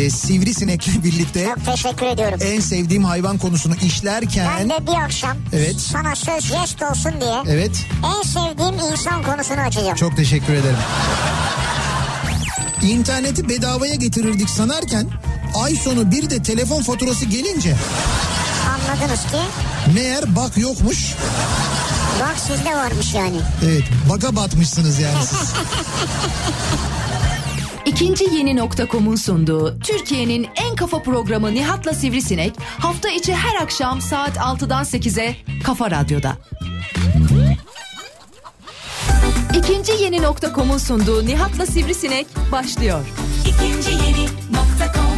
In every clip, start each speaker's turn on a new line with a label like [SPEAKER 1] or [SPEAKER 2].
[SPEAKER 1] Sivrisinek'le birlikte.
[SPEAKER 2] Çok teşekkür ediyorum.
[SPEAKER 1] En sevdiğim hayvan konusunu işlerken.
[SPEAKER 2] Ben de bir akşam
[SPEAKER 1] evet.
[SPEAKER 2] sana söz jest olsun diye.
[SPEAKER 1] Evet.
[SPEAKER 2] En sevdiğim insan konusunu açacağım.
[SPEAKER 1] Çok teşekkür ederim. İnterneti bedavaya getirirdik sanarken ay sonu bir de telefon faturası gelince.
[SPEAKER 2] Anladınız ki.
[SPEAKER 1] Meğer bak yokmuş.
[SPEAKER 2] Bak sizde varmış yani.
[SPEAKER 1] Evet, baka batmışsınız yani siz.
[SPEAKER 3] İkinci Yeni.com'un sunduğu Türkiye'nin en kafa programı Nihat'la Sivrisinek hafta içi her akşam saat 6'dan 8'e Kafa Radyo'da. İkinci Yeni.com'un sunduğu Nihat'la Sivrisinek başlıyor. İkinci Yeni.com.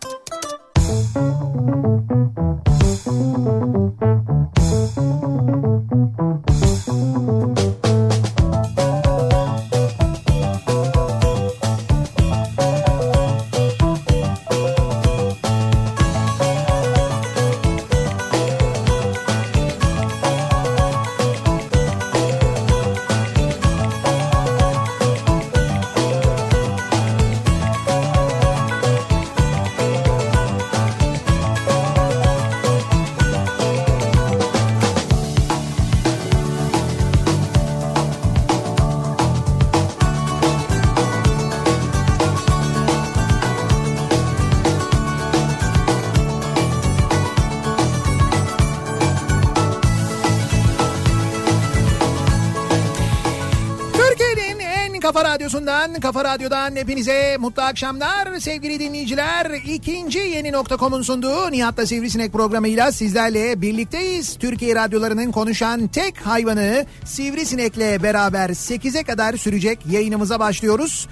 [SPEAKER 1] Kafa Radyo'dan hepinize mutlu akşamlar sevgili dinleyiciler. İkinci Yeni.com'un sunduğu Nihat'la Sivrisinek programıyla sizlerle birlikteyiz. Türkiye radyolarının konuşan tek hayvanı Sivrisinek'le beraber 8'e kadar sürecek yayınımıza başlıyoruz.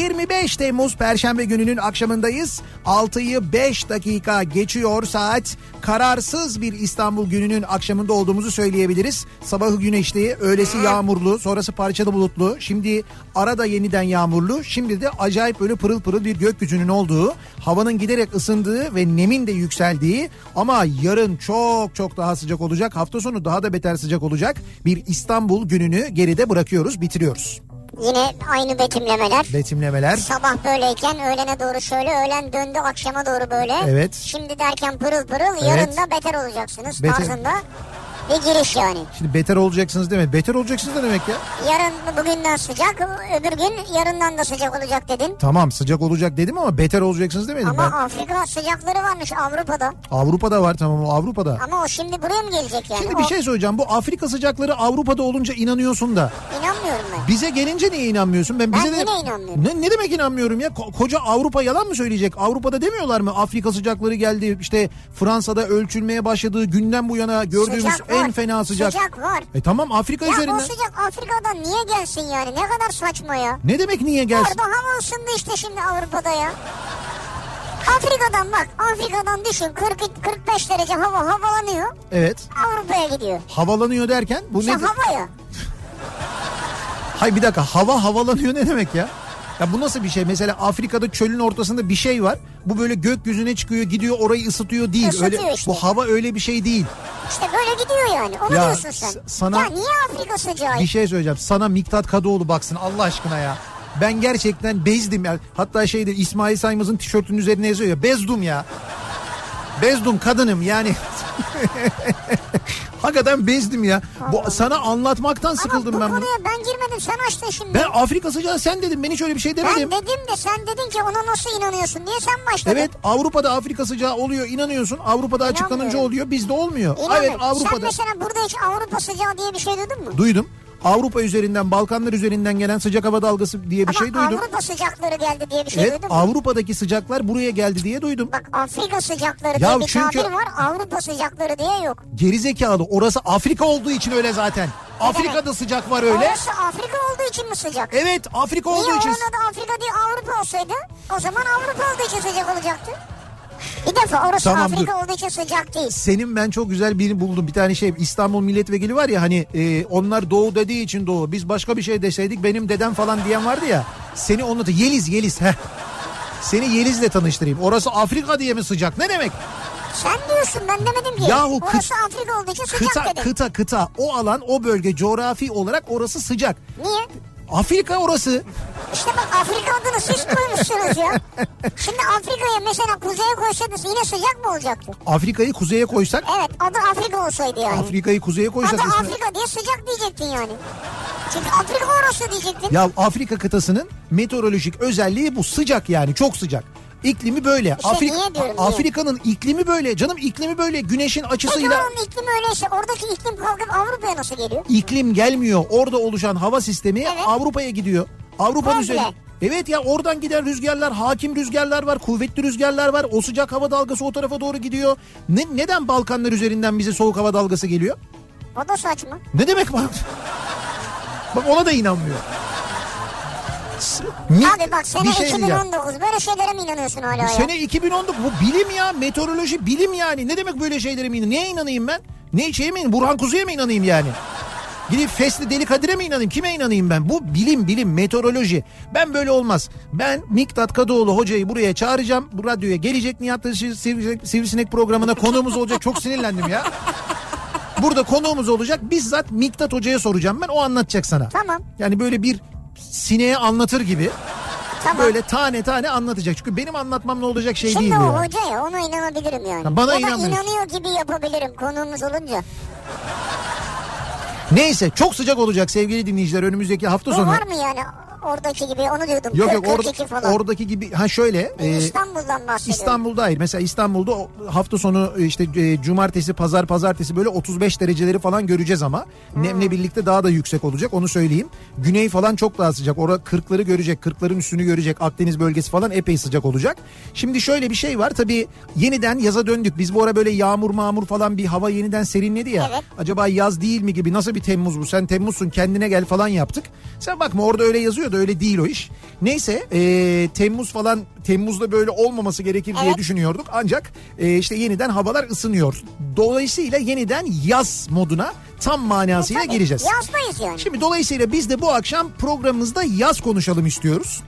[SPEAKER 1] 25 Temmuz Perşembe gününün akşamındayız. 6'yı 5 dakika geçiyor saat. Kararsız bir İstanbul gününün akşamında olduğumuzu söyleyebiliriz. Sabahı güneşli, öğlesi yağmurlu, sonrası parçalı bulutlu. Şimdi arada yeniden yağmurlu. Şimdi de acayip böyle pırıl pırıl bir gökyüzünün olduğu, havanın giderek ısındığı ve nemin de yükseldiği ama yarın çok çok daha sıcak olacak. Hafta sonu daha da beter sıcak olacak. Bir İstanbul gününü geride bırakıyoruz, bitiriyoruz.
[SPEAKER 2] Yine aynı betimlemeler.
[SPEAKER 1] Betimlemeler.
[SPEAKER 2] Sabah böyleyken öğlene doğru şöyle, öğlen döndü akşama doğru böyle.
[SPEAKER 1] Evet.
[SPEAKER 2] Şimdi derken pırıl pırıl, yarın
[SPEAKER 1] evet.
[SPEAKER 2] da beter olacaksınız tarzında. Bir giriş yani.
[SPEAKER 1] Şimdi beter olacaksınız demek. Beter olacaksınız da demek ya.
[SPEAKER 2] Yarın bugünden sıcak, öbür gün yarından da sıcak olacak dedin.
[SPEAKER 1] Tamam, sıcak olacak dedim ama beter olacaksınız demedim
[SPEAKER 2] ama
[SPEAKER 1] ben.
[SPEAKER 2] Ama Afrika sıcakları varmış Avrupa'da.
[SPEAKER 1] Avrupa'da var, tamam, o Avrupa'da.
[SPEAKER 2] Ama o şimdi buraya mı gelecek yani?
[SPEAKER 1] Şimdi bir şey söyleyeceğim. Bu Afrika sıcakları Avrupa'da olunca inanıyorsun da.
[SPEAKER 2] İnanmıyorum ben.
[SPEAKER 1] Bize gelince niye inanmıyorsun? Ben
[SPEAKER 2] yine inanmıyorum.
[SPEAKER 1] Ne demek inanmıyorum ya? Koca Avrupa yalan mı söyleyecek? Avrupa'da demiyorlar mı? Afrika sıcakları geldi. İşte Fransa'da ölçülmeye başladığı günden bu yana gördüğümüz en fena sıcak.
[SPEAKER 2] Sıcak var.
[SPEAKER 1] Tamam, Afrika
[SPEAKER 2] ya
[SPEAKER 1] üzerinden.
[SPEAKER 2] Ya o sıcak Afrika'dan niye gelsin yani? Ne kadar saçma ya.
[SPEAKER 1] Ne demek niye gelsin?
[SPEAKER 2] Orada hava ısındı işte şimdi Avrupa'da ya. Afrika'dan düşün 40-45 derece hava havalanıyor.
[SPEAKER 1] Evet.
[SPEAKER 2] Avrupa'ya gidiyor.
[SPEAKER 1] Havalanıyor derken? Bu
[SPEAKER 2] işte
[SPEAKER 1] ne?
[SPEAKER 2] hava ya.
[SPEAKER 1] Hayır bir dakika, hava havalanıyor ne demek ya? Ya bu nasıl bir şey? Mesela Afrika'da çölün ortasında bir şey var. Bu böyle gökyüzüne çıkıyor, gidiyor, orayı ısıtıyor değil.
[SPEAKER 2] Isıtıyor
[SPEAKER 1] öyle
[SPEAKER 2] işte.
[SPEAKER 1] Bu hava öyle bir şey değil.
[SPEAKER 2] İşte böyle gidiyor yani. Onu
[SPEAKER 1] ya,
[SPEAKER 2] diyorsun sen.
[SPEAKER 1] Sana
[SPEAKER 2] ya niye Afrika sıcağı?
[SPEAKER 1] Bir şey söyleyeceğim. Sana Miktat Kadıoğlu baksın Allah aşkına ya. Ben gerçekten bezdim ya. Hatta İsmail Saymaz'ın tişörtünün üzerine yazıyor ya. Bezdum ya. Bezdum kadınım yani. Hakikaten bezdim ya. Sana anlatmaktan sıkıldım ben bunu.
[SPEAKER 2] Ama bu konuya ben girmedim, sen açtın şimdi.
[SPEAKER 1] Ben Afrika sıcağı sen dedim, ben hiç öyle bir şey demedim.
[SPEAKER 2] Ben dedim de sen dedin ki ona nasıl inanıyorsun diye sen başladın.
[SPEAKER 1] Evet, Avrupa'da Afrika sıcağı oluyor, inanıyorsun. Avrupa'da açıklanınca oluyor, bizde olmuyor. Evet, Avrupa'da.
[SPEAKER 2] Sen mesela burada hiç Avrupa sıcağı diye bir şey duydun mu?
[SPEAKER 1] Duydum. Avrupa üzerinden, Balkanlar üzerinden gelen sıcak hava dalgası diye bir şey duydum.
[SPEAKER 2] Ama Avrupa sıcakları geldi diye bir şey duydun mu?
[SPEAKER 1] Avrupa'daki sıcaklar buraya geldi diye duydum.
[SPEAKER 2] Bak Afrika sıcakları diye bir tabir var, Avrupa sıcakları diye yok.
[SPEAKER 1] Gerizekalı, orası Afrika olduğu için öyle zaten. Afrika'da sıcak var öyle.
[SPEAKER 2] Orası Afrika olduğu için mi sıcak?
[SPEAKER 1] Evet, Afrika olduğu için.
[SPEAKER 2] Niye orada da Afrika değil Avrupa olsaydı o zaman Avrupa olduğu için sıcak olacaktı. Bir defa orası tamam, Afrika olduğu için sıcak değil.
[SPEAKER 1] Senin ben çok güzel birini buldum. Bir tane İstanbul milletvekili var ya hani onlar doğu dediği için doğu. Biz başka bir şey deseydik benim dedem falan diyen vardı ya. Seni onunla Yeliz. Seni Yeliz'le tanıştırayım. Orası Afrika diye mi sıcak? Ne demek?
[SPEAKER 2] Sen diyorsun, ben demedim ki.
[SPEAKER 1] Yahu
[SPEAKER 2] orası Afrika olduğu için sıcak dedim.
[SPEAKER 1] Kıta. O alan, o bölge coğrafi olarak orası sıcak.
[SPEAKER 2] Niye?
[SPEAKER 1] Afrika orası.
[SPEAKER 2] İşte bak Afrika adını siz koymuşsunuz koyuyoruz ya. Şimdi Afrika'ya mesela kuzeye koysaydınız yine sıcak mı olacaktı?
[SPEAKER 1] Afrika'yı kuzeye koysak?
[SPEAKER 2] Evet, adı Afrika olsaydı yani.
[SPEAKER 1] Afrika'yı kuzeye koysak.
[SPEAKER 2] Adı Afrika diye sıcak diyecektin yani. Çünkü Afrika orası diyecektin.
[SPEAKER 1] Ya Afrika kıtasının meteorolojik özelliği bu, sıcak yani, çok sıcak. İklimi böyle. Afrika'nın iklimi böyle canım, iklimi böyle, güneşin açısıyla.
[SPEAKER 2] Peki onun iklimi öyleyse oradaki iklim kalkıp Avrupa'ya nasıl geliyor?
[SPEAKER 1] İklim gelmiyor. Orada oluşan hava sistemi Avrupa'ya gidiyor. Avrupa'nın üzerine. Evet ya, oradan giden rüzgarlar, hakim rüzgarlar var, kuvvetli rüzgarlar var. O sıcak hava dalgası o tarafa doğru gidiyor. Neden Balkanlar üzerinden bize soğuk hava dalgası geliyor?
[SPEAKER 2] O da saçma.
[SPEAKER 1] Ne demek bak? Bak ona da inanmıyor.
[SPEAKER 2] Abi bak sene 2019 böyle şeylere mi inanıyorsun hala ya?
[SPEAKER 1] Sene 2019 bu bilim ya, meteoroloji bilim yani. Ne demek böyle şeylere mi inanayım? Neye inanayım ben? Ne şeye mi inanayım? Burhan Kuzu'ya mı inanayım yani? Gidip Fesli Deli Kadir'e mi inanayım? Kime inanayım ben? Bu bilim, meteoroloji. Ben böyle olmaz. Ben Miktat Kadıoğlu hocayı buraya çağıracağım. Bu radyoya gelecek, Nihat'la Sivrisinek programına konuğumuz olacak. Çok sinirlendim ya. Burada konuğumuz olacak. Bizzat Miktat hocaya soracağım ben. O anlatacak sana.
[SPEAKER 2] Tamam.
[SPEAKER 1] Yani böyle bir sineğe anlatır gibi.
[SPEAKER 2] Tamam.
[SPEAKER 1] Böyle tane tane anlatacak. Çünkü benim anlatmam ne olacak şey
[SPEAKER 2] şimdi
[SPEAKER 1] değil bu.
[SPEAKER 2] Şimdi o
[SPEAKER 1] yani.
[SPEAKER 2] hoca ya, ona inanabilirim yani.
[SPEAKER 1] Ya bana
[SPEAKER 2] inanıyor gibi yapabilirim konuğumuz olunca.
[SPEAKER 1] Neyse, çok sıcak olacak sevgili dinleyiciler önümüzdeki hafta sonu.
[SPEAKER 2] Bu var mı yani oradaki gibi, onu diyordum.
[SPEAKER 1] Yok
[SPEAKER 2] 42 falan.
[SPEAKER 1] Oradaki gibi şöyle.
[SPEAKER 2] İstanbul'dan bahsediyorum.
[SPEAKER 1] İstanbul'da hayır. Mesela İstanbul'da hafta sonu işte cumartesi pazartesi böyle 35 dereceleri falan göreceğiz ama. Nemle birlikte daha da yüksek olacak, onu söyleyeyim. Güney falan çok daha sıcak. Orada 40'ları görecek, 40'ların üstünü görecek. Akdeniz bölgesi falan epey sıcak olacak. Şimdi şöyle bir şey var tabii, yeniden yaza döndük. Biz bu ara böyle yağmur falan bir hava yeniden serinledi ya. Evet. Acaba yaz değil mi gibi, nasıl bir Temmuz bu? Sen Temmuz'sun, kendine gel falan yaptık. Sen bakma, orada öyle yazıyor da öyle değil o iş. Neyse Temmuz falan, Temmuz'da böyle olmaması gerekir diye düşünüyorduk. Ancak işte yeniden havalar ısınıyor. Dolayısıyla yeniden yaz moduna tam manasıyla gireceğiz.
[SPEAKER 2] Yazdayız yani.
[SPEAKER 1] Şimdi dolayısıyla biz de bu akşam programımızda yaz konuşalım istiyoruz.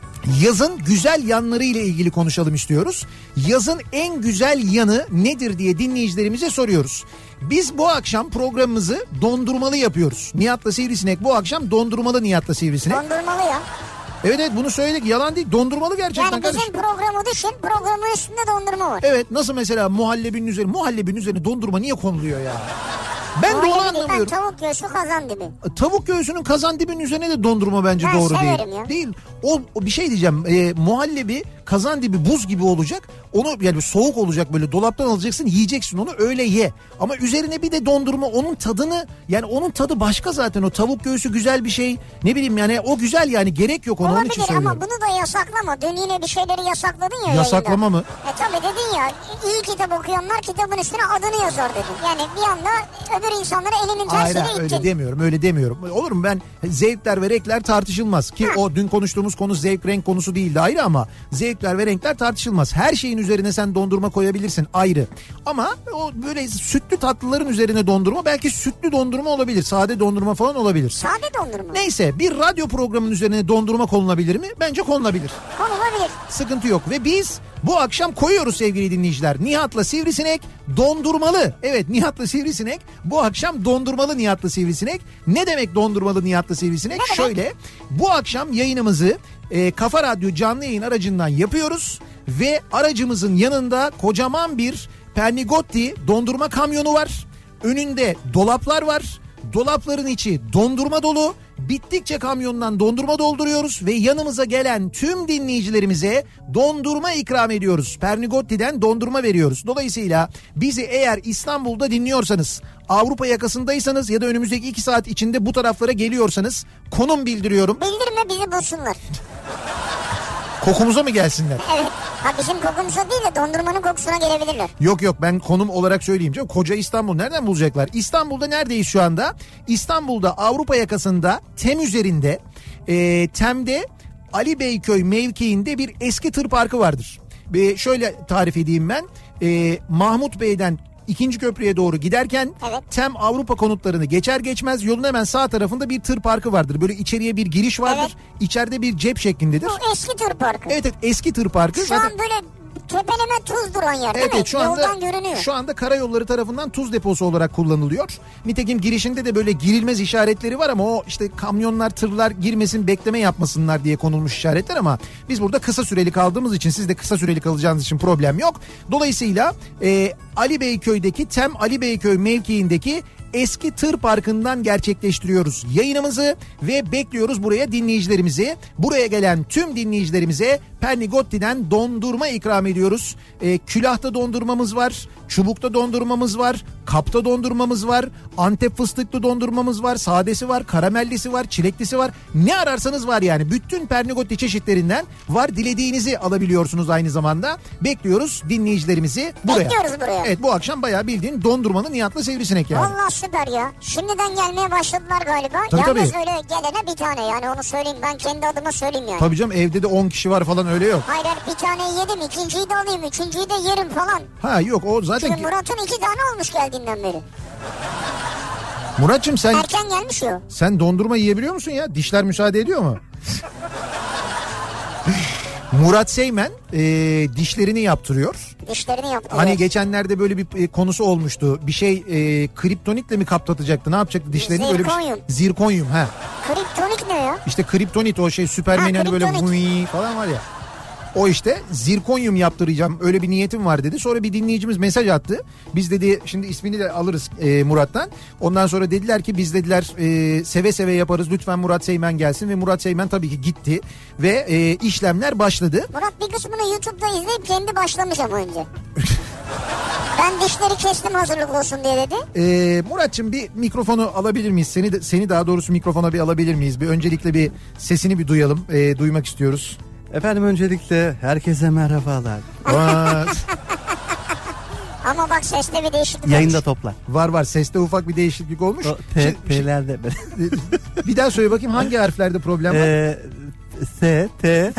[SPEAKER 1] Yazın güzel yanları ile ilgili konuşalım istiyoruz. Yazın en güzel yanı nedir diye dinleyicilerimize soruyoruz. Biz bu akşam programımızı dondurmalı yapıyoruz. Nihat'la Sivrisinek bu akşam dondurmalı Nihat'la Sivrisinek.
[SPEAKER 2] Dondurmalı ya.
[SPEAKER 1] Evet bunu söyledik, yalan değil, dondurmalı gerçekten.
[SPEAKER 2] Yani bizim programı düşün, programın üstünde dondurma var.
[SPEAKER 1] Evet, nasıl mesela muhallebinin üzerine dondurma niye konuluyor ya? Ben de onu anlamıyorum.
[SPEAKER 2] Tavuk göğsü kazan dibi.
[SPEAKER 1] Tavuk göğsünün kazan dibinin üzerine de dondurma bence doğru değil.
[SPEAKER 2] Ya.
[SPEAKER 1] Değil. O bir şey diyeceğim. Muhallebi kazan dibi buz gibi olacak. Onu yani soğuk olacak, böyle dolaptan alacaksın, yiyeceksin onu, öyle ye. Ama üzerine bir de dondurma, onun tadını, yani onun tadı başka zaten. O tavuk göğsü güzel bir şey. Ne bileyim yani, o güzel yani, gerek yok ona. Onun için söylüyorum.
[SPEAKER 2] Ama bunu da yasaklama. Dün yine bir şeyleri yasakladın ya.
[SPEAKER 1] Yasaklama
[SPEAKER 2] yayında.
[SPEAKER 1] mı?
[SPEAKER 2] Tabii dedin ya, iyi kitap okuyanlar kitabın üstüne adını yazar dedin. Yani bir anda öbür insanlara elinin tersiyle ittin.
[SPEAKER 1] Öyle demiyorum. Olur mu, ben zevkler ve renkler tartışılmaz. Ki o dün konuştuğumuz konu zevk renk konusu değildi, ayrı, ama zevkler ve renkler tartışılmaz. Her şeyin üzerine sen dondurma koyabilirsin, ayrı. Ama o böyle sütlü tatlıların üzerine dondurma, belki sütlü dondurma olabilir. Sade dondurma falan olabilir.
[SPEAKER 2] Sade dondurma.
[SPEAKER 1] Neyse, bir radyo programının üzerine dondurma konulabilir mi? Bence konulabilir.
[SPEAKER 2] Konulabilir.
[SPEAKER 1] Sıkıntı yok ve biz bu akşam koyuyoruz sevgili dinleyiciler. Nihat'la Sivrisinek dondurmalı. Evet, Nihat'la Sivrisinek bu akşam dondurmalı Nihat'la Sivrisinek. Ne demek dondurmalı Nihat'la Sivrisinek? Şöyle, bu akşam yayınımızı Kafa Radyo canlı yayın aracından yapıyoruz. Ve aracımızın yanında kocaman bir Pernigotti dondurma kamyonu var. Önünde dolaplar var. Dolapların içi dondurma dolu. Bittikçe kamyondan dondurma dolduruyoruz ve yanımıza gelen tüm dinleyicilerimize dondurma ikram ediyoruz. Pernigotti'den dondurma veriyoruz. Dolayısıyla bizi eğer İstanbul'da dinliyorsanız, Avrupa yakasındaysanız ya da önümüzdeki 2 saat içinde bu taraflara geliyorsanız konum bildiriyorum.
[SPEAKER 2] Bildirme, bizi bulsunlar.
[SPEAKER 1] Kokumuza mı gelsinler?
[SPEAKER 2] Evet. Ha, bizim kokumuza değil de dondurmanın kokusuna gelebilirler.
[SPEAKER 1] Yok ben konum olarak söyleyeyim canım. Koca İstanbul nereden bulacaklar? İstanbul'da neredeyiz şu anda? İstanbul'da Avrupa yakasında TEM üzerinde, TEM'de Ali Beyköy mevkiinde bir eski tır parkı vardır. Şöyle tarif edeyim ben. Mahmut Bey'den 2. köprüye doğru giderken TEM Avrupa konutlarını geçer geçmez yolun hemen sağ tarafında bir tır parkı vardır. Böyle içeriye bir giriş vardır. İçeride bir cep şeklindedir.
[SPEAKER 2] Bu eski tır parkı.
[SPEAKER 1] Evet eski tır parkı.
[SPEAKER 2] Şu an böyle tepeleme tuz duran yer değil mi?
[SPEAKER 1] Evet,
[SPEAKER 2] Yoldan görünüyor.
[SPEAKER 1] Şu anda karayolları tarafından tuz deposu olarak kullanılıyor. Nitekim girişinde de böyle girilmez işaretleri var ama o işte kamyonlar, tırlar girmesin, bekleme yapmasınlar diye konulmuş işaretler ama biz burada kısa süreli kaldığımız için, siz de kısa süreli kalacağınız için problem yok. Dolayısıyla Ali Beyköy'deki Tem Ali Beyköy mevkiindeki eski tır parkından gerçekleştiriyoruz yayınımızı ve bekliyoruz buraya dinleyicilerimizi. Buraya gelen tüm dinleyicilerimize Pernigotti'den dondurma ikram ediyoruz. Külahta dondurmamız var, çubukta dondurmamız var, kapta dondurmamız var, Antep fıstıklı dondurmamız var, sadesi var, karamellisi var, çileklisi var. Ne ararsanız var yani. Bütün Pernigotti çeşitlerinden var. Dilediğinizi alabiliyorsunuz aynı zamanda. Bekliyoruz dinleyicilerimizi buraya.
[SPEAKER 2] Bekliyoruz buraya.
[SPEAKER 1] Evet, bu akşam bayağı bildiğin dondurmanın Nihat'la Sivrisinek yani.
[SPEAKER 2] Vallahi süper ya. Şimdiden gelmeye başladılar galiba.
[SPEAKER 1] Tabii,
[SPEAKER 2] Yalnız
[SPEAKER 1] tabii.
[SPEAKER 2] öyle gelene bir tane, yani onu söyleyeyim, ben kendi adıma söyleyeyim yani.
[SPEAKER 1] Tabii canım, evde de 10 kişi var falan, öyle yok.
[SPEAKER 2] Hayır, bir tane yedim, ikinciyi de alayım, üçüncüyü de yerim falan.
[SPEAKER 1] Ha yok, o zaten...
[SPEAKER 2] Çünkü Murat'ın 2 tane olmuş geldiğinden beri.
[SPEAKER 1] Murat'cığım sen...
[SPEAKER 2] Erken gelmiş o.
[SPEAKER 1] Sen dondurma yiyebiliyor musun ya? Dişler müsaade ediyor mu? Murat Seymen dişlerini yaptırıyor.
[SPEAKER 2] Dişlerini yaptı.
[SPEAKER 1] Hani
[SPEAKER 2] evet.
[SPEAKER 1] Geçenlerde böyle bir konusu olmuştu. Bir şey kriptonitle mi kaplatacaktı? Ne yapacaktı dişlerini?
[SPEAKER 2] Zirkonyum.
[SPEAKER 1] Böyle bir Zirkonyum, ha.
[SPEAKER 2] Kriptonik ne ya?
[SPEAKER 1] İşte kriptonit, o şey Süpermen'in hani böyle
[SPEAKER 2] kriptonit.
[SPEAKER 1] falan var ya. O işte zirkonyum yaptıracağım, öyle bir niyetim var dedi. Sonra bir dinleyicimiz mesaj attı. Biz dedi, şimdi ismini de alırız Murat'tan. Ondan sonra dediler ki biz dediler seve seve yaparız, lütfen Murat Seymen gelsin. Ve Murat Seymen tabii ki gitti ve işlemler başladı.
[SPEAKER 2] Murat bir kısmını YouTube'da izleyip kendi başlamış ama önce. Ben dişleri kestim hazırlık olsun diye dedi.
[SPEAKER 1] Murat'cığım bir mikrofonu alabilir miyiz? Seni daha doğrusu mikrofona bir alabilir miyiz? Bir öncelikle bir sesini bir duyalım. Duymak istiyoruz.
[SPEAKER 4] Efendim öncelikle herkese merhabalar.
[SPEAKER 2] Ama bak seste bir değişiklik
[SPEAKER 4] Yayında
[SPEAKER 2] olmuş.
[SPEAKER 4] toplar.
[SPEAKER 1] Var seste ufak bir değişiklik olmuş.
[SPEAKER 4] O T'lerde.
[SPEAKER 1] Bir daha söyle bakayım, hangi harflerde problem var?
[SPEAKER 4] S, T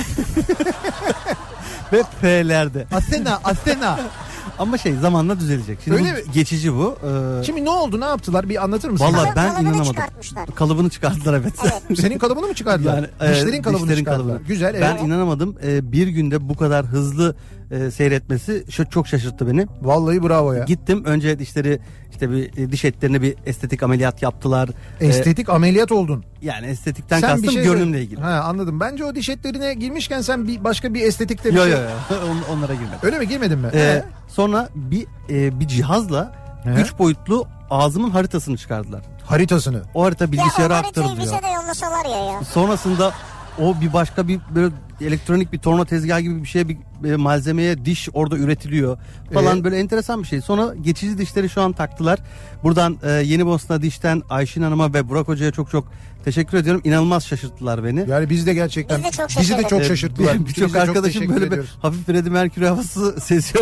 [SPEAKER 4] ve P'lerde.
[SPEAKER 1] Athena.
[SPEAKER 4] Ama zamanla düzelecek. Şimdi
[SPEAKER 1] Öyle
[SPEAKER 4] bu
[SPEAKER 1] mi?
[SPEAKER 4] geçici bu.
[SPEAKER 1] Şimdi ne oldu, ne yaptılar, bir anlatır mısın?
[SPEAKER 4] Vallahi ben
[SPEAKER 2] Kalıbını
[SPEAKER 4] inanamadım.
[SPEAKER 2] çıkartmışlar.
[SPEAKER 4] Kalıbını çıkardılar, evet.
[SPEAKER 1] Senin kalıbını mı çıkardılar?
[SPEAKER 4] Yani,
[SPEAKER 1] Dişlerin kalıbını
[SPEAKER 4] dişlerin
[SPEAKER 1] çıkardılar.
[SPEAKER 4] kalıbını.
[SPEAKER 1] Güzel,
[SPEAKER 4] Ben
[SPEAKER 1] evet.
[SPEAKER 4] inanamadım. Bir günde bu kadar hızlı seyretmesi çok şaşırttı beni.
[SPEAKER 1] Vallahi bravo ya.
[SPEAKER 4] Gittim önce dişleri, işte bir diş etlerine bir estetik ameliyat yaptılar.
[SPEAKER 1] Estetik ameliyat oldun.
[SPEAKER 4] Yani estetikten
[SPEAKER 1] Sen
[SPEAKER 4] kastım görünümle ilgili.
[SPEAKER 1] Ha, anladım. Bence o diş etlerine girmişken sen başka bir estetikte bir
[SPEAKER 4] Yok
[SPEAKER 1] şey...
[SPEAKER 4] yok onlara girmedim.
[SPEAKER 1] Öyle mi, girmedin mi?
[SPEAKER 4] Sonra bir cihazla 3 boyutlu ağzımın haritasını çıkardılar.
[SPEAKER 1] Haritasını.
[SPEAKER 4] O harita bilgisayara
[SPEAKER 2] Ya o haritayı
[SPEAKER 4] aktarılıyor.
[SPEAKER 2] bize de yollasalar ya.
[SPEAKER 4] Sonrasında o bir başka bir böyle elektronik bir torna tezgahı gibi bir şeye, bir malzemeye diş orada üretiliyor falan, böyle enteresan bir şey. Sonra geçici dişleri şu an taktılar. Buradan Yenibosna Diş'ten Ayşin Hanım'a ve Burak Hoca'ya çok teşekkür ediyorum. İnanılmaz şaşırttılar beni.
[SPEAKER 1] Yani biz de gerçekten
[SPEAKER 2] Biz de çok
[SPEAKER 1] bizi de
[SPEAKER 2] şaşırdık.
[SPEAKER 1] çok şaşırttılar.
[SPEAKER 4] Birçok
[SPEAKER 1] Biz de çok
[SPEAKER 4] arkadaşım
[SPEAKER 1] teşekkür
[SPEAKER 4] böyle
[SPEAKER 1] ediyoruz.
[SPEAKER 4] bir hafif Freddie Mercury havası seziyor.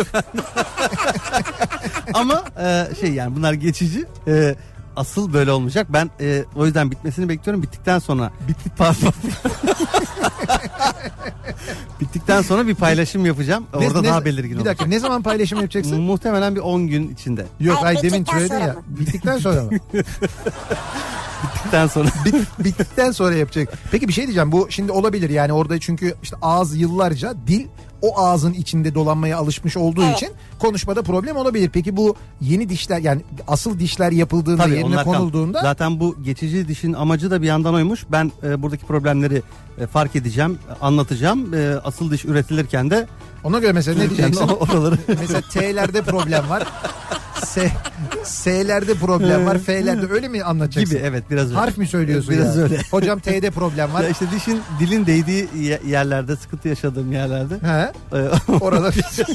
[SPEAKER 4] Ama yani bunlar geçici. Asıl böyle olmayacak. Ben o yüzden bitmesini bekliyorum. Bittikten sonra bittikten sonra bir paylaşım yapacağım. Orada daha belirgin olacak.
[SPEAKER 1] Bir dakika, ne zaman paylaşım yapacaksın?
[SPEAKER 4] Muhtemelen bir 10 gün içinde.
[SPEAKER 1] Yok,
[SPEAKER 2] Hayır,
[SPEAKER 1] demin
[SPEAKER 2] bittikten
[SPEAKER 1] söyledin
[SPEAKER 2] sonra
[SPEAKER 1] ya.
[SPEAKER 2] mı?
[SPEAKER 1] Bittikten sonra mı?
[SPEAKER 4] Bittikten sonra.
[SPEAKER 1] Bittikten sonra yapacak. Peki bir şey diyeceğim, bu şimdi olabilir yani orada, çünkü işte ağız yıllarca, dil o ağzın içinde dolanmaya alışmış olduğu
[SPEAKER 2] Evet.
[SPEAKER 1] için konuşmada problem olabilir. Peki bu yeni dişler, yani asıl dişler yapıldığında,
[SPEAKER 4] Tabii,
[SPEAKER 1] yerine
[SPEAKER 4] onlar
[SPEAKER 1] konulduğunda...
[SPEAKER 4] Zaten bu geçici dişin amacı da bir yandan oymuş. Ben buradaki problemleri fark edeceğim, anlatacağım. Asıl diş üretilirken de
[SPEAKER 1] Ona göre mesela ne diyeceksin?
[SPEAKER 4] oraları
[SPEAKER 1] Mesela T'lerde problem var. S'lerde problem var. F'lerde, öyle mi anlatacaksın?
[SPEAKER 4] gibi, evet, biraz öyle.
[SPEAKER 1] Harf mi söylüyorsun
[SPEAKER 4] Biraz
[SPEAKER 1] ya?
[SPEAKER 4] öyle.
[SPEAKER 1] Hocam T'de problem var.
[SPEAKER 4] Ya işte dilin değdiği yerlerde, sıkıntı yaşadığım yerlerde.
[SPEAKER 1] He. Orada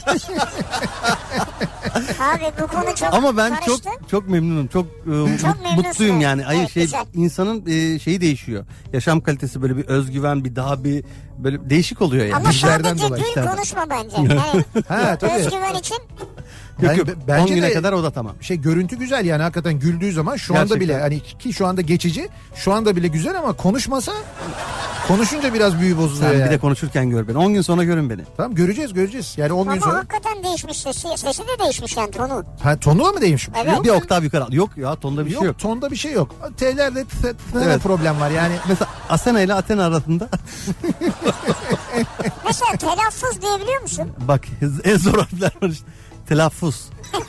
[SPEAKER 2] Abi bu konu çok
[SPEAKER 4] Ama ben
[SPEAKER 2] karıştı.
[SPEAKER 4] çok memnunum. Çok mutluyum yani.
[SPEAKER 2] Evet, güzel.
[SPEAKER 4] İnsanın şeyi değişiyor. Yaşam kalitesi, böyle bir özgüven, bir daha bir böyle değişik oluyor yani.
[SPEAKER 2] Ama
[SPEAKER 1] Dişlerden
[SPEAKER 2] sadece
[SPEAKER 1] dolayı,
[SPEAKER 2] dil
[SPEAKER 4] dişlerden.
[SPEAKER 2] konuşma bence. Yani
[SPEAKER 1] Ha, tabii.
[SPEAKER 2] özgüven için
[SPEAKER 4] Yok, yok.
[SPEAKER 1] Bence
[SPEAKER 4] 10 güne
[SPEAKER 1] de
[SPEAKER 4] kadar o da tamam.
[SPEAKER 1] görüntü güzel yani, hakikaten güldüğü zaman şu anda
[SPEAKER 4] Gerçekten.
[SPEAKER 1] bile, hani ki şu anda geçici, şu anda bile güzel ama konuşunca biraz büyü bozuluyor
[SPEAKER 4] Sen
[SPEAKER 1] yani.
[SPEAKER 4] bir de konuşurken gör beni. 10 gün sonra görün beni.
[SPEAKER 1] Tamam, göreceğiz. Yani 10 gün
[SPEAKER 2] ama
[SPEAKER 1] sonra.
[SPEAKER 2] hakikaten değişmiş sesi de değişmiş yani tonu.
[SPEAKER 1] Ha, tonu mu değişmiş?
[SPEAKER 2] Evet.
[SPEAKER 1] Yok,
[SPEAKER 4] Bir oktav yukarı al. Yok ya, tonda bir
[SPEAKER 1] yok,
[SPEAKER 4] şey yok.
[SPEAKER 1] tonda bir şey yok. T'lerde
[SPEAKER 4] Evet.
[SPEAKER 1] problem var yani.
[SPEAKER 4] Mesela Asena ile Athena arasında
[SPEAKER 2] Mesela telaffuz diyebiliyor musun?
[SPEAKER 4] Bak en zor harfler var işte. Telaffuz.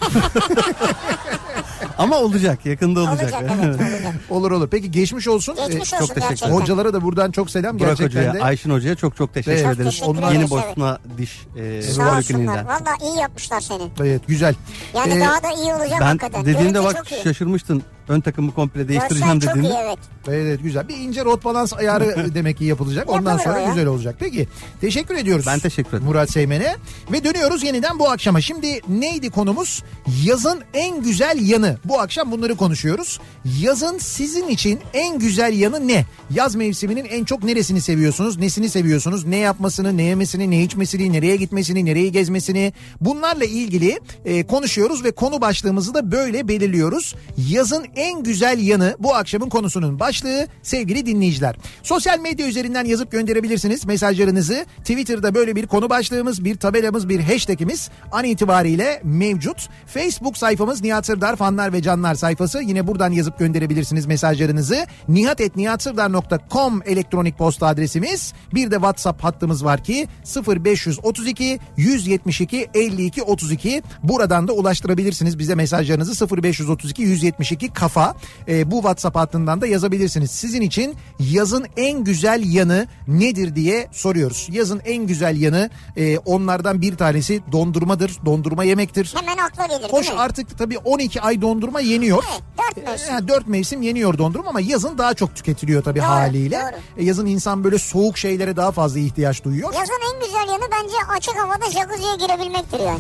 [SPEAKER 4] Ama olacak, yakında olacak.
[SPEAKER 2] Evet, olacak.
[SPEAKER 1] Olur. Peki geçmiş olsun.
[SPEAKER 2] Geçmiş olsun
[SPEAKER 4] çok teşekkür
[SPEAKER 2] gerçekten.
[SPEAKER 1] Hocalara da buradan çok selam.
[SPEAKER 4] Burak
[SPEAKER 1] gerçekten
[SPEAKER 4] Hoca'ya,
[SPEAKER 1] de.
[SPEAKER 4] Ayşin Hoca'ya çok teşekkür
[SPEAKER 1] Evet,
[SPEAKER 4] ederiz.
[SPEAKER 2] teşekkür
[SPEAKER 4] Yeni
[SPEAKER 2] ederiz,
[SPEAKER 4] Bosna Diş
[SPEAKER 2] Sağ
[SPEAKER 4] Polikliniğinden.
[SPEAKER 2] olsunlar. Valla iyi yapmışlar seni.
[SPEAKER 1] Evet, güzel.
[SPEAKER 2] Yani daha da iyi olacak
[SPEAKER 4] Ben
[SPEAKER 2] hakikaten.
[SPEAKER 4] dediğinde
[SPEAKER 2] Görüntü
[SPEAKER 4] bak
[SPEAKER 2] çok iyi.
[SPEAKER 4] şaşırmıştın. Ön takımı komple değiştireceğim
[SPEAKER 2] Görsel çok
[SPEAKER 4] dediğinde.
[SPEAKER 2] iyi, evet.
[SPEAKER 1] Evet, güzel. Bir ince rot balans ayarı demek ki yapılacak. Ondan
[SPEAKER 2] Yapılır
[SPEAKER 1] sonra
[SPEAKER 2] o ya.
[SPEAKER 1] güzel olacak. Peki teşekkür ediyoruz.
[SPEAKER 4] Ben teşekkür ederim.
[SPEAKER 1] Murat Seymen'e. Ve dönüyoruz yeniden bu akşama. Şimdi neydi konumuz? Yazın en güzel yanı. Bu akşam bunları konuşuyoruz. Yazın sizin için en güzel yanı ne? Yaz mevsiminin en çok neresini seviyorsunuz? Nesini seviyorsunuz? Ne yapmasını, ne yemesini, ne içmesini, nereye gitmesini, nereyi gezmesini? Bunlarla ilgili konuşuyoruz ve konu başlığımızı da böyle belirliyoruz. Yazın en güzel yanı bu akşamın konusunun başlığı sevgili dinleyiciler. Sosyal medya üzerinden yazıp gönderebilirsiniz mesajlarınızı. Twitter'da böyle bir konu başlığımız, bir tabelamız, bir hashtagimiz an itibariyle mevcut. Facebook sayfamız Nihat Sırdar fanlar ve canlar sayfası. Yine buradan yazıp gönderebilirsiniz mesajlarınızı. nihat@nihatsırdar.com elektronik posta adresimiz. Bir de WhatsApp hattımız var ki 0532 172 52 32. Buradan da ulaştırabilirsiniz bize mesajlarınızı. 0532 172 kafa. Bu WhatsApp hattından da yazabilirsiniz. Sizin için yazın en güzel yanı nedir diye soruyoruz. Yazın en güzel yanı onlardan bir tanesi dondurmadır. Dondurma yemektir.
[SPEAKER 2] Hemen akla gelir
[SPEAKER 1] Hoş,
[SPEAKER 2] değil mi?
[SPEAKER 1] artık tabii 12 ay dondurma yeniyor.
[SPEAKER 2] Evet, 4 mevsim.
[SPEAKER 1] 4 mevsim yeniyor dondurma ama yazın daha çok tüketiliyor tabii
[SPEAKER 2] Doğru,
[SPEAKER 1] haliyle.
[SPEAKER 2] doğru.
[SPEAKER 1] Yazın insan böyle soğuk şeylere daha fazla ihtiyaç duyuyor.
[SPEAKER 2] Yazın en güzel yanı bence açık havada jacuzziye girebilmektir yani.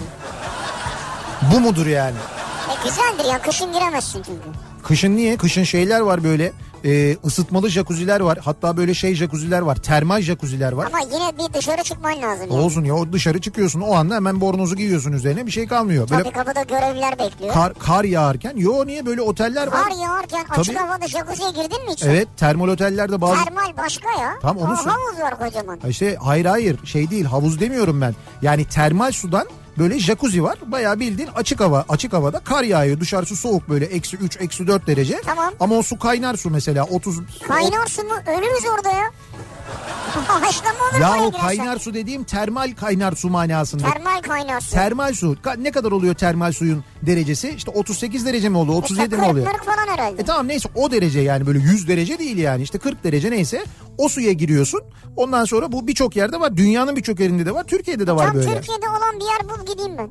[SPEAKER 1] Bu mudur yani?
[SPEAKER 2] Güzeldir ya, kışın giremezsin çünkü.
[SPEAKER 1] Kışın niye? Kışın şeyler var böyle ısıtmalı jacuzziler var. Hatta böyle jacuzziler var. Termal jacuzziler var.
[SPEAKER 2] Ama yine bir dışarı çıkman lazım yani.
[SPEAKER 1] Olsun ya, o dışarı çıkıyorsun o anda hemen bornozu giyiyorsun üzerine, bir şey kalmıyor. Böyle
[SPEAKER 2] Tabii kapıda görevliler bekliyor.
[SPEAKER 1] kar yağarken. Niye böyle oteller var?
[SPEAKER 2] Kar yağarken açık
[SPEAKER 1] Tabii.
[SPEAKER 2] havada jacuzziye girdin mi hiç?
[SPEAKER 1] Evet, termal otellerde bazı...
[SPEAKER 2] Termal başka ya.
[SPEAKER 1] Tamam, onu sor.
[SPEAKER 2] Havuz var kocaman.
[SPEAKER 1] İşte hayır şey değil, havuz demiyorum ben. Yani termal sudan böyle jacuzzi var. Bayağı bildiğin açık havada kar yağıyor. Dışarısı soğuk böyle -3 -4 derece.
[SPEAKER 2] Tamam.
[SPEAKER 1] Ama o su kaynar su mesela 30.
[SPEAKER 2] Kaynar su mu? Ölürüz orada ya. Haşlama olur
[SPEAKER 1] Ya
[SPEAKER 2] oraya
[SPEAKER 1] o
[SPEAKER 2] girersen.
[SPEAKER 1] kaynar su dediğim termal kaynar su manasında.
[SPEAKER 2] Termal kaynar su.
[SPEAKER 1] Termal su. Ne kadar oluyor termal suyun derecesi? İşte 38 derece mi oluyor? 37 mi oluyor?
[SPEAKER 2] 40 falan herhalde.
[SPEAKER 1] Tamam neyse, o derece yani, böyle 100 derece değil yani, işte 40 derece neyse, o suya giriyorsun. Ondan sonra bu birçok yerde var. Dünyanın birçok yerinde de var. Türkiye'de de var
[SPEAKER 2] Tam
[SPEAKER 1] böyle.
[SPEAKER 2] Türkiye'de olan bir yer bul gideyim ben.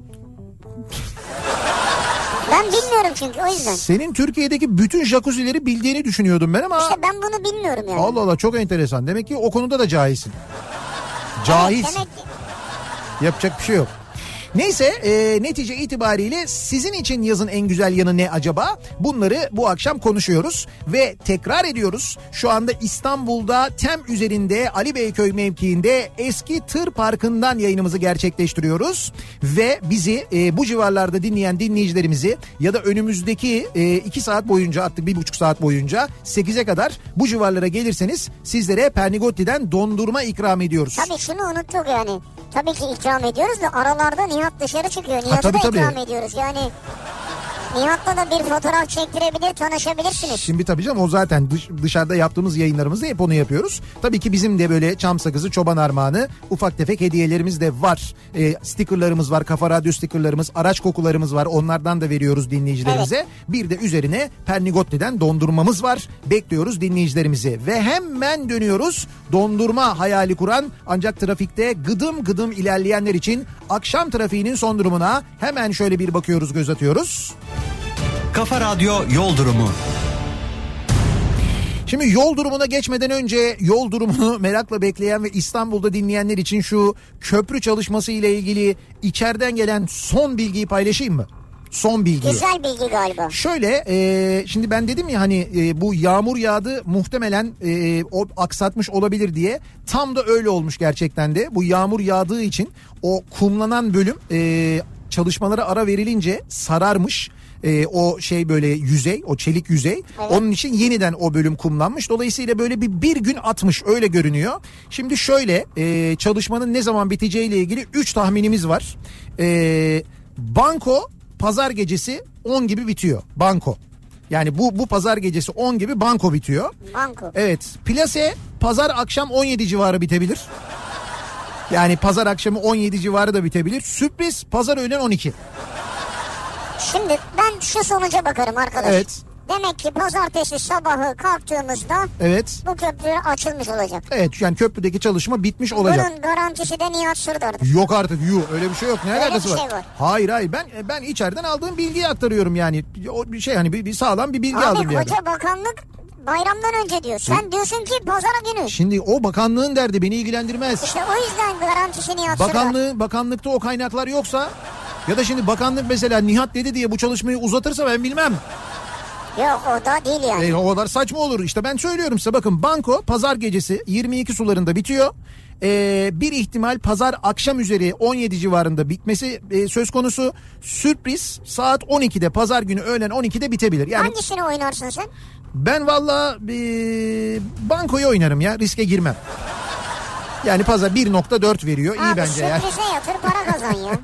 [SPEAKER 2] Ben bilmiyorum çünkü, o yüzden.
[SPEAKER 1] Senin Türkiye'deki bütün jacuzzileri bildiğini düşünüyordum ben ama...
[SPEAKER 2] İşte ben bunu bilmiyorum yani.
[SPEAKER 1] Allah Allah, çok enteresan. Demek ki o konuda da cahilsin. Cahilsin.
[SPEAKER 2] Evet, demek ki.
[SPEAKER 1] Yapacak bir şey yok. Neyse netice itibariyle sizin için yazın en güzel yanı ne acaba? Bunları bu akşam konuşuyoruz ve tekrar ediyoruz. Şu anda İstanbul'da Tem üzerinde Ali Beyköy mevkiinde eski tır parkından yayınımızı gerçekleştiriyoruz. Ve bizi bu civarlarda dinleyen dinleyicilerimizi ya da önümüzdeki 2 saat boyunca, artık 1,5 saat boyunca 8'e kadar bu civarlara gelirseniz sizlere Pernigotti'den dondurma ikram ediyoruz.
[SPEAKER 2] Tabii şunu unuttuk yani. Tabii ki ikram ediyoruz da aralarda Nihat dışarı çıkıyor. Nihat'ı da ikram ediyoruz. Yani Nihat'la da bir fotoğraf çektirebilir, tanışabilirsiniz.
[SPEAKER 1] Şimdi tabii canım, o zaten dışarıda yaptığımız yayınlarımızda hep onu yapıyoruz. Tabii ki bizim de böyle çam sakızı, çoban armağanı, ufak tefek hediyelerimiz de var. Stickerlarımız var, Kafa Radyo stickerlarımız, araç kokularımız var. Onlardan da veriyoruz dinleyicilerimize. Evet. Bir de üzerine Pernigotti'den dondurmamız var. Bekliyoruz dinleyicilerimizi. Ve hemen dönüyoruz. Dondurma hayali kuran ancak trafikte gıdım gıdım ilerleyenler için akşam trafiğinin son durumuna hemen şöyle bir bakıyoruz, göz atıyoruz.
[SPEAKER 5] Kafa Radyo Yol Durumu.
[SPEAKER 1] Şimdi yol durumuna geçmeden önce yol durumunu merakla bekleyen ve İstanbul'da dinleyenler için şu köprü çalışması ile ilgili içeriden gelen son bilgiyi paylaşayım mı? Son bilgi.
[SPEAKER 2] Güzel bilgi galiba.
[SPEAKER 1] Şöyle şimdi ben dedim ya hani bu yağmur yağdı, muhtemelen o aksatmış olabilir diye. Tam da öyle olmuş gerçekten de. Bu yağmur yağdığı için o kumlanan bölüm çalışmalara ara verilince sararmış. O şey böyle yüzey, o çelik yüzey. Evet. Onun için yeniden o bölüm kumlanmış. Dolayısıyla böyle bir gün atmış, öyle görünüyor. Şimdi şöyle çalışmanın ne zaman biteceğiyle ilgili 3 tahminimiz var. Banko pazar gecesi 10 gibi bitiyor. Banko. Yani bu pazar gecesi 10 gibi banko bitiyor.
[SPEAKER 2] Banko.
[SPEAKER 1] Evet. Plase pazar akşam 17 civarı bitebilir. Yani pazar akşamı 17 civarı da bitebilir. Sürpriz pazar öğlen 12.
[SPEAKER 2] Şimdi ben şu sonuca bakarım arkadaş.
[SPEAKER 1] Evet.
[SPEAKER 2] Demek ki pazartesi sabahı kalktığımızda
[SPEAKER 1] evet.
[SPEAKER 2] bu köprü açılmış olacak.
[SPEAKER 1] Evet, yani köprüdeki çalışma bitmiş olacak.
[SPEAKER 2] Bunun garantisi de Nihat Sırdar'dır.
[SPEAKER 1] Yok artık, öyle bir şey yok. Ne alakası var?
[SPEAKER 2] Şey var?
[SPEAKER 1] Hayır ben içeriden aldığım bilgiyi aktarıyorum yani. O bir şey, hani bir sağlam bir bilgi aldım yani.
[SPEAKER 2] Abi koca bakanlık bayramdan önce diyor. Sen diyorsun ki pazara günü.
[SPEAKER 1] Şimdi o bakanlığın derdi, beni ilgilendirmez.
[SPEAKER 2] İşte o yüzden garantisi Nihat Sırdar.
[SPEAKER 1] Bakanlıkta o kaynaklar yoksa, ya da şimdi bakanlık mesela Nihat dedi diye bu çalışmayı uzatırsa ben bilmem.
[SPEAKER 2] Yok o da değil yani.
[SPEAKER 1] O kadar saçma olur. İşte ben söylüyorum size, bakın banko pazar gecesi 22 sularında bitiyor. Bir ihtimal pazar akşam üzeri 17 civarında bitmesi söz konusu. Sürpriz saat 12'de, pazar günü öğlen 12'de bitebilir. Yani
[SPEAKER 2] hangisini oynarsın sen?
[SPEAKER 1] Ben valla bankoyu oynarım ya, riske girmem. Yani pazar 1.4 veriyor, iyi bence ya.
[SPEAKER 2] Sürprize yatır, para kazan ya.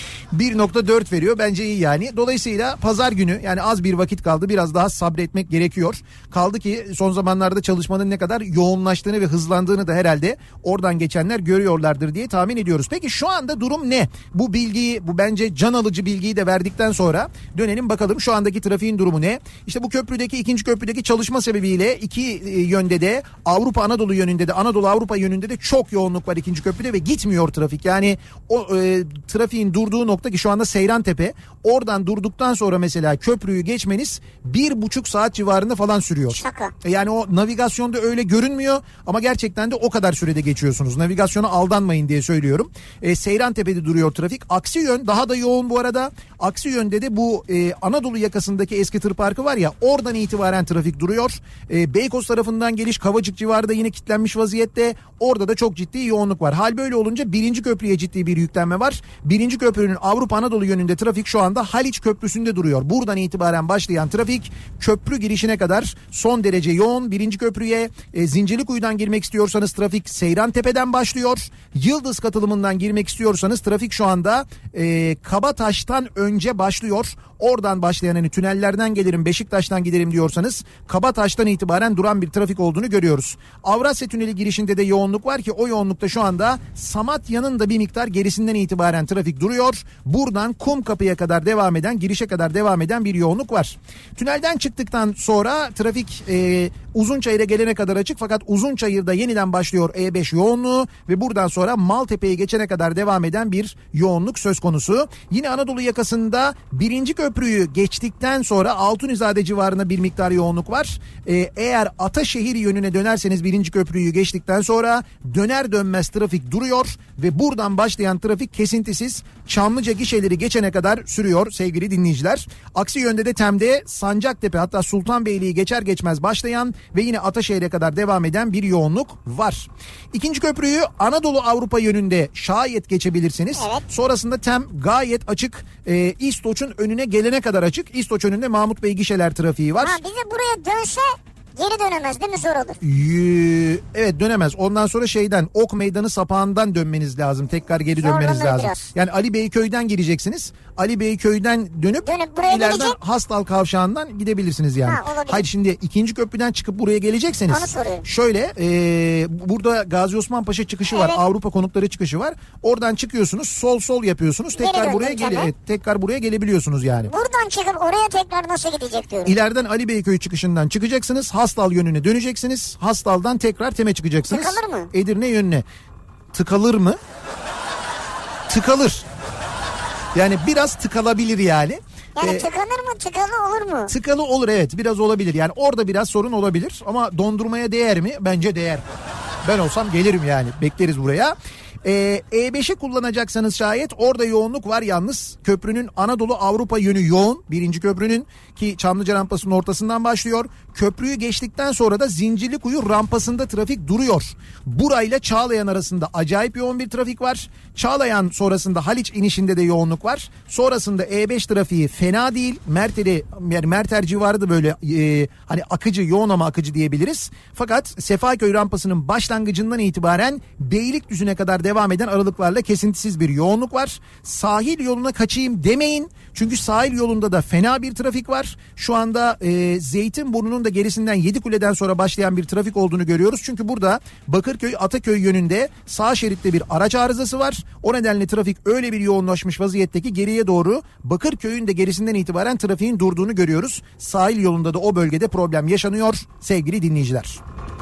[SPEAKER 1] 1.4 veriyor, bence iyi yani. Dolayısıyla pazar günü, yani az bir vakit kaldı, biraz daha sabretmek gerekiyor. Kaldı ki son zamanlarda çalışmanın ne kadar yoğunlaştığını ve hızlandığını da herhalde oradan geçenler görüyorlardır diye tahmin ediyoruz. Peki şu anda durum ne? Bu bilgiyi, bu bence can alıcı bilgiyi de verdikten sonra dönelim bakalım şu andaki trafiğin durumu ne? İşte bu köprüdeki, ikinci köprüdeki çalışma sebebiyle iki yönde de, Avrupa Anadolu yönünde de, Anadolu Avrupa yönünde de çok yoğunluk var ikinci köprüde ve gitmiyor trafik. Yani o trafiğin durduğu nokta ki şu anda Seyrantepe, oradan durduktan sonra mesela köprüyü geçmeniz 1,5 saat civarında falan sürüyor.
[SPEAKER 2] Şaka.
[SPEAKER 1] Yani o navigasyonda öyle görünmüyor ama gerçekten de o kadar sürede geçiyorsunuz. Navigasyona aldanmayın diye söylüyorum. Seyrantepe'de duruyor trafik. Aksi yön daha da yoğun bu arada. Aksi yönde de bu Anadolu yakasındaki eski tır parkı var ya, oradan itibaren trafik duruyor. Beykoz tarafından geliş Kavacık civarı da yine kilitlenmiş vaziyette. Orada da çok ciddi yoğunluk var. Hal böyle olunca birinci köprüye ciddi bir yüklenme var. Birinci köprünün Avrupa Anadolu yönünde trafik şu anda Haliç Köprüsü'nde duruyor. Buradan itibaren başlayan trafik köprü girişine kadar son derece yoğun. Birinci köprüye Zincirlikuyu'dan girmek istiyorsanız trafik Seyrantepe'den başlıyor. Yıldız katılımından girmek istiyorsanız trafik şu anda Kabataş'tan önce başlıyor. Oradan başlayan, hani tünellerden gelirim, Beşiktaş'tan giderim diyorsanız Kabataş'tan itibaren duran bir trafik olduğunu görüyoruz. Avrasya Tüneli girişinde de yoğunluk var ki o yoğunlukta şu anda Samatya'nın da bir miktar gerisinden itibaren trafik duruyor. Buradan Kumkapı'ya kadar devam eden, girişe kadar devam eden bir yoğunluk var. Tünelden çıktıktan sonra trafik Uzunçayır'a gelene kadar açık, fakat Uzunçayır'da yeniden başlıyor E5 yoğunluğu ve buradan sonra Maltepe'yi geçene kadar devam eden bir yoğunluk söz konusu. Yine Anadolu yakasında birinci köprüyü geçtikten sonra Altunizade civarında bir miktar yoğunluk var. Eğer Ataşehir yönüne dönerseniz birinci köprüyü geçtikten sonra döner dönmez trafik duruyor ve buradan başlayan trafik kesintisiz Çamlıca gişeleri geçene kadar sürüyor sevgili dinleyiciler. Aksi yönde de Tem'de Sancaktepe, hatta Sultanbeyli'yi geçer geçmez başlayan ve yine Ataşehir'e kadar devam eden bir yoğunluk var. İkinci köprüyü Anadolu Avrupa yönünde şayet geçebilirsiniz. Evet. Sonrasında Tem gayet açık. İstoç'un önüne gelene kadar açık. İstoç önünde Mahmut Bey gişeler trafiği var.
[SPEAKER 2] Bize buraya dönse geri dönemez değil mi, zor olur?
[SPEAKER 1] Evet, dönemez. Ondan sonra Ok Meydanı sapağından dönmeniz lazım. Tekrar geri dönmeniz lazım. Biraz. Yani Ali Beyköy'den gireceksiniz. Ali Beyköy'den dönüp ileriden Hastal Kavşağı'ndan gidebilirsiniz yani. Hayır, şimdi ikinci köprüden çıkıp buraya gelecekseniz. Şöyle burada Gazi Osman Paşa çıkışı var. Avrupa konutları çıkışı var. Oradan çıkıyorsunuz. Sol yapıyorsunuz. Tekrar buraya gelebiliyorsunuz yani.
[SPEAKER 2] Buradan çıkıp oraya tekrar nasıl gidecek diyorum.
[SPEAKER 1] İleriden Ali Beyköy çıkışından çıkacaksınız. Hastal yönüne döneceksiniz. Hastal'dan tekrar Tem'e çıkacaksınız.
[SPEAKER 2] Tıkalır mı?
[SPEAKER 1] Edirne yönüne. Tıkalır mı? Tıkalır. Yani biraz tıkalabilir yani.
[SPEAKER 2] Yani tıkanır mı, tıkalı olur mu?
[SPEAKER 1] Tıkalı olur, evet, biraz olabilir. Yani orada biraz sorun olabilir ama dondurmaya değer mi? Bence değer. Ben olsam gelirim yani. Bekleriz buraya. E5'i kullanacaksanız şayet orada yoğunluk var yalnız. Köprünün Anadolu Avrupa yönü yoğun. Birinci köprünün, ki Çamlıca rampasının ortasından başlıyor. Köprüyü geçtikten sonra da Zincirlikuyu rampasında trafik duruyor. Burayla Çağlayan arasında acayip yoğun bir trafik var. Çağlayan sonrasında Haliç inişinde de yoğunluk var. Sonrasında E5 trafiği fena değil. Merter civarı da böyle hani akıcı, yoğun ama akıcı diyebiliriz. Fakat Sefaköy rampasının başlangıcından itibaren Beylikdüzü'ne kadar devam devam eden aralıklarla kesintisiz bir yoğunluk var. Sahil yoluna kaçayım demeyin. Çünkü sahil yolunda da fena bir trafik var. Şu anda Zeytinburnu'nun da gerisinden Yedikule'den sonra başlayan bir trafik olduğunu görüyoruz. Çünkü burada Bakırköy Ataköy yönünde sağ şeritte bir araç arızası var. O nedenle trafik öyle bir yoğunlaşmış vaziyette ki geriye doğru Bakırköy'ün de gerisinden itibaren trafiğin durduğunu görüyoruz. Sahil yolunda da o bölgede problem yaşanıyor sevgili dinleyiciler.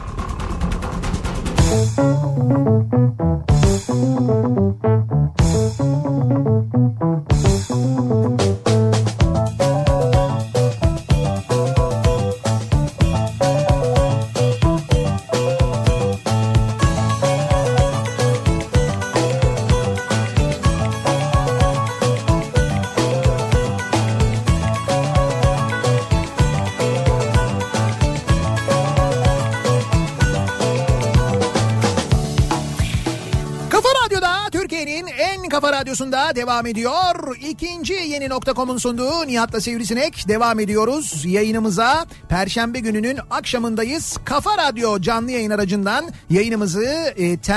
[SPEAKER 1] Kafa Radyosu'nda devam ediyor. İkinci yeni nokta.com'un sunduğu Nihat'la Sivrisinek devam ediyoruz. Yayınımıza Perşembe gününün akşamındayız. Kafa Radyo canlı yayın aracından yayınımızı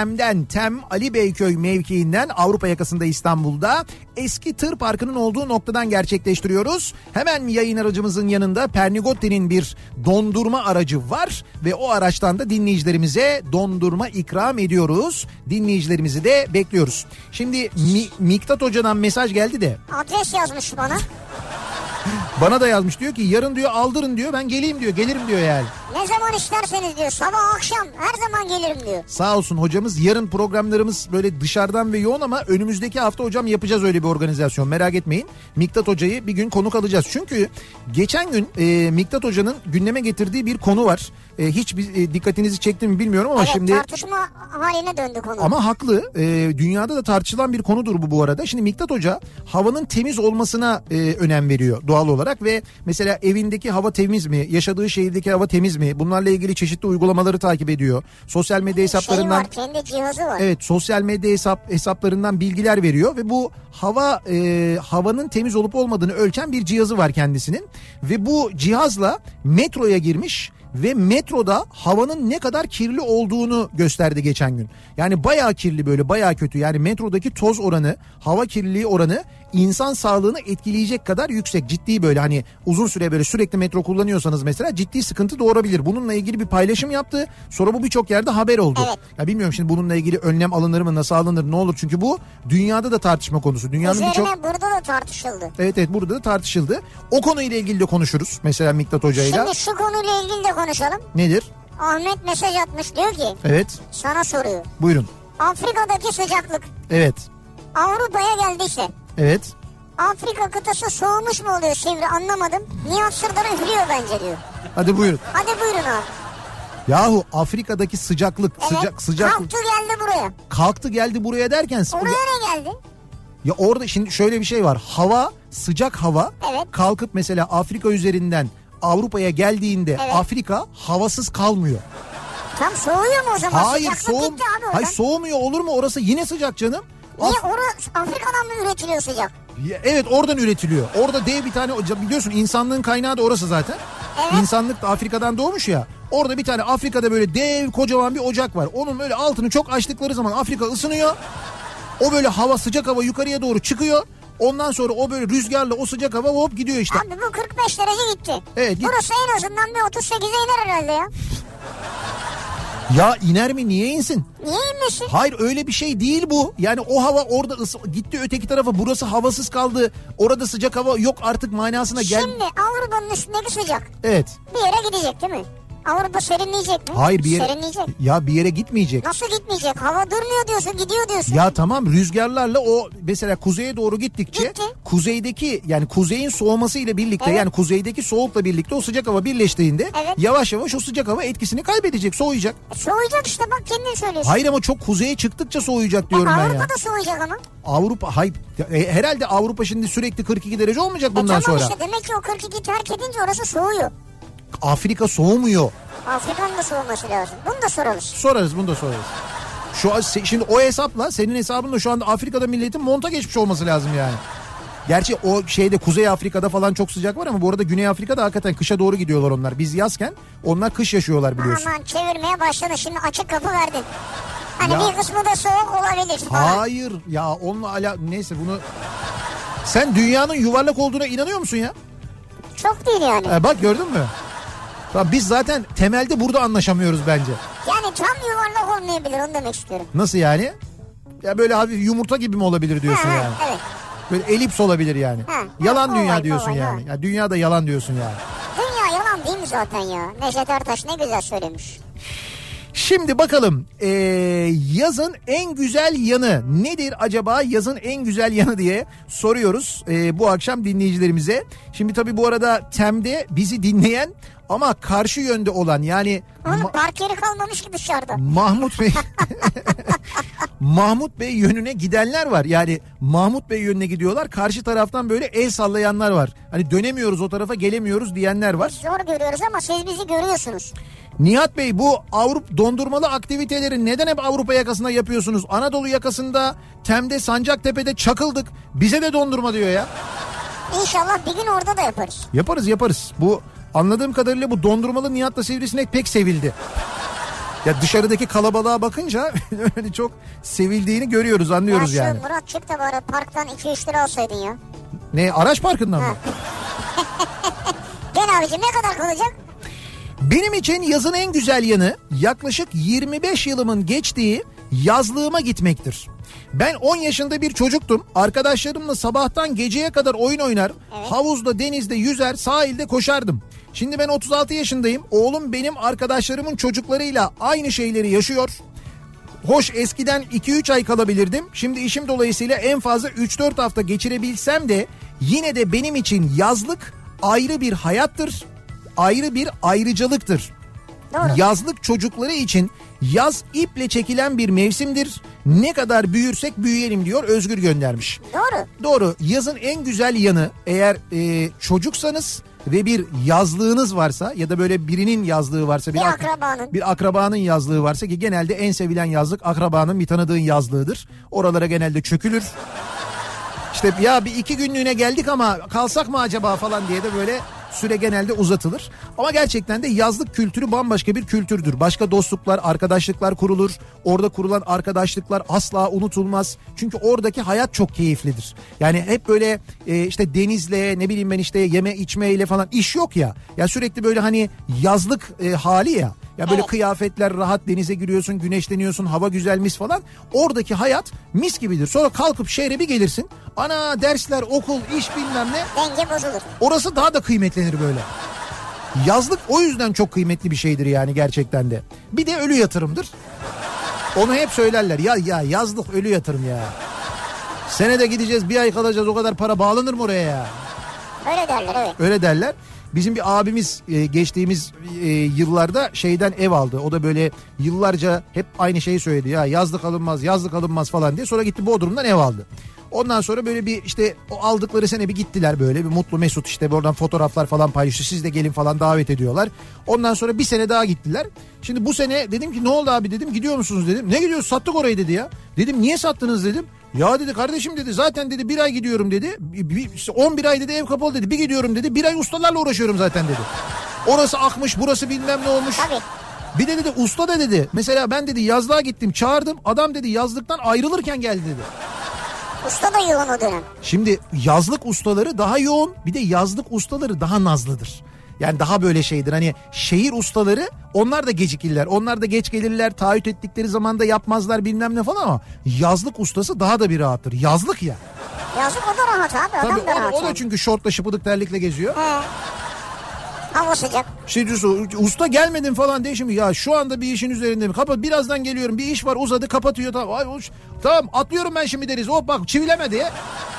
[SPEAKER 1] Tem Ali Beyköy mevkiinden Avrupa yakasında İstanbul'da eski tır parkının olduğu noktadan gerçekleştiriyoruz. Hemen yayın aracımızın yanında Pernigotti'nin bir dondurma aracı var ve o araçtan da dinleyicilerimize dondurma ikram ediyoruz. Dinleyicilerimizi de bekliyoruz. Şimdi Miktat Hoca'dan mesaj geldi de.
[SPEAKER 2] Adres yazmış bana.
[SPEAKER 1] Bana da yazmış, diyor ki yarın diyor aldırın diyor, ben geleyim diyor, gelirim diyor yani.
[SPEAKER 2] Ne zaman isterseniz diyor, sabah akşam her zaman gelirim diyor.
[SPEAKER 1] Sağ olsun hocamız. Yarın programlarımız böyle dışarıdan ve yoğun ama önümüzdeki hafta hocam yapacağız öyle bir organizasyon, merak etmeyin. Miktat Hoca'yı bir gün konuk alacağız. Çünkü geçen gün Miktat Hoca'nın gündeme getirdiği bir konu var. Hiç dikkatinizi çekti mi bilmiyorum ama
[SPEAKER 2] evet,
[SPEAKER 1] şimdi...
[SPEAKER 2] tartışma haline döndü konu.
[SPEAKER 1] Ama haklı. Dünyada da tartışılan bir konudur bu arada. Şimdi Miktat Hoca havanın temiz olmasına önem veriyor doğal olarak ve mesela evindeki hava temiz mi? Yaşadığı şehirdeki hava temiz mi? Bunlarla ilgili çeşitli uygulamaları takip ediyor. Sosyal medya hesaplarından...
[SPEAKER 2] var, kendi cihazı var.
[SPEAKER 1] Evet, sosyal medya hesaplarından bilgiler veriyor ve bu havanın temiz olup olmadığını ölçen bir cihazı var kendisinin. Ve bu cihazla metroya girmiş ve metroda havanın ne kadar kirli olduğunu gösterdi geçen gün. Yani bayağı kirli, böyle bayağı kötü. Yani metrodaki toz oranı, hava kirliliği oranı insan sağlığını etkileyecek kadar yüksek. Ciddi, böyle hani uzun süre böyle sürekli metro kullanıyorsanız mesela ciddi sıkıntı doğurabilir. Bununla ilgili bir paylaşım yaptı. Sonra bu birçok yerde haber oldu. Evet. Ya bilmiyorum şimdi bununla ilgili önlem alınır mı, nasıl alınır, ne olur? Çünkü bu dünyada da tartışma konusu. Dünyanın
[SPEAKER 2] üzerine burada da tartışıldı.
[SPEAKER 1] Evet, burada da tartışıldı. O konuyla ilgili de konuşuruz mesela Miktat Hoca'yla.
[SPEAKER 2] Şimdi şu konuyla ilgili de konuşalım.
[SPEAKER 1] Nedir?
[SPEAKER 2] Ahmet mesaj atmış, diyor ki.
[SPEAKER 1] Evet.
[SPEAKER 2] Sana soruyor.
[SPEAKER 1] Buyurun.
[SPEAKER 2] Afrika'daki sıcaklık.
[SPEAKER 1] Evet.
[SPEAKER 2] Avrupa'ya geldiyse.
[SPEAKER 1] Evet.
[SPEAKER 2] Afrika kıtası soğumuş mu oluyor Sivri, anlamadım. Nihat Sırdar'ı üflüyor bence diyor.
[SPEAKER 1] Hadi buyurun.
[SPEAKER 2] Hadi buyurun abi.
[SPEAKER 1] Yahu Afrika'daki sıcaklık,
[SPEAKER 2] evet,
[SPEAKER 1] sıcak.
[SPEAKER 2] Kalktı geldi buraya.
[SPEAKER 1] Kalktı geldi buraya derken.
[SPEAKER 2] Oraya ne geldi?
[SPEAKER 1] Ya orada şimdi şöyle bir şey var. Hava, sıcak hava.
[SPEAKER 2] Evet.
[SPEAKER 1] Kalkıp mesela Afrika üzerinden Avrupa'ya geldiğinde evet, Afrika havasız kalmıyor.
[SPEAKER 2] Tam soğuyor mu o zaman?
[SPEAKER 1] Hayır,
[SPEAKER 2] gitti abi oradan.
[SPEAKER 1] Hayır, soğumuyor olur mu? Orası yine sıcak canım.
[SPEAKER 2] Niye? Orası Afrika'dan mı üretiliyor sıcak?
[SPEAKER 1] Evet, oradan üretiliyor. Orada dev bir tane, biliyorsun insanlığın kaynağı da orası zaten. Evet. İnsanlık da Afrika'dan doğmuş ya. Orada bir tane Afrika'da böyle dev kocaman bir ocak var. Onun böyle altını çok açtıkları zaman Afrika ısınıyor. O böyle hava, sıcak hava yukarıya doğru çıkıyor. Ondan sonra o böyle rüzgarla o sıcak hava hop gidiyor işte.
[SPEAKER 2] Abi bu 45 derece gitti.
[SPEAKER 1] Evet.
[SPEAKER 2] Burası en azından bir 38'e iner herhalde ya.
[SPEAKER 1] Ya iner mi? Niye insin?
[SPEAKER 2] Niye inmesin?
[SPEAKER 1] Hayır, öyle bir şey değil bu. Yani o hava orada gitti öteki tarafa, burası havasız kaldı. Orada sıcak hava yok artık manasına gel.
[SPEAKER 2] Şimdi Avrupa'nın üstündeki sıcak.
[SPEAKER 1] Evet.
[SPEAKER 2] Bir yere gidecek değil mi? Avrupa serinleyecek mi?
[SPEAKER 1] Hayır, bir yere.
[SPEAKER 2] Serinleyecek.
[SPEAKER 1] Ya bir yere gitmeyecek.
[SPEAKER 2] Nasıl gitmeyecek? Hava durmuyor diyorsun, gidiyor diyorsun.
[SPEAKER 1] Ya tamam, rüzgarlarla o mesela kuzeye doğru gittikçe
[SPEAKER 2] gitti,
[SPEAKER 1] kuzeydeki, yani kuzeyin soğuması ile birlikte, evet, yani kuzeydeki soğukla birlikte o sıcak hava birleştiğinde
[SPEAKER 2] evet,
[SPEAKER 1] yavaş yavaş o sıcak hava etkisini kaybedecek, soğuyacak.
[SPEAKER 2] Soğuyacak işte, bak kendin söylüyorsun.
[SPEAKER 1] Hayır ama çok kuzeye çıktıkça soğuyacak diyorum ben ya.
[SPEAKER 2] Avrupa'da soğuyacak ama.
[SPEAKER 1] Avrupa, hayır herhalde Avrupa şimdi sürekli 42 derece olmayacak bundan sonra.
[SPEAKER 2] Tamam işte, demek ki o 42 terk edince orası soğuyor.
[SPEAKER 1] Afrika soğumuyor.
[SPEAKER 2] Afrika'nın da soğuması lazım. Bunu da sorarız.
[SPEAKER 1] Bunu da sorarız. Şimdi o hesapla, senin hesabınla şu anda Afrika'da milletin monta geçmiş olması lazım yani. Gerçi o şeyde Kuzey Afrika'da falan çok sıcak var ama bu arada Güney Afrika'da hakikaten kışa doğru gidiyorlar onlar. Biz yazken onlar kış yaşıyorlar biliyorsun.
[SPEAKER 2] Aman çevirmeye başladın şimdi, açık kapı verdin. Hani
[SPEAKER 1] ya,
[SPEAKER 2] bir kısmı da soğuk olabilir falan.
[SPEAKER 1] Hayır ya onunla neyse bunu... Sen dünyanın yuvarlak olduğuna inanıyor musun ya?
[SPEAKER 2] Çok değil yani.
[SPEAKER 1] Bak gördün mü? Tamam, biz zaten temelde burada anlaşamıyoruz bence.
[SPEAKER 2] Yani tam yuvarlak olmayabilir, onu demek istiyorum.
[SPEAKER 1] Nasıl yani? Ya böyle hafif yumurta gibi mi olabilir diyorsun yani?
[SPEAKER 2] Evet.
[SPEAKER 1] Böyle elips olabilir yani. Yalan dünya
[SPEAKER 2] kolay,
[SPEAKER 1] diyorsun
[SPEAKER 2] kolay,
[SPEAKER 1] yani. Ya dünya da yalan diyorsun yani.
[SPEAKER 2] Dünya yalan değil mi zaten ya? Neşet Ertaş ne güzel söylemiş.
[SPEAKER 1] Şimdi bakalım yazın en güzel yanı nedir acaba, yazın en güzel yanı diye soruyoruz bu akşam dinleyicilerimize. Şimdi tabii bu arada Tem'de bizi dinleyen ama karşı yönde olan yani...
[SPEAKER 2] Oğlum park yeri kalmamış ki dışarıda.
[SPEAKER 1] Mahmut Bey... Mahmut Bey yönüne gidenler var. Yani Mahmut Bey yönüne gidiyorlar. Karşı taraftan böyle el sallayanlar var. Hani dönemiyoruz o tarafa, gelemiyoruz diyenler var.
[SPEAKER 2] Zor görüyoruz ama siz bizi görüyorsunuz.
[SPEAKER 1] Nihat Bey, bu Avrupa dondurmalı aktiviteleri neden hep Avrupa yakasında yapıyorsunuz? Anadolu yakasında, Tem'de, Sancaktepe'de çakıldık. Bize de dondurma diyor ya.
[SPEAKER 2] İnşallah bir gün orada da yaparız.
[SPEAKER 1] Yaparız. Bu anladığım kadarıyla bu dondurmalı Nihat'la Sivrisinek pek sevildi. Ya dışarıdaki kalabalığa bakınca öyle çok sevildiğini görüyoruz, anlıyoruz
[SPEAKER 2] ya
[SPEAKER 1] yani.
[SPEAKER 2] Murat çık da bari parktan 2-3 lira alsaydın ya.
[SPEAKER 1] Ne, araç parkından mı?
[SPEAKER 2] Gel abicim, ne kadar kalacak?
[SPEAKER 1] Benim için yazın en güzel yanı yaklaşık 25 yılımın geçtiği yazlığıma gitmektir. Ben 10 yaşında bir çocuktum. Arkadaşlarımla sabahtan geceye kadar oyun oynar, havuzda, denizde yüzer, sahilde koşardım. Şimdi ben 36 yaşındayım. Oğlum benim arkadaşlarımın çocuklarıyla aynı şeyleri yaşıyor. Hoş eskiden 2-3 ay kalabilirdim. Şimdi işim dolayısıyla en fazla 3-4 hafta geçirebilsem de yine de benim için yazlık ayrı bir hayattır. Ayrı bir ayrıcalıktır.
[SPEAKER 2] Doğru.
[SPEAKER 1] Yazlık çocukları için yaz iple çekilen bir mevsimdir. Ne kadar büyürsek büyüyelim diyor, Özgür göndermiş. Doğru. Yazın en güzel yanı, eğer çocuksanız ve bir yazlığınız varsa ya da böyle birinin yazlığı varsa, bir akrabanın yazlığı varsa, ki genelde en sevilen yazlık akrabanın, bir tanıdığın yazlığıdır. Oralara genelde çökülür. İşte ya bir 2 günlüğüne geldik ama kalsak mı acaba falan diye de böyle süre genelde uzatılır. Ama gerçekten de yazlık kültürü bambaşka bir kültürdür. Başka dostluklar, arkadaşlıklar kurulur. Orada kurulan arkadaşlıklar asla unutulmaz. Çünkü oradaki hayat çok keyiflidir. Yani hep böyle işte denizle, ne bileyim ben işte yeme içmeyle falan iş yok ya. Ya sürekli böyle hani yazlık hali ya. Ya böyle kıyafetler rahat, denize giriyorsun, güneşleniyorsun, hava güzel, mis falan. Oradaki hayat mis gibidir. Sonra kalkıp şehre bir gelirsin. Ana, dersler, okul, iş bilmem ne.
[SPEAKER 2] Denge bozulur.
[SPEAKER 1] Orası daha da kıymetlenir böyle. Yazlık o yüzden çok kıymetli bir şeydir yani gerçekten de. Bir de ölü yatırımdır. Onu hep söylerler. Ya yazlık ölü yatırım ya. Senede gideceğiz, bir ay kalacağız, o kadar para bağlanır mı oraya ya?
[SPEAKER 2] Öyle derler, evet.
[SPEAKER 1] Öyle derler. Bizim bir abimiz geçtiğimiz yıllarda şeyden ev aldı. O da böyle yıllarca hep aynı şeyi söyledi. Ya yazlık alınmaz falan diye. Sonra gitti Bodrum'dan ev aldı. Ondan sonra böyle bir işte o aldıkları sene bir gittiler, böyle bir mutlu mesut, işte oradan fotoğraflar falan paylaşıyor. Siz de gelin falan davet ediyorlar. Ondan sonra bir sene daha gittiler. Şimdi bu sene dedim ki ne oldu abi dedim, gidiyor musunuz dedim. Ne gidiyoruz, sattık orayı dedi ya. Dedim niye sattınız dedim. Ya dedi kardeşim dedi, zaten dedi 1 ay gidiyorum dedi. 11 ay dedi ev kapalı dedi. Bir gidiyorum dedi, 1 ay ustalarla uğraşıyorum zaten dedi. Orası akmış, burası bilmem ne olmuş.
[SPEAKER 2] Tabii.
[SPEAKER 1] Bir de dedi usta da dedi. Mesela ben dedi yazlığa gittim, çağırdım. Adam dedi yazlıktan ayrılırken geldi dedi.
[SPEAKER 2] Usta da yoğun o dönem.
[SPEAKER 1] Şimdi yazlık ustaları daha yoğun, bir de yazlık ustaları daha nazlıdır. Yani daha böyle şeydir, hani şehir ustaları onlar da gecikirler, onlar da geç gelirler, taahhüt ettikleri zaman da yapmazlar bilmem ne falan, ama yazlık ustası daha da bir rahattır. Yazlık ya.
[SPEAKER 2] Yazlık o da rahat abi, adam
[SPEAKER 1] tabii
[SPEAKER 2] da rahat.
[SPEAKER 1] O da çünkü şortla şıpıdık terlikle geziyor.
[SPEAKER 2] He. Hava sıcak.
[SPEAKER 1] Şey diyorsun, usta gelmedin falan diye, şimdi ya şu anda bir işin üzerindeyim, kapat birazdan geliyorum, bir iş var, uzadı, kapatıyor, tamam atlıyorum ben şimdi denize, hop bak çivileme diye.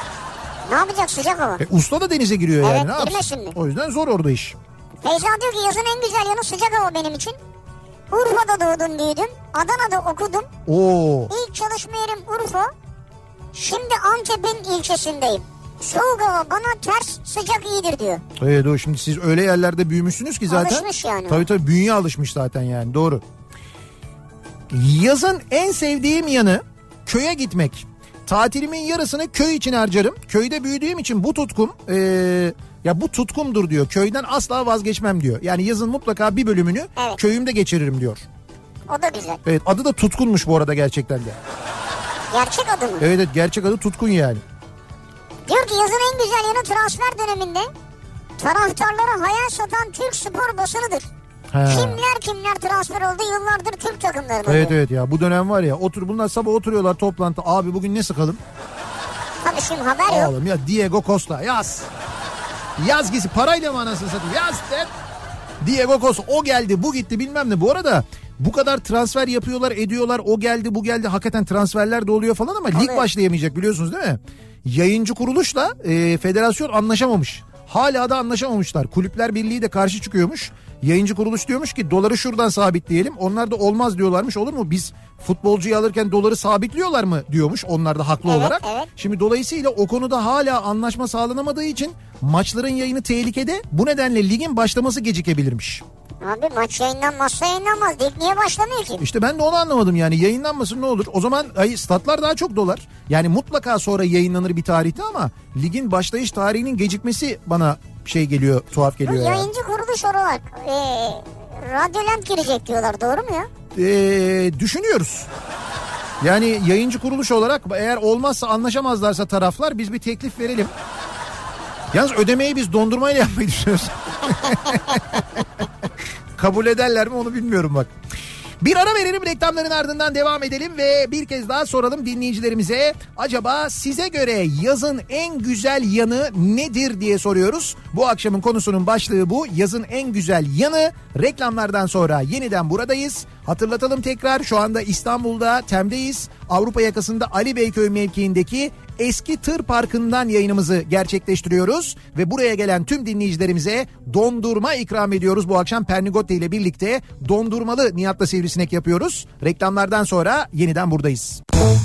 [SPEAKER 2] Ne yapacak, sıcak hava.
[SPEAKER 1] Usta da denize giriyor
[SPEAKER 2] evet,
[SPEAKER 1] yani, ne yapsın?
[SPEAKER 2] girmesin mi?
[SPEAKER 1] O yüzden zor orada iş.
[SPEAKER 2] Feyza diyor ki yazın en güzel yanı sıcak hava benim için. Urfa'da doğdum büyüdüm. Adana'da okudum.
[SPEAKER 1] Oo.
[SPEAKER 2] İlk çalışma yerim Urfa. Şimdi Antep'in ilçesindeyim. Soğuk hava bana ters, sıcak iyidir diyor.
[SPEAKER 1] Evet, o şimdi siz öyle yerlerde büyümüşsünüz ki zaten.
[SPEAKER 2] Alışmış yani.
[SPEAKER 1] Tabii bünye alışmış zaten yani, doğru. Yazın en sevdiğim yanı köye gitmek. Tatilimin yarısını köy için harcarım. Köyde büyüdüğüm için bu tutkum bu tutkumdur diyor. Köyden asla vazgeçmem diyor. Yani yazın mutlaka bir bölümünü köyümde geçiririm diyor.
[SPEAKER 2] O da güzel.
[SPEAKER 1] Evet, adı da Tutkunmuş bu arada gerçekten de.
[SPEAKER 2] Gerçek adı mı?
[SPEAKER 1] Evet, gerçek adı Tutkun yani.
[SPEAKER 2] Diyor ki yazın en güzel yanı transfer döneminde taraftarlara hayal satan Türk spor basınıdır. Kimler transfer oldu yıllardır Türk takımlarına.
[SPEAKER 1] Evet ya, bu dönem var ya, bunlar sabah oturuyorlar toplantı, abi bugün ne sıkalım?
[SPEAKER 2] Tabii şimdi haber yok.
[SPEAKER 1] Oğlum ya, Diego Costa yaz. Yaz gitsin, parayla mı anasını satayım, yaz de. Diego Costa o geldi bu gitti bilmem ne. Bu arada bu kadar transfer yapıyorlar ediyorlar, o geldi bu geldi, hakikaten transferler de oluyor falan ama lig başlayamayacak biliyorsunuz değil mi? Yayıncı kuruluşla federasyon anlaşamamış. Hala da anlaşamamışlar. Kulüpler Birliği de karşı çıkıyormuş. Yayıncı kuruluş diyormuş ki doları şuradan sabitleyelim. Onlar da olmaz diyorlarmış. Olur mu? Biz futbolcuyu alırken doları sabitliyorlar mı diyormuş. Onlar da haklı olarak. Evet. Şimdi dolayısıyla o konuda hala anlaşma sağlanamadığı için maçların yayını tehlikede. Bu nedenle ligin başlaması gecikebilirmiş.
[SPEAKER 2] Abi maç yayınlanmazsa yayınlanmaz. Lig niye başlamıyor ki?
[SPEAKER 1] İşte ben de onu anlamadım yani, yayınlanmasın ne olur? O zaman statlar daha çok dolar. Yani mutlaka sonra yayınlanır bir tarihte ama ligin başlayış tarihinin gecikmesi bana şey geliyor, tuhaf geliyor.
[SPEAKER 2] Yayıncı kuruluş olarak Radyoland girecek diyorlar, doğru mu ya?
[SPEAKER 1] Düşünüyoruz. Yani yayıncı kuruluş olarak eğer olmazsa, anlaşamazlarsa taraflar, biz bir teklif verelim. Yalnız ödemeyi biz dondurmayla yapmayı düşünüyoruz. Kabul ederler mi onu bilmiyorum bak. Bir ara verelim, reklamların ardından devam edelim ve bir kez daha soralım dinleyicilerimize. Acaba size göre yazın en güzel yanı nedir diye soruyoruz. Bu akşamın konusunun başlığı bu. Yazın en güzel yanı. Reklamlardan sonra yeniden buradayız. Hatırlatalım tekrar, şu anda İstanbul'da TEM'deyiz. Avrupa yakasında Ali Beyköy mevkiindeki eski tır parkından yayınımızı gerçekleştiriyoruz. Ve buraya gelen tüm dinleyicilerimize dondurma ikram ediyoruz. Bu akşam Pernigotti ile birlikte dondurmalı Nihat'la Sivrisinek yapıyoruz. Reklamlardan sonra yeniden buradayız.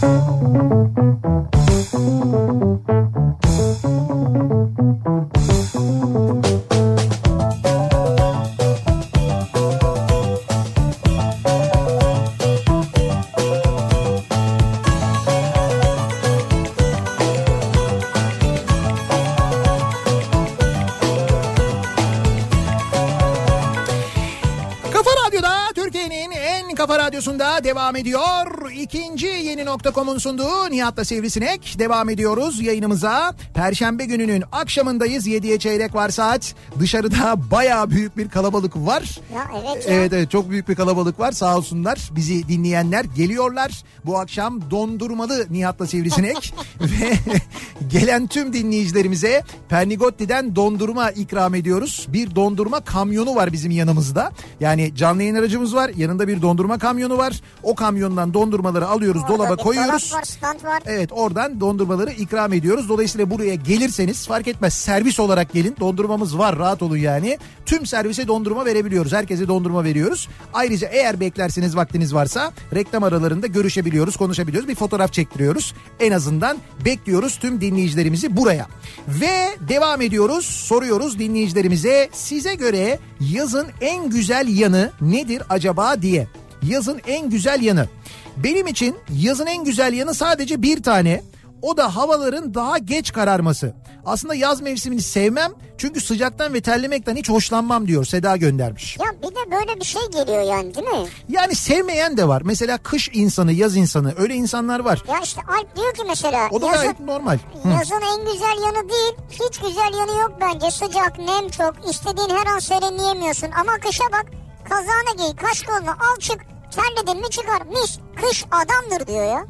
[SPEAKER 1] Kafa Radyosu'nda devam ediyor. İkinci yeni nokta.com'un sunduğu Nihat'la Sivrisinek. Devam ediyoruz yayınımıza. Perşembe gününün akşamındayız. 7'ye çeyrek var saat. Dışarıda bayağı büyük bir kalabalık var.
[SPEAKER 2] Ya evet ya.
[SPEAKER 1] Evet, çok büyük bir kalabalık var. Sağ olsunlar bizi dinleyenler geliyorlar. Bu akşam dondurmalı Nihat'la Sivrisinek. Ve gelen tüm dinleyicilerimize Pernigotti'den dondurma ikram ediyoruz. Bir dondurma kamyonu var bizim yanımızda. Yani canlı yayın aracımız var. Yanında bir dondurma kamyonu var. O kamyondan dondurmaları alıyoruz, orada dolaba koyuyoruz.
[SPEAKER 2] Dolap var, stand var.
[SPEAKER 1] Evet, oradan dondurmaları ikram ediyoruz. Dolayısıyla buraya gelirseniz fark etmez, servis olarak gelin. Dondurmamız var, rahat olun yani. Tüm servise dondurma verebiliyoruz. Herkese dondurma veriyoruz. Ayrıca eğer beklerseniz, vaktiniz varsa reklam aralarında görüşebiliyoruz, konuşabiliyoruz. Bir fotoğraf çektiriyoruz. En azından bekliyoruz tüm dinleyicilerimizi buraya. Ve devam ediyoruz. Soruyoruz dinleyicilerimize, size göre yazın en güzel yanı nedir acaba diye. Yazın en güzel yanı. Benim için yazın en güzel yanı sadece bir tane. O da havaların daha geç kararması. Aslında yaz mevsimini sevmem çünkü sıcaktan ve terlemekten hiç hoşlanmam diyor, Seda göndermiş.
[SPEAKER 2] Ya bir de böyle bir şey geliyor yani, değil mi?
[SPEAKER 1] Yani sevmeyen de var. Mesela kış insanı, yaz insanı, öyle insanlar var.
[SPEAKER 2] Ya işte Alp diyor ki mesela.
[SPEAKER 1] O da gayet normal.
[SPEAKER 2] Yazın en güzel yanı değil. Hiç güzel yanı yok bence. Sıcak, nem çok. İstediğin her an serinleyemiyorsun. Ama kışa bak. Kazağını giy, kaşkolunu al çık. Terledin mi çıkar. Mis. Kış adamdır diyor ya.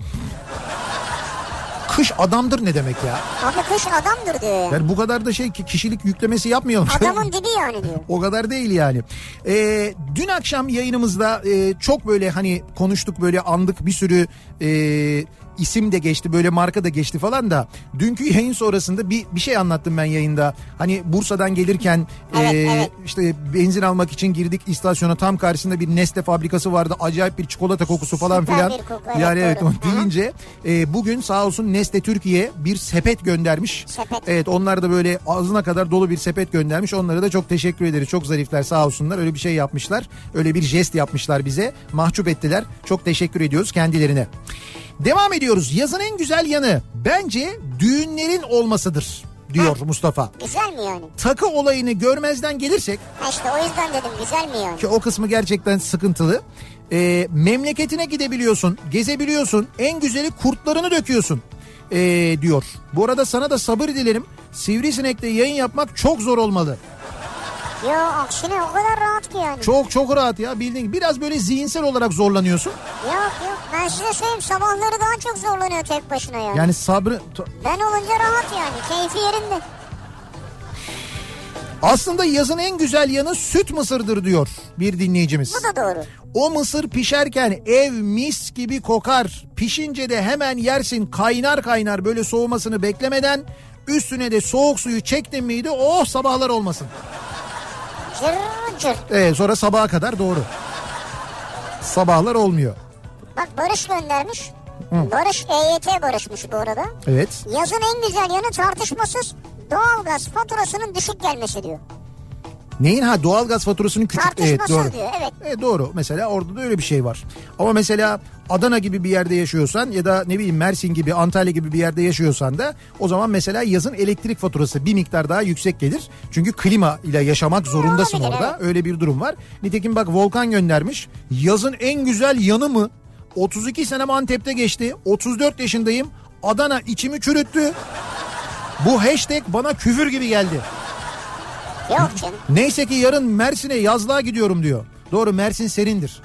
[SPEAKER 1] Kış adamdır ne demek ya?
[SPEAKER 2] Abi kış adamdır diyor ya.
[SPEAKER 1] Yani bu kadar da kişilik yüklemesi yapmayalım.
[SPEAKER 2] Adamın dibi yani diyor.
[SPEAKER 1] O kadar değil yani. Dün akşam yayınımızda çok böyle hani konuştuk, böyle andık, bir sürü isim de geçti, böyle marka da geçti falan da. Dünkü yayın sonrasında bir şey anlattım ben yayında. Hani Bursa'dan gelirken evet. işte benzin almak için girdik istasyona, tam karşısında bir Nestle fabrikası vardı. Acayip bir çikolata kokusu falan filan. Yani evet, onu deyince bugün sağ olsun Nestle Türkiye bir sepet göndermiş.
[SPEAKER 2] Sepet.
[SPEAKER 1] Evet, onlar da böyle ağzına kadar dolu bir sepet göndermiş. Onlara da çok teşekkür ederiz. Çok zarifler, sağ olsunlar. Öyle bir şey yapmışlar. Öyle bir jest yapmışlar bize. Mahcup ettiler. Çok teşekkür ediyoruz kendilerine. Devam ediyoruz. Yazın en güzel yanı bence düğünlerin olmasıdır diyor Mustafa.
[SPEAKER 2] Güzel mi yani?
[SPEAKER 1] Takı olayını görmezden gelirsek.
[SPEAKER 2] İşte o yüzden dedim, güzel mi yani?
[SPEAKER 1] Ki o kısmı gerçekten sıkıntılı. Memleketine gidebiliyorsun, gezebiliyorsun, en güzeli kurtlarını döküyorsun diyor. Bu arada sana da sabır dilerim. Sivrisinek'te yayın yapmak çok zor olmalı.
[SPEAKER 2] Yo aksine o kadar rahat ki yani.
[SPEAKER 1] Çok çok rahat ya, bildiğin gibi. Biraz böyle zihinsel olarak zorlanıyorsun.
[SPEAKER 2] Yok ben size söyleyeyim, sabahları daha çok zorlanıyor tek başına yani.
[SPEAKER 1] Yani sabrı...
[SPEAKER 2] Ben olunca rahat yani, keyfi yerinde.
[SPEAKER 1] Aslında yazın en güzel yanı süt mısırdır diyor bir dinleyicimiz.
[SPEAKER 2] Bu da doğru.
[SPEAKER 1] O mısır pişerken ev mis gibi kokar. Pişince de hemen yersin, kaynar kaynar, böyle soğumasını beklemeden. Üstüne de soğuk suyu çektin miydi, oh sabahlar olmasın.
[SPEAKER 2] Cır cır.
[SPEAKER 1] Evet, sonra sabaha kadar doğru. Sabahlar olmuyor.
[SPEAKER 2] Bak Barış göndermiş. Barış EYT Barış'mış bu arada.
[SPEAKER 1] Evet.
[SPEAKER 2] Yazın en güzel yanı tartışmasız doğalgaz faturasının düşük gelmesi diyor.
[SPEAKER 1] Neyin? Ha, doğalgaz faturasının küçük.
[SPEAKER 2] Tartışmasız
[SPEAKER 1] Evet, doğru.
[SPEAKER 2] diyor, evet.
[SPEAKER 1] Doğru. Mesela orada da öyle bir şey var. Ama mesela Adana gibi bir yerde yaşıyorsan ya da ne bileyim Mersin gibi, Antalya gibi bir yerde yaşıyorsan da o zaman mesela yazın elektrik faturası bir miktar daha yüksek gelir. Çünkü klima ile yaşamak zorundasın
[SPEAKER 2] olabilir,
[SPEAKER 1] orada.
[SPEAKER 2] evet.
[SPEAKER 1] Öyle bir durum var. Nitekim bak Volkan göndermiş. Yazın en güzel yanı mı? 32 senem Antep'te geçti. 34 yaşındayım. Adana içimi çürüttü. Bu hashtag bana küfür gibi geldi.
[SPEAKER 2] Yok canım.
[SPEAKER 1] Neyse ki yarın Mersin'e yazlığa gidiyorum diyor. Doğru, Mersin serindir.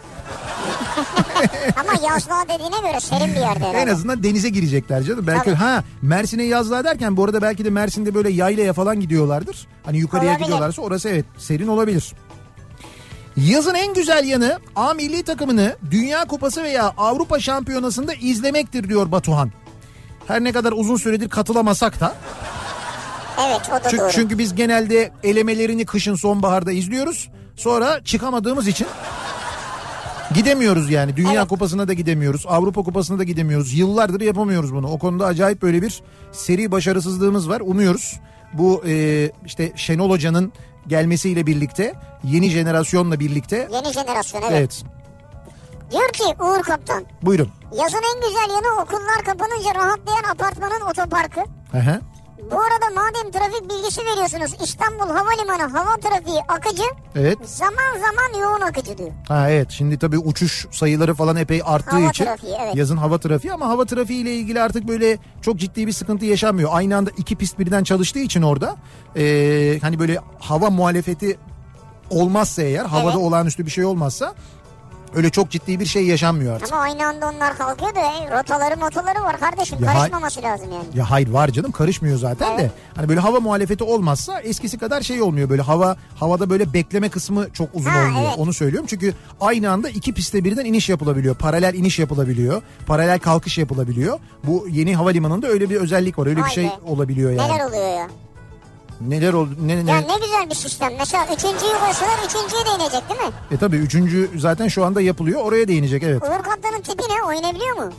[SPEAKER 2] Ama yazlığa dediğine göre serin bir yerde herhalde.
[SPEAKER 1] En azından denize girecekler canım. Belki
[SPEAKER 2] Tabii.
[SPEAKER 1] Mersin'e yazlığa derken bu arada belki de Mersin'de böyle yaylaya falan gidiyorlardır. Hani yukarıya
[SPEAKER 2] Olabilir.
[SPEAKER 1] gidiyorlarsa orası evet serin olabilir. Yazın en güzel yanı A milli takımını Dünya Kupası veya Avrupa Şampiyonası'nda izlemektir diyor Batuhan. Her ne kadar uzun süredir katılamasak da.
[SPEAKER 2] Evet, o da doğru.
[SPEAKER 1] Çünkü biz genelde elemelerini kışın sonbaharda izliyoruz. Sonra çıkamadığımız için gidemiyoruz yani. Dünya Kupası'na da gidemiyoruz. Avrupa Kupası'na da gidemiyoruz. Yıllardır yapamıyoruz bunu. O konuda acayip böyle bir seri başarısızlığımız var. Umuyoruz bu işte Şenol Hoca'nın gelmesiyle birlikte, yeni jenerasyonla birlikte.
[SPEAKER 2] Yeni jenerasyon, evet.
[SPEAKER 1] Evet.
[SPEAKER 2] Diyor ki Uğur Kaptan.
[SPEAKER 1] Buyurun.
[SPEAKER 2] Yazın en güzel yanı okullar kapanınca rahatlayan apartmanın otoparkı.
[SPEAKER 1] Hı.
[SPEAKER 2] Bu arada madem trafik bilgisi veriyorsunuz, İstanbul Havalimanı hava trafiği akıcı.
[SPEAKER 1] Evet.
[SPEAKER 2] Zaman zaman yoğun akıcı diyor.
[SPEAKER 1] Ha evet, şimdi tabii uçuş sayıları falan epey arttığı
[SPEAKER 2] Hava
[SPEAKER 1] için
[SPEAKER 2] trafiği, evet.
[SPEAKER 1] yazın hava trafiği, ama hava trafiği ile ilgili artık böyle çok ciddi bir sıkıntı yaşanmıyor. Aynı anda iki pist birden çalıştığı için orada hani böyle hava muhalefeti olmazsa eğer, havada olağanüstü bir şey olmazsa öyle çok ciddi bir şey yaşanmıyor artık.
[SPEAKER 2] Ama aynı anda onlar kalkıyor da rotaları var kardeşim,
[SPEAKER 1] Ya
[SPEAKER 2] karışmaması lazım yani.
[SPEAKER 1] Ya hayır, var canım, karışmıyor zaten de.
[SPEAKER 2] Evet.
[SPEAKER 1] Hani böyle hava muhalefeti olmazsa eskisi kadar şey olmuyor, böyle havada böyle bekleme kısmı çok uzun olmuyor.
[SPEAKER 2] Evet.
[SPEAKER 1] Onu söylüyorum çünkü aynı anda iki pistte birden iniş yapılabiliyor. Paralel iniş yapılabiliyor. Paralel kalkış yapılabiliyor. Bu yeni havalimanında öyle bir özellik var. Öyle
[SPEAKER 2] Vay
[SPEAKER 1] bir şey
[SPEAKER 2] be.
[SPEAKER 1] olabiliyor yani.
[SPEAKER 2] Neler oluyor ya?
[SPEAKER 1] Neler oldu?
[SPEAKER 2] Ya ne güzel bir sistem. Mesela 3.'yü koysalar 3.'ye de inecek değil mi?
[SPEAKER 1] Tabii 3. zaten şu anda yapılıyor. Oraya değinecek, evet.
[SPEAKER 2] Uğur Kaptan'ın tipi ne? Oynayabiliyor mu?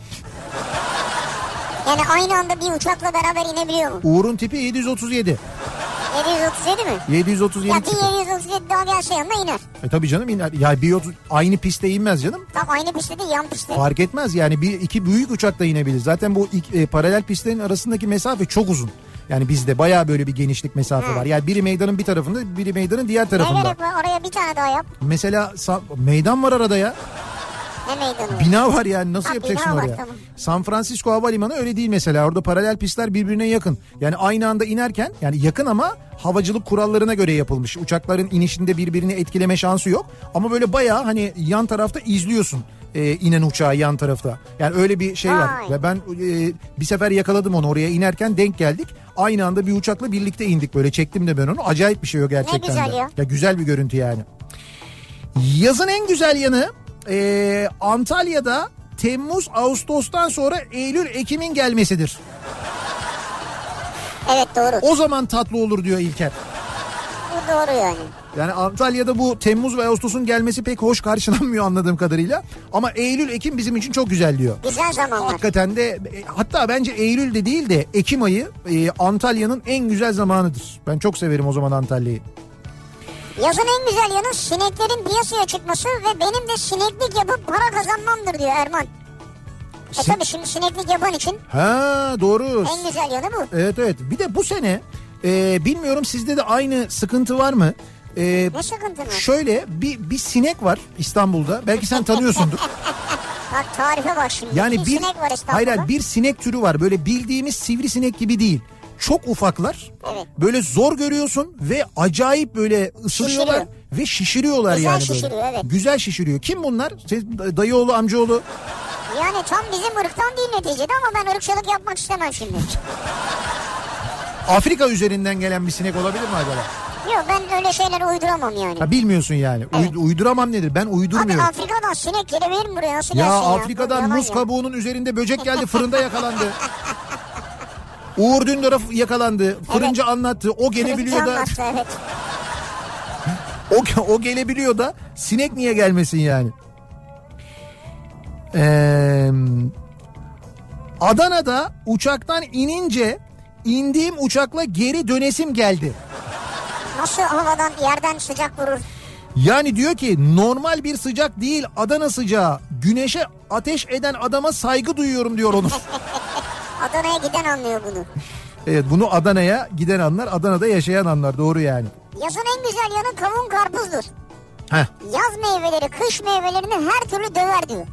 [SPEAKER 2] Yani aynı anda bir uçakla beraber inebiliyor mu?
[SPEAKER 1] Uğur'un tipi 737.
[SPEAKER 2] 737 mi?
[SPEAKER 1] 737
[SPEAKER 2] Ya
[SPEAKER 1] tipi.
[SPEAKER 2] bir 737 daha gelse yanına iner.
[SPEAKER 1] Tabii canım iner. Ya bir aynı pistte inmez canım.
[SPEAKER 2] Tam aynı pistte değil, yan pistte.
[SPEAKER 1] Fark etmez yani, iki büyük uçakla inebilir. Zaten bu paralel pistlerin arasındaki mesafe çok uzun. Yani bizde bayağı böyle bir genişlik mesafe var. Yani biri meydanın bir tarafında, biri meydanın diğer tarafında.
[SPEAKER 2] Ne gerek var, oraya bir tane daha yap.
[SPEAKER 1] Mesela meydan var arada ya.
[SPEAKER 2] Ne meydanı?
[SPEAKER 1] Bina var yani, nasıl
[SPEAKER 2] Ha,
[SPEAKER 1] yapacaksın
[SPEAKER 2] bina var,
[SPEAKER 1] oraya?
[SPEAKER 2] tamam.
[SPEAKER 1] San Francisco Havalimanı öyle değil mesela. Orada paralel pistler birbirine yakın. Yani aynı anda inerken, yani yakın ama havacılık kurallarına göre yapılmış. Uçakların inişinde birbirini etkileme şansı yok. Ama böyle bayağı hani yan tarafta izliyorsun inen uçağı yan tarafta. Yani öyle bir şey var.
[SPEAKER 2] Vay.
[SPEAKER 1] Ve ben bir sefer yakaladım onu, oraya inerken denk geldik. Aynı anda bir uçakla birlikte indik, böyle çektim de ben onu. Acayip bir şey o gerçekten.
[SPEAKER 2] Ne güzel
[SPEAKER 1] de.
[SPEAKER 2] ya.
[SPEAKER 1] Güzel bir görüntü yani. Yazın en güzel yanı Antalya'da Temmuz Ağustos'tan sonra Eylül Ekim'in gelmesidir.
[SPEAKER 2] Evet, doğru.
[SPEAKER 1] O zaman tatlı olur diyor İlker.
[SPEAKER 2] Bu doğru yani.
[SPEAKER 1] Yani Antalya'da bu Temmuz ve Ağustos'un gelmesi pek hoş karşılanmıyor anladığım kadarıyla. Ama Eylül Ekim bizim için çok güzel diyor.
[SPEAKER 2] Güzel zamanlar.
[SPEAKER 1] Hakikaten de hatta bence Eylül'de değil de Ekim ayı Antalya'nın en güzel zamanıdır. Ben çok severim o zaman Antalya'yı.
[SPEAKER 2] Yazın en güzel yanı sineklerin piyasaya çıkması ve benim de sineklik yapıp para kazanmamdır diyor Erman. Tabii şimdi sineklik yapan için
[SPEAKER 1] Ha doğru.
[SPEAKER 2] en güzel yanı bu.
[SPEAKER 1] Evet. Bir de bu sene bilmiyorum sizde de aynı sıkıntı var mı?
[SPEAKER 2] Ne sıkıntın var?
[SPEAKER 1] Şöyle bir sinek var İstanbul'da. Belki sen tanıyorsundur.
[SPEAKER 2] Bak tarife bak şimdi.
[SPEAKER 1] Yani
[SPEAKER 2] bir sinek var İstanbul'da.
[SPEAKER 1] hayır, bir sinek türü var. Böyle bildiğimiz sivrisinek gibi değil. Çok ufaklar.
[SPEAKER 2] Evet.
[SPEAKER 1] Böyle zor görüyorsun ve acayip böyle ısırıyorlar
[SPEAKER 2] Şişiriyor.
[SPEAKER 1] ve şişiriyorlar
[SPEAKER 2] Güzel
[SPEAKER 1] yani
[SPEAKER 2] şişiriyor,
[SPEAKER 1] böyle.
[SPEAKER 2] evet.
[SPEAKER 1] Güzel şişiriyor. Kim bunlar? Dayıoğlu, amcaoğlu.
[SPEAKER 2] Yani tam bizim ırktan değil neticede ama ben ırkçılık yapmak istemem şimdi.
[SPEAKER 1] Afrika üzerinden gelen bir sinek olabilir mi acaba?
[SPEAKER 2] Yok ben öyle şeyler uyduramam yani.
[SPEAKER 1] Ha, bilmiyorsun yani.
[SPEAKER 2] Evet.
[SPEAKER 1] Uyduramam nedir? Ben
[SPEAKER 2] Abi
[SPEAKER 1] uydurmuyorum.
[SPEAKER 2] Afrika'dan sinek gelebilir mi buraya? Nasıl
[SPEAKER 1] Ya
[SPEAKER 2] gelsin ya?
[SPEAKER 1] Afrika'dan
[SPEAKER 2] Yalan
[SPEAKER 1] muz
[SPEAKER 2] ya.
[SPEAKER 1] kabuğunun üzerinde böcek geldi, fırında yakalandı. Uğur Dündar'a yakalandı. Fırıncı anlattı. O gelebiliyor da
[SPEAKER 2] Anlattı, evet.
[SPEAKER 1] o gelebiliyor da sinek niye gelmesin yani? Adana'da uçaktan inince indiğim uçakla geri dönesim geldi.
[SPEAKER 2] Nasıl havadan yerden sıcak vurur?
[SPEAKER 1] Yani diyor ki normal bir sıcak değil, Adana sıcağı. Güneşe ateş eden adama saygı duyuyorum diyor Onur.
[SPEAKER 2] Adana'ya giden anlıyor bunu.
[SPEAKER 1] Evet, bunu Adana'ya giden anlar, Adana'da yaşayan anlar, doğru yani.
[SPEAKER 2] Yazın en güzel yanı kavun karpuzdur.
[SPEAKER 1] Heh.
[SPEAKER 2] Yaz meyveleri kış meyvelerini her türlü döver diyor.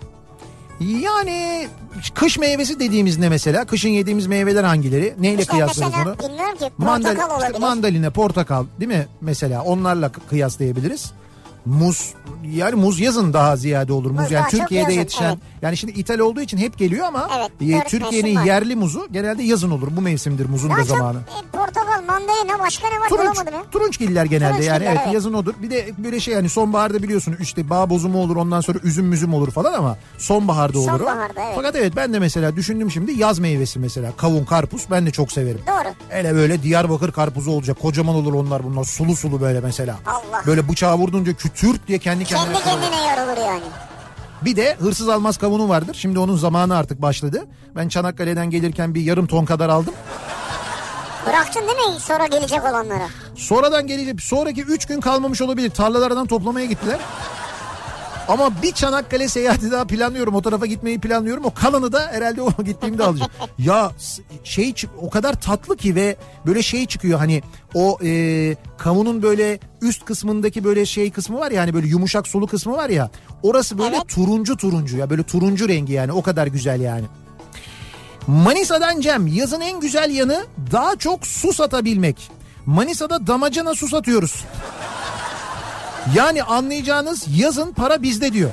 [SPEAKER 1] Yani kış meyvesi dediğimiz ne mesela? Kışın yediğimiz meyveler hangileri? Neyle
[SPEAKER 2] İşte
[SPEAKER 1] kıyaslıyoruz
[SPEAKER 2] mesela
[SPEAKER 1] onu?
[SPEAKER 2] bilmiyorum ki portakal olabilir.
[SPEAKER 1] İşte mandalina, portakal değil mi? Mesela onlarla kıyaslayabiliriz. Muz, yani muz yazın daha ziyade olur. Muz yani
[SPEAKER 2] daha çok
[SPEAKER 1] Türkiye'de
[SPEAKER 2] yazın,
[SPEAKER 1] yetişen,
[SPEAKER 2] evet.
[SPEAKER 1] Yani şimdi ithal olduğu için hep geliyor ama
[SPEAKER 2] Evet, 4 mevsim
[SPEAKER 1] Türkiye'nin
[SPEAKER 2] var.
[SPEAKER 1] yerli muzu genelde yazın olur. Bu mevsimdir muzun
[SPEAKER 2] Daha
[SPEAKER 1] da
[SPEAKER 2] çok
[SPEAKER 1] zamanı.
[SPEAKER 2] portakal, mandalina başka ne var bulamadım ya.
[SPEAKER 1] Turunçgiller genelde
[SPEAKER 2] Turunçgiller,
[SPEAKER 1] yani evet,
[SPEAKER 2] evet.
[SPEAKER 1] yazın odur. Bir de böyle şey yani sonbaharda biliyorsun işte bağ bozumu olur, ondan sonra üzüm müzüm olur falan ama sonbaharda olur o.
[SPEAKER 2] Sonbaharda, evet.
[SPEAKER 1] Fakat evet, ben de mesela düşündüm şimdi, yaz meyvesi mesela kavun, karpuz ben de çok severim.
[SPEAKER 2] Doğru.
[SPEAKER 1] Hele böyle Diyarbakır karpuzu olacak, kocaman olur bunlar sulu sulu böyle mesela.
[SPEAKER 2] Allah.
[SPEAKER 1] Böyle bıçağı vurdunca kütürt diye kendi kendine
[SPEAKER 2] Kendi
[SPEAKER 1] kırılır.
[SPEAKER 2] kendine yorulur yani.
[SPEAKER 1] Bir de hırsız almaz kavunu vardır. Şimdi onun zamanı artık başladı. Ben Çanakkale'den gelirken bir yarım ton kadar aldım.
[SPEAKER 2] Bıraktın değil mi sonra gelecek olanlara?
[SPEAKER 1] Sonradan gelecek, sonraki 3 gün kalmamış olabilir. Tarlalardan toplamaya gittiler. Ama bir Çanakkale seyahati daha planlıyorum. O tarafa gitmeyi planlıyorum. O kalanı da herhalde o gittiğimde alacağım. Ya o kadar tatlı ki ve böyle şey çıkıyor hani o kavunun böyle üst kısmındaki böyle şey kısmı var ya, hani böyle yumuşak sulu kısmı var ya. Orası böyle
[SPEAKER 2] Evet.
[SPEAKER 1] turuncu ya, böyle turuncu rengi yani, o kadar güzel yani. Manisa'dan Cem, yazın en güzel yanı daha çok su satabilmek. Manisa'da damacana su satıyoruz. Yani anlayacağınız yazın para bizde diyor.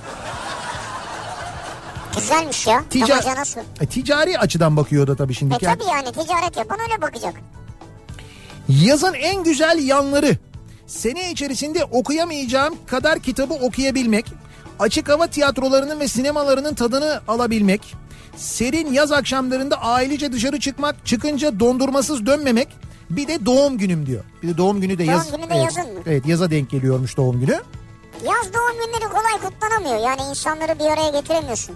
[SPEAKER 2] Güzelmiş ya. Damacana su.
[SPEAKER 1] Ticari açıdan bakıyor da tabii şimdi.
[SPEAKER 2] Tabii yani ticaret yapan öyle bakacak.
[SPEAKER 1] Yazın en güzel yanları: sene içerisinde okuyamayacağım kadar kitabı okuyabilmek, açık hava tiyatrolarının ve sinemalarının tadını alabilmek, serin yaz akşamlarında ailece dışarı çıkmak, çıkınca dondurmasız dönmemek, bir de doğum günüm diyor. Bir de doğum günü de
[SPEAKER 2] Doğum günü de
[SPEAKER 1] evet,
[SPEAKER 2] yazın mı?
[SPEAKER 1] Evet, yaza denk geliyormuş doğum günü.
[SPEAKER 2] Yaz doğum günleri kolay kutlanamıyor. Yani insanları bir araya getiremiyorsun.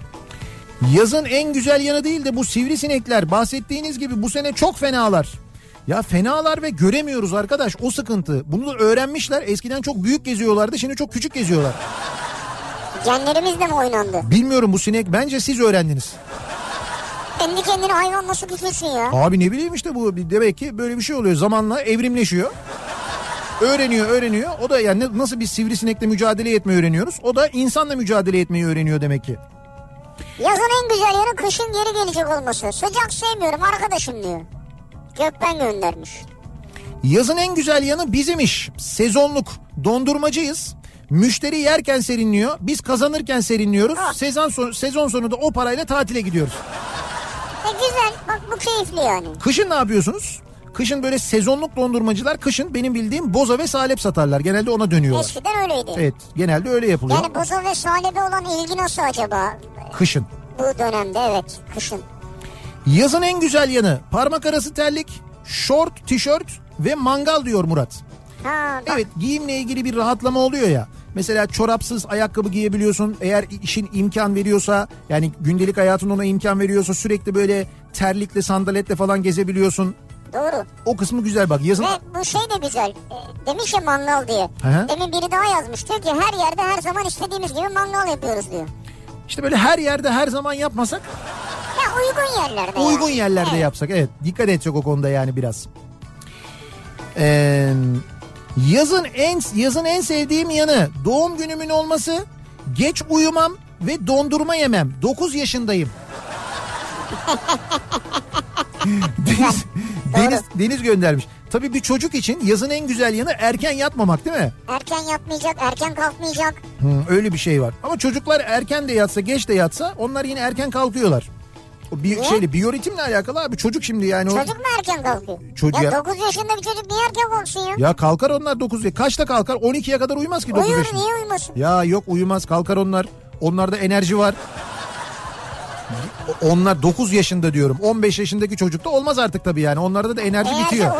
[SPEAKER 1] Yazın en güzel yanı değil de bu sivrisinekler, bahsettiğiniz gibi bu sene çok fenalar. Ya fenalar ve göremiyoruz arkadaş, o sıkıntı. Bunu da öğrenmişler. Eskiden çok büyük geziyorlardı, şimdi çok küçük geziyorlar.
[SPEAKER 2] Genlerimizle mi oynandı?
[SPEAKER 1] Bilmiyorum, bu sinek bence siz öğrendiniz.
[SPEAKER 2] Kendi kendine hayvan nasıl küçülsün ya?
[SPEAKER 1] Abi ne bileyim işte, bu demek ki böyle bir şey oluyor, zamanla evrimleşiyor. Öğreniyor. O da yani nasıl biz sivrisinekle mücadele etmeyi öğreniyoruz, o da insanla mücadele etmeyi öğreniyor demek ki.
[SPEAKER 2] Yazın en güzel yanı kışın geri gelecek olması. Sıcak sevmiyorum arkadaşım diyor. Gökben göndermiş.
[SPEAKER 1] Yazın en güzel yanı bizim iş. Sezonluk, dondurmacıyız. Müşteri yerken serinliyor, biz kazanırken serinliyoruz. Sezon sonunda o parayla tatile gidiyoruz.
[SPEAKER 2] Güzel, bak bu keyifli yani.
[SPEAKER 1] Kışın ne yapıyorsunuz? Kışın böyle sezonluk dondurmacılar kışın benim bildiğim boza ve salep satarlar. Genelde ona dönüyorlar.
[SPEAKER 2] Eskiden öyleydi.
[SPEAKER 1] Evet, genelde öyle yapılıyor.
[SPEAKER 2] Yani boza ve salebe olan ilgi nasıl acaba?
[SPEAKER 1] Kışın.
[SPEAKER 2] Bu dönemde evet, kışın.
[SPEAKER 1] Yazın en güzel yanı parmak arası terlik, şort, tişört ve mangal diyor Murat.
[SPEAKER 2] Ha, bak.
[SPEAKER 1] Evet, giyimle ilgili bir rahatlama oluyor ya. Mesela çorapsız ayakkabı giyebiliyorsun. Eğer işin imkan veriyorsa, yani gündelik hayatın ona imkan veriyorsa, sürekli böyle terlikle, sandaletle falan gezebiliyorsun.
[SPEAKER 2] Doğru.
[SPEAKER 1] O kısmı güzel bak yazın.
[SPEAKER 2] Ve bu şey de güzel. Demiş ya mangal diye.
[SPEAKER 1] Hı.
[SPEAKER 2] Demin biri daha yazmış. Diyor ki her yerde her zaman istediğimiz gibi mangal yapıyoruz diyor.
[SPEAKER 1] İşte böyle her yerde her zaman yapmasak,
[SPEAKER 2] Ya uygun yerlerde.
[SPEAKER 1] uygun
[SPEAKER 2] yani.
[SPEAKER 1] yerlerde
[SPEAKER 2] Evet.
[SPEAKER 1] yapsak. Evet, dikkat edecek o konuda yani biraz. Yazın en sevdiğim yanı doğum günümün olması, geç uyumam ve dondurma yemem. 9 yaşındayım. Deniz göndermiş. Tabii bir çocuk için yazın en güzel yanı erken yatmamak değil mi?
[SPEAKER 2] Erken yatmayacak, erken kalkmayacak.
[SPEAKER 1] Öyle bir şey var. Ama çocuklar erken de yatsa geç de yatsa onlar yine erken kalkıyorlar. O biyoritimle alakalı abi, çocuk şimdi yani.
[SPEAKER 2] Çocuk mu erken kalkıyor?
[SPEAKER 1] Çocuğa...
[SPEAKER 2] Ya 9 yaşında bir çocuk niye erken kalksın ya?
[SPEAKER 1] Ya kalkar onlar 9'da. Kaçta kalkar? 12'ye kadar uyumaz ki 9 yaşında.
[SPEAKER 2] Uyur, niye uyumasın?
[SPEAKER 1] Ya yok, uyumaz, kalkar onlar. Onlarda enerji var. Onlar 9 yaşında diyorum. 15 yaşındaki çocukta olmaz artık tabii yani. Onlarda da enerji bitiyor.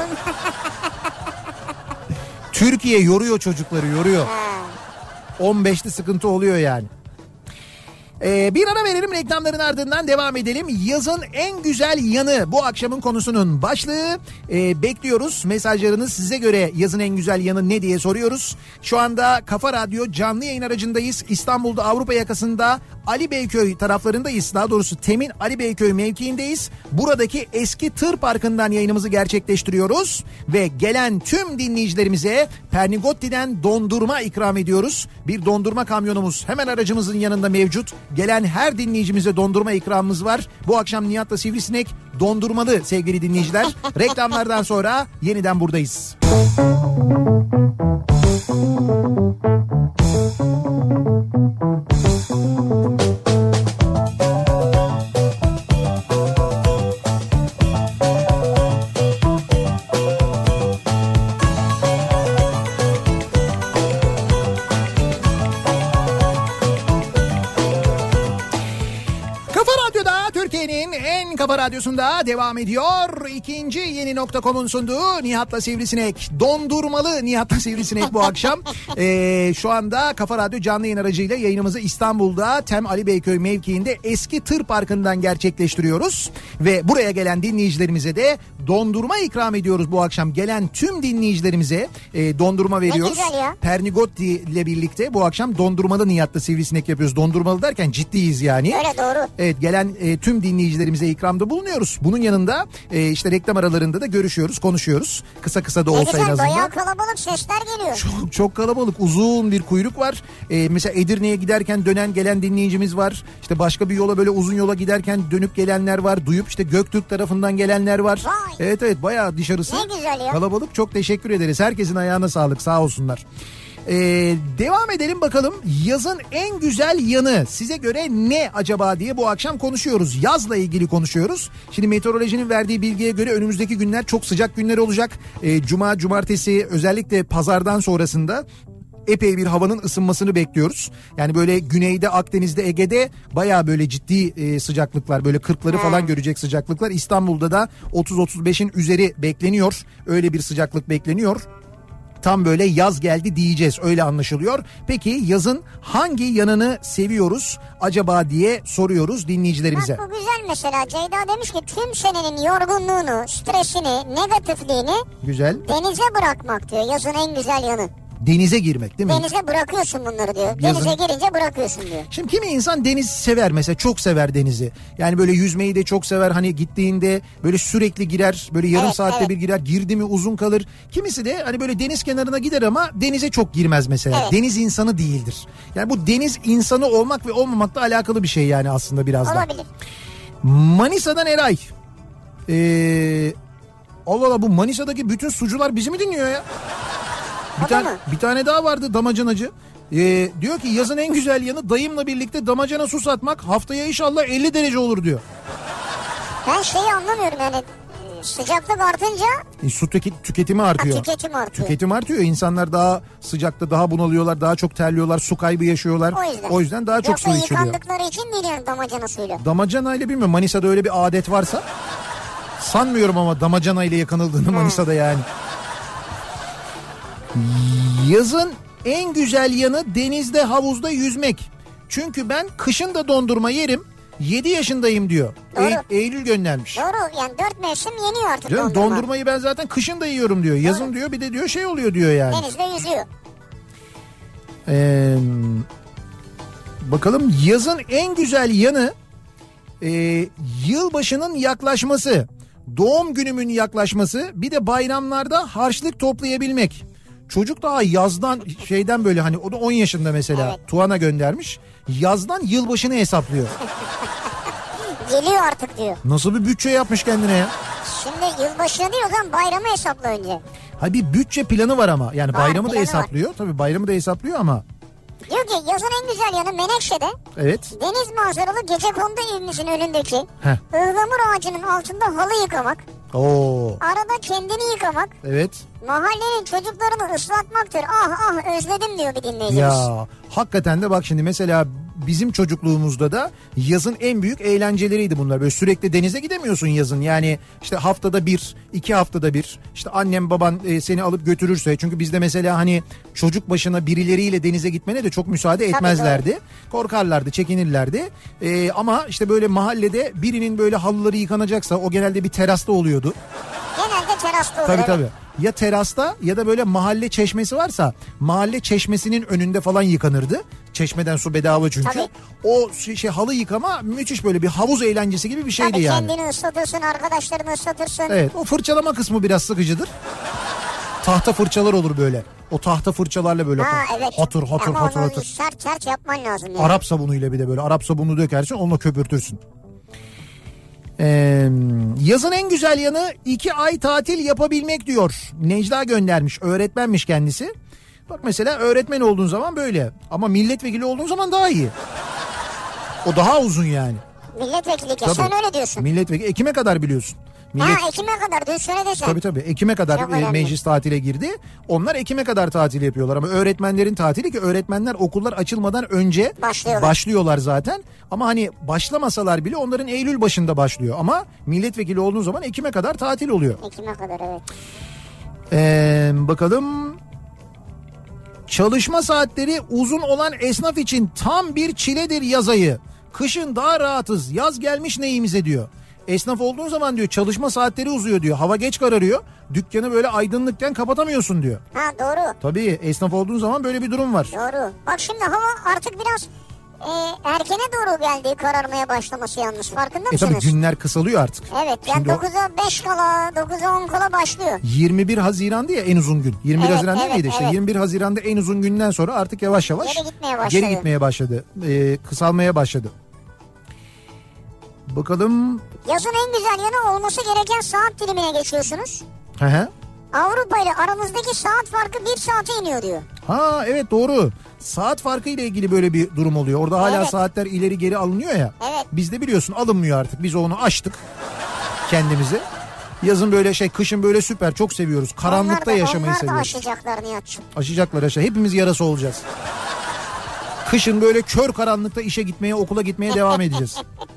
[SPEAKER 1] Türkiye yoruyor çocukları, yoruyor. 15'te sıkıntı oluyor yani. Bir ara verelim, reklamların ardından devam edelim. Yazın en güzel yanı bu akşamın konusunun başlığı. Bekliyoruz mesajlarınız, size göre yazın en güzel yanı ne diye soruyoruz. Şu anda Kafa Radyo canlı yayın aracındayız. İstanbul'da Avrupa yakasında Ali Beyköy taraflarındayız. Daha doğrusu Temin Ali Beyköy mevkiindeyiz. Buradaki eski tır parkından yayınımızı gerçekleştiriyoruz. Ve gelen tüm dinleyicilerimize Pernigotti'den dondurma ikram ediyoruz. Bir dondurma kamyonumuz hemen aracımızın yanında mevcut. Gelen her dinleyicimize dondurma ikramımız var. Bu akşam Nihat'la Sivrisinek dondurmalı sevgili dinleyiciler. Reklamlardan sonra yeniden buradayız. Kafa Radyosu'nda devam ediyor. İkinci yeni nokta.com'un sunduğu Nihat'la Sivrisinek. Dondurmalı Nihat'la Sivrisinek bu akşam. Şu anda Kafa Radyo canlı yayın aracıyla yayınımızı İstanbul'da Tem Ali Beyköy mevkiinde eski tır parkından gerçekleştiriyoruz. Ve buraya gelen dinleyicilerimize de dondurma ikram ediyoruz bu akşam. Gelen tüm dinleyicilerimize dondurma veriyoruz.
[SPEAKER 2] Ne güzel ya.
[SPEAKER 1] Pernigotti ile birlikte bu akşam dondurmalı Nihat'la Sivrisinek yapıyoruz. Dondurmalı derken ciddiyiz yani.
[SPEAKER 2] Öyle, doğru.
[SPEAKER 1] Evet, gelen tüm dinleyicilerimize ikramda bulunuyoruz. Bunun yanında işte reklam aralarında da görüşüyoruz, konuşuyoruz. Kısa kısa da olsa en azından.
[SPEAKER 2] Bayağı kalabalık, sesler geliyor.
[SPEAKER 1] Çok kalabalık, uzun bir kuyruk var. Mesela Edirne'ye giderken dönen gelen dinleyicimiz var. İşte başka bir yola, böyle uzun yola giderken dönüp gelenler var. Duyup işte Göktürk tarafından gelenler var.
[SPEAKER 2] Vay.
[SPEAKER 1] Evet bayağı dışarısı.
[SPEAKER 2] Ne güzel ya.
[SPEAKER 1] Kalabalık, çok teşekkür ederiz. Herkesin ayağına sağlık, sağ olsunlar. Devam edelim bakalım, yazın en güzel yanı size göre ne acaba diye bu akşam konuşuyoruz. Yazla ilgili konuşuyoruz. Şimdi meteorolojinin verdiği bilgiye göre önümüzdeki günler çok sıcak günler olacak. Cuma, cumartesi, özellikle pazardan sonrasında epey bir havanın ısınmasını bekliyoruz. Yani böyle güneyde, Akdeniz'de, Ege'de bayağı böyle ciddi sıcaklıklar, böyle 40'ları falan görecek sıcaklıklar. İstanbul'da da 30-35'in üzeri bekleniyor. Öyle bir sıcaklık bekleniyor. Tam böyle yaz geldi diyeceğiz, öyle anlaşılıyor. Peki yazın hangi yanını seviyoruz acaba diye soruyoruz dinleyicilerimize.
[SPEAKER 2] Bak bu güzel mesela. Ceyda demiş ki tüm senenin yorgunluğunu, stresini, negatifliğini
[SPEAKER 1] güzel
[SPEAKER 2] denize bırakmak diyor. Yazın en güzel yanı.
[SPEAKER 1] Denize girmek değil mi?
[SPEAKER 2] Denize bırakıyorsun bunları diyor.
[SPEAKER 1] Yazın...
[SPEAKER 2] Denize girince bırakıyorsun diyor.
[SPEAKER 1] Şimdi kimi insan deniz sever mesela, çok sever denizi. Yani böyle yüzmeyi de çok sever. Hani gittiğinde böyle sürekli girer. Böyle yarım saatte bir girer. Girdi mi uzun kalır. Kimisi de hani böyle deniz kenarına gider ama denize çok girmez mesela. Evet. Deniz insanı değildir. Yani bu deniz insanı olmak ve olmamakla alakalı bir şey yani aslında biraz da.
[SPEAKER 2] Olabilir.
[SPEAKER 1] Manisa'dan Eray. Allah Allah, bu Manisa'daki bütün sucular bizi mi dinliyor ya? Bir tane daha vardı damacanacı. Diyor ki yazın en güzel yanı dayımla birlikte damacana su satmak, haftaya inşallah 50 derece olur diyor.
[SPEAKER 2] Ben şeyi anlamıyorum yani, sıcaklık artınca
[SPEAKER 1] su tüketimi artıyor. Tüketim artıyor. İnsanlar daha sıcakta daha bunalıyorlar, daha çok terliyorlar, su kaybı yaşıyorlar. O yüzden daha çok su içiliyor.
[SPEAKER 2] Yoksa yıkandıkları için mi diyorum damacana suyla?
[SPEAKER 1] Damacana ile bilmiyorum, Manisa'da öyle bir adet varsa sanmıyorum ama damacana ile yıkanıldığını Manisa'da yani. Yazın en güzel yanı denizde, havuzda yüzmek. Çünkü ben kışın da dondurma yerim. 7 yaşındayım diyor. Eylül göndermiş.
[SPEAKER 2] Doğru, yani 4 mevsim yeniyor artık
[SPEAKER 1] canım,
[SPEAKER 2] dondurma.
[SPEAKER 1] Dondurmayı ben zaten kışın da yiyorum diyor. Yazın doğru diyor, bir de diyor şey oluyor diyor yani.
[SPEAKER 2] Denizde yüzüyor.
[SPEAKER 1] Bakalım yazın en güzel yanı yılbaşının yaklaşması. Doğum günümün yaklaşması, bir de bayramlarda harçlık toplayabilmek. Çocuk daha yazdan şeyden böyle hani o da 10 yaşında mesela
[SPEAKER 2] Evet.
[SPEAKER 1] Tuana göndermiş. Yazdan yılbaşını hesaplıyor.
[SPEAKER 2] Geliyor artık diyor.
[SPEAKER 1] Nasıl bir bütçe yapmış kendine ya?
[SPEAKER 2] Şimdi yılbaşına değil o zaman bayramı hesapla önce.
[SPEAKER 1] Ha bir bütçe planı var ama. Yani
[SPEAKER 2] Var,
[SPEAKER 1] bayramı da
[SPEAKER 2] planı
[SPEAKER 1] hesaplıyor. Tabii bayramı da hesaplıyor ama.
[SPEAKER 2] Diyor ki yazın en güzel yanı Menekşe'de
[SPEAKER 1] Evet.
[SPEAKER 2] deniz manzaralı Gecekondu evimizin önündeki
[SPEAKER 1] Heh.
[SPEAKER 2] ıhlamur ağacının altında halı yıkamak,
[SPEAKER 1] Oo.
[SPEAKER 2] arada kendini yıkamak,
[SPEAKER 1] Evet.
[SPEAKER 2] mahallenin çocuklarını ıslatmaktır. Ah ah özledim diyor bir dinleyicimiz.
[SPEAKER 1] Ya hakikaten de bak şimdi mesela bizim çocukluğumuzda da yazın en büyük eğlenceleriydi bunlar. Böyle sürekli denize gidemiyorsun yazın. Yani işte haftada bir, 2 haftada bir işte annem baban seni alıp götürürse. Çünkü bizde mesela hani çocuk başına birileriyle denize gitmene de çok müsaade etmezlerdi. Korkarlardı, çekinirlerdi. Ama işte böyle mahallede birinin böyle halıları yıkanacaksa o genelde bir terasta oluyordu.
[SPEAKER 2] Genelde terasta olur.
[SPEAKER 1] Tabii
[SPEAKER 2] evet.
[SPEAKER 1] tabii. Ya terasta ya da böyle mahalle çeşmesi varsa mahalle çeşmesinin önünde falan yıkanırdı. Çeşmeden su bedava çünkü.
[SPEAKER 2] Tabii.
[SPEAKER 1] O halı yıkama müthiş böyle bir havuz eğlencesi gibi bir şeydi
[SPEAKER 2] Tabii
[SPEAKER 1] yani.
[SPEAKER 2] kendini ıslatırsın, arkadaşlarını ıslatırsın.
[SPEAKER 1] Evet, o fırçalama kısmı biraz sıkıcıdır. Tahta fırçalar olur böyle. O tahta fırçalarla böyle
[SPEAKER 2] Ha evet.
[SPEAKER 1] hatır
[SPEAKER 2] Ama onu
[SPEAKER 1] hatır.
[SPEAKER 2] sert sert yapman lazım yani.
[SPEAKER 1] Arap sabunuyla bir de böyle Arap sabunu dökersin onunla köpürtürsün. Yazın en güzel yanı 2 ay tatil yapabilmek diyor. Necla göndermiş, öğretmenmiş kendisi. Bak mesela öğretmen olduğun zaman böyle ama milletvekili olduğun zaman daha iyi. O daha uzun yani.
[SPEAKER 2] Milletvekili
[SPEAKER 1] Tabii.
[SPEAKER 2] sen öyle diyorsun.
[SPEAKER 1] Milletvekili Ekim'e kadar biliyorsun.
[SPEAKER 2] Ha Ekim'e kadar dün söyle sen.
[SPEAKER 1] Tabii Ekim'e kadar
[SPEAKER 2] Çok önemli.
[SPEAKER 1] meclis tatile girdi. Onlar Ekim'e kadar tatil yapıyorlar ama öğretmenlerin tatili ki öğretmenler okullar açılmadan önce başlıyorlar zaten. Ama hani başlamasalar bile onların Eylül başında başlıyor ama milletvekili olduğun zaman Ekim'e kadar tatil oluyor.
[SPEAKER 2] Ekim'e kadar evet.
[SPEAKER 1] Bakalım. Çalışma saatleri uzun olan esnaf için tam bir çiledir yaz ayı. Kışın daha rahatız. Yaz gelmiş neyimize diyor. Esnaf olduğun zaman diyor çalışma saatleri uzuyor diyor. Hava geç kararıyor. Dükkanı böyle aydınlıkken kapatamıyorsun diyor.
[SPEAKER 2] Ha doğru.
[SPEAKER 1] Tabii esnaf olduğun zaman böyle bir durum var.
[SPEAKER 2] Doğru. Bak şimdi hava artık biraz erkene doğru geldi kararmaya başlaması yalnız farkında mısınız?
[SPEAKER 1] Tabii günler kısalıyor artık.
[SPEAKER 2] Evet yani
[SPEAKER 1] Şimdi
[SPEAKER 2] 9'a 5 kala 9'a 10 kala başlıyor.
[SPEAKER 1] 21 Haziran'dı ya en uzun gün. 21
[SPEAKER 2] Evet,
[SPEAKER 1] Haziran değil
[SPEAKER 2] evet,
[SPEAKER 1] miydi işte?
[SPEAKER 2] evet.
[SPEAKER 1] 21 Haziran'da en uzun günden sonra artık yavaş yavaş geri gitmeye başladı. Kısalmaya başladı. Bakalım.
[SPEAKER 2] Yazın en güzel yanı olması gereken saat dilimine geçiyorsunuz.
[SPEAKER 1] Hı.
[SPEAKER 2] Avrupa ile aramızdaki saat farkı 1 saate iniyor diyor.
[SPEAKER 1] Ha evet doğru. Saat farkı ile ilgili böyle bir durum oluyor. Orada hala
[SPEAKER 2] Evet.
[SPEAKER 1] saatler ileri geri alınıyor ya.
[SPEAKER 2] Evet.
[SPEAKER 1] Bizde biliyorsun alınmıyor artık. Biz onu aştık kendimizi. Yazın böyle kışın böyle süper çok seviyoruz. Karanlıkta yaşamayı
[SPEAKER 2] Onlar da
[SPEAKER 1] seviyoruz.
[SPEAKER 2] aşacaklar Nihat'cığım.
[SPEAKER 1] Aşacaklar aşağı. Hepimiz yarası olacağız. Kışın böyle kör karanlıkta işe gitmeye, okula gitmeye devam edeceğiz.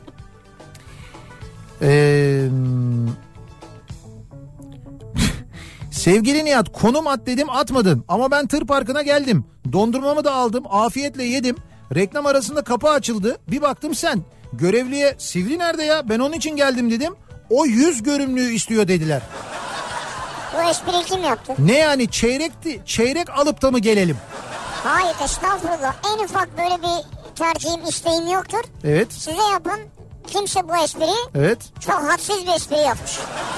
[SPEAKER 1] Sevgili Nihat konum at dedim atmadın ama ben tır parkına geldim. Dondurmamı da aldım afiyetle yedim. Reklam arasında kapı açıldı bir baktım sen. Görevliye Sivri nerede ya ben onun için geldim dedim. O 100 görümlüğü istiyor dediler.
[SPEAKER 2] Bu espriyi kim yaptı?
[SPEAKER 1] Ne yani çeyrek alıp da mı gelelim?
[SPEAKER 2] Hayır estağfurullah en ufak böyle bir tercihim isteğim yoktur.
[SPEAKER 1] Evet.
[SPEAKER 2] Size yapan kimse bu espriyi
[SPEAKER 1] Evet.
[SPEAKER 2] çok hadsiz bir espri yapmış.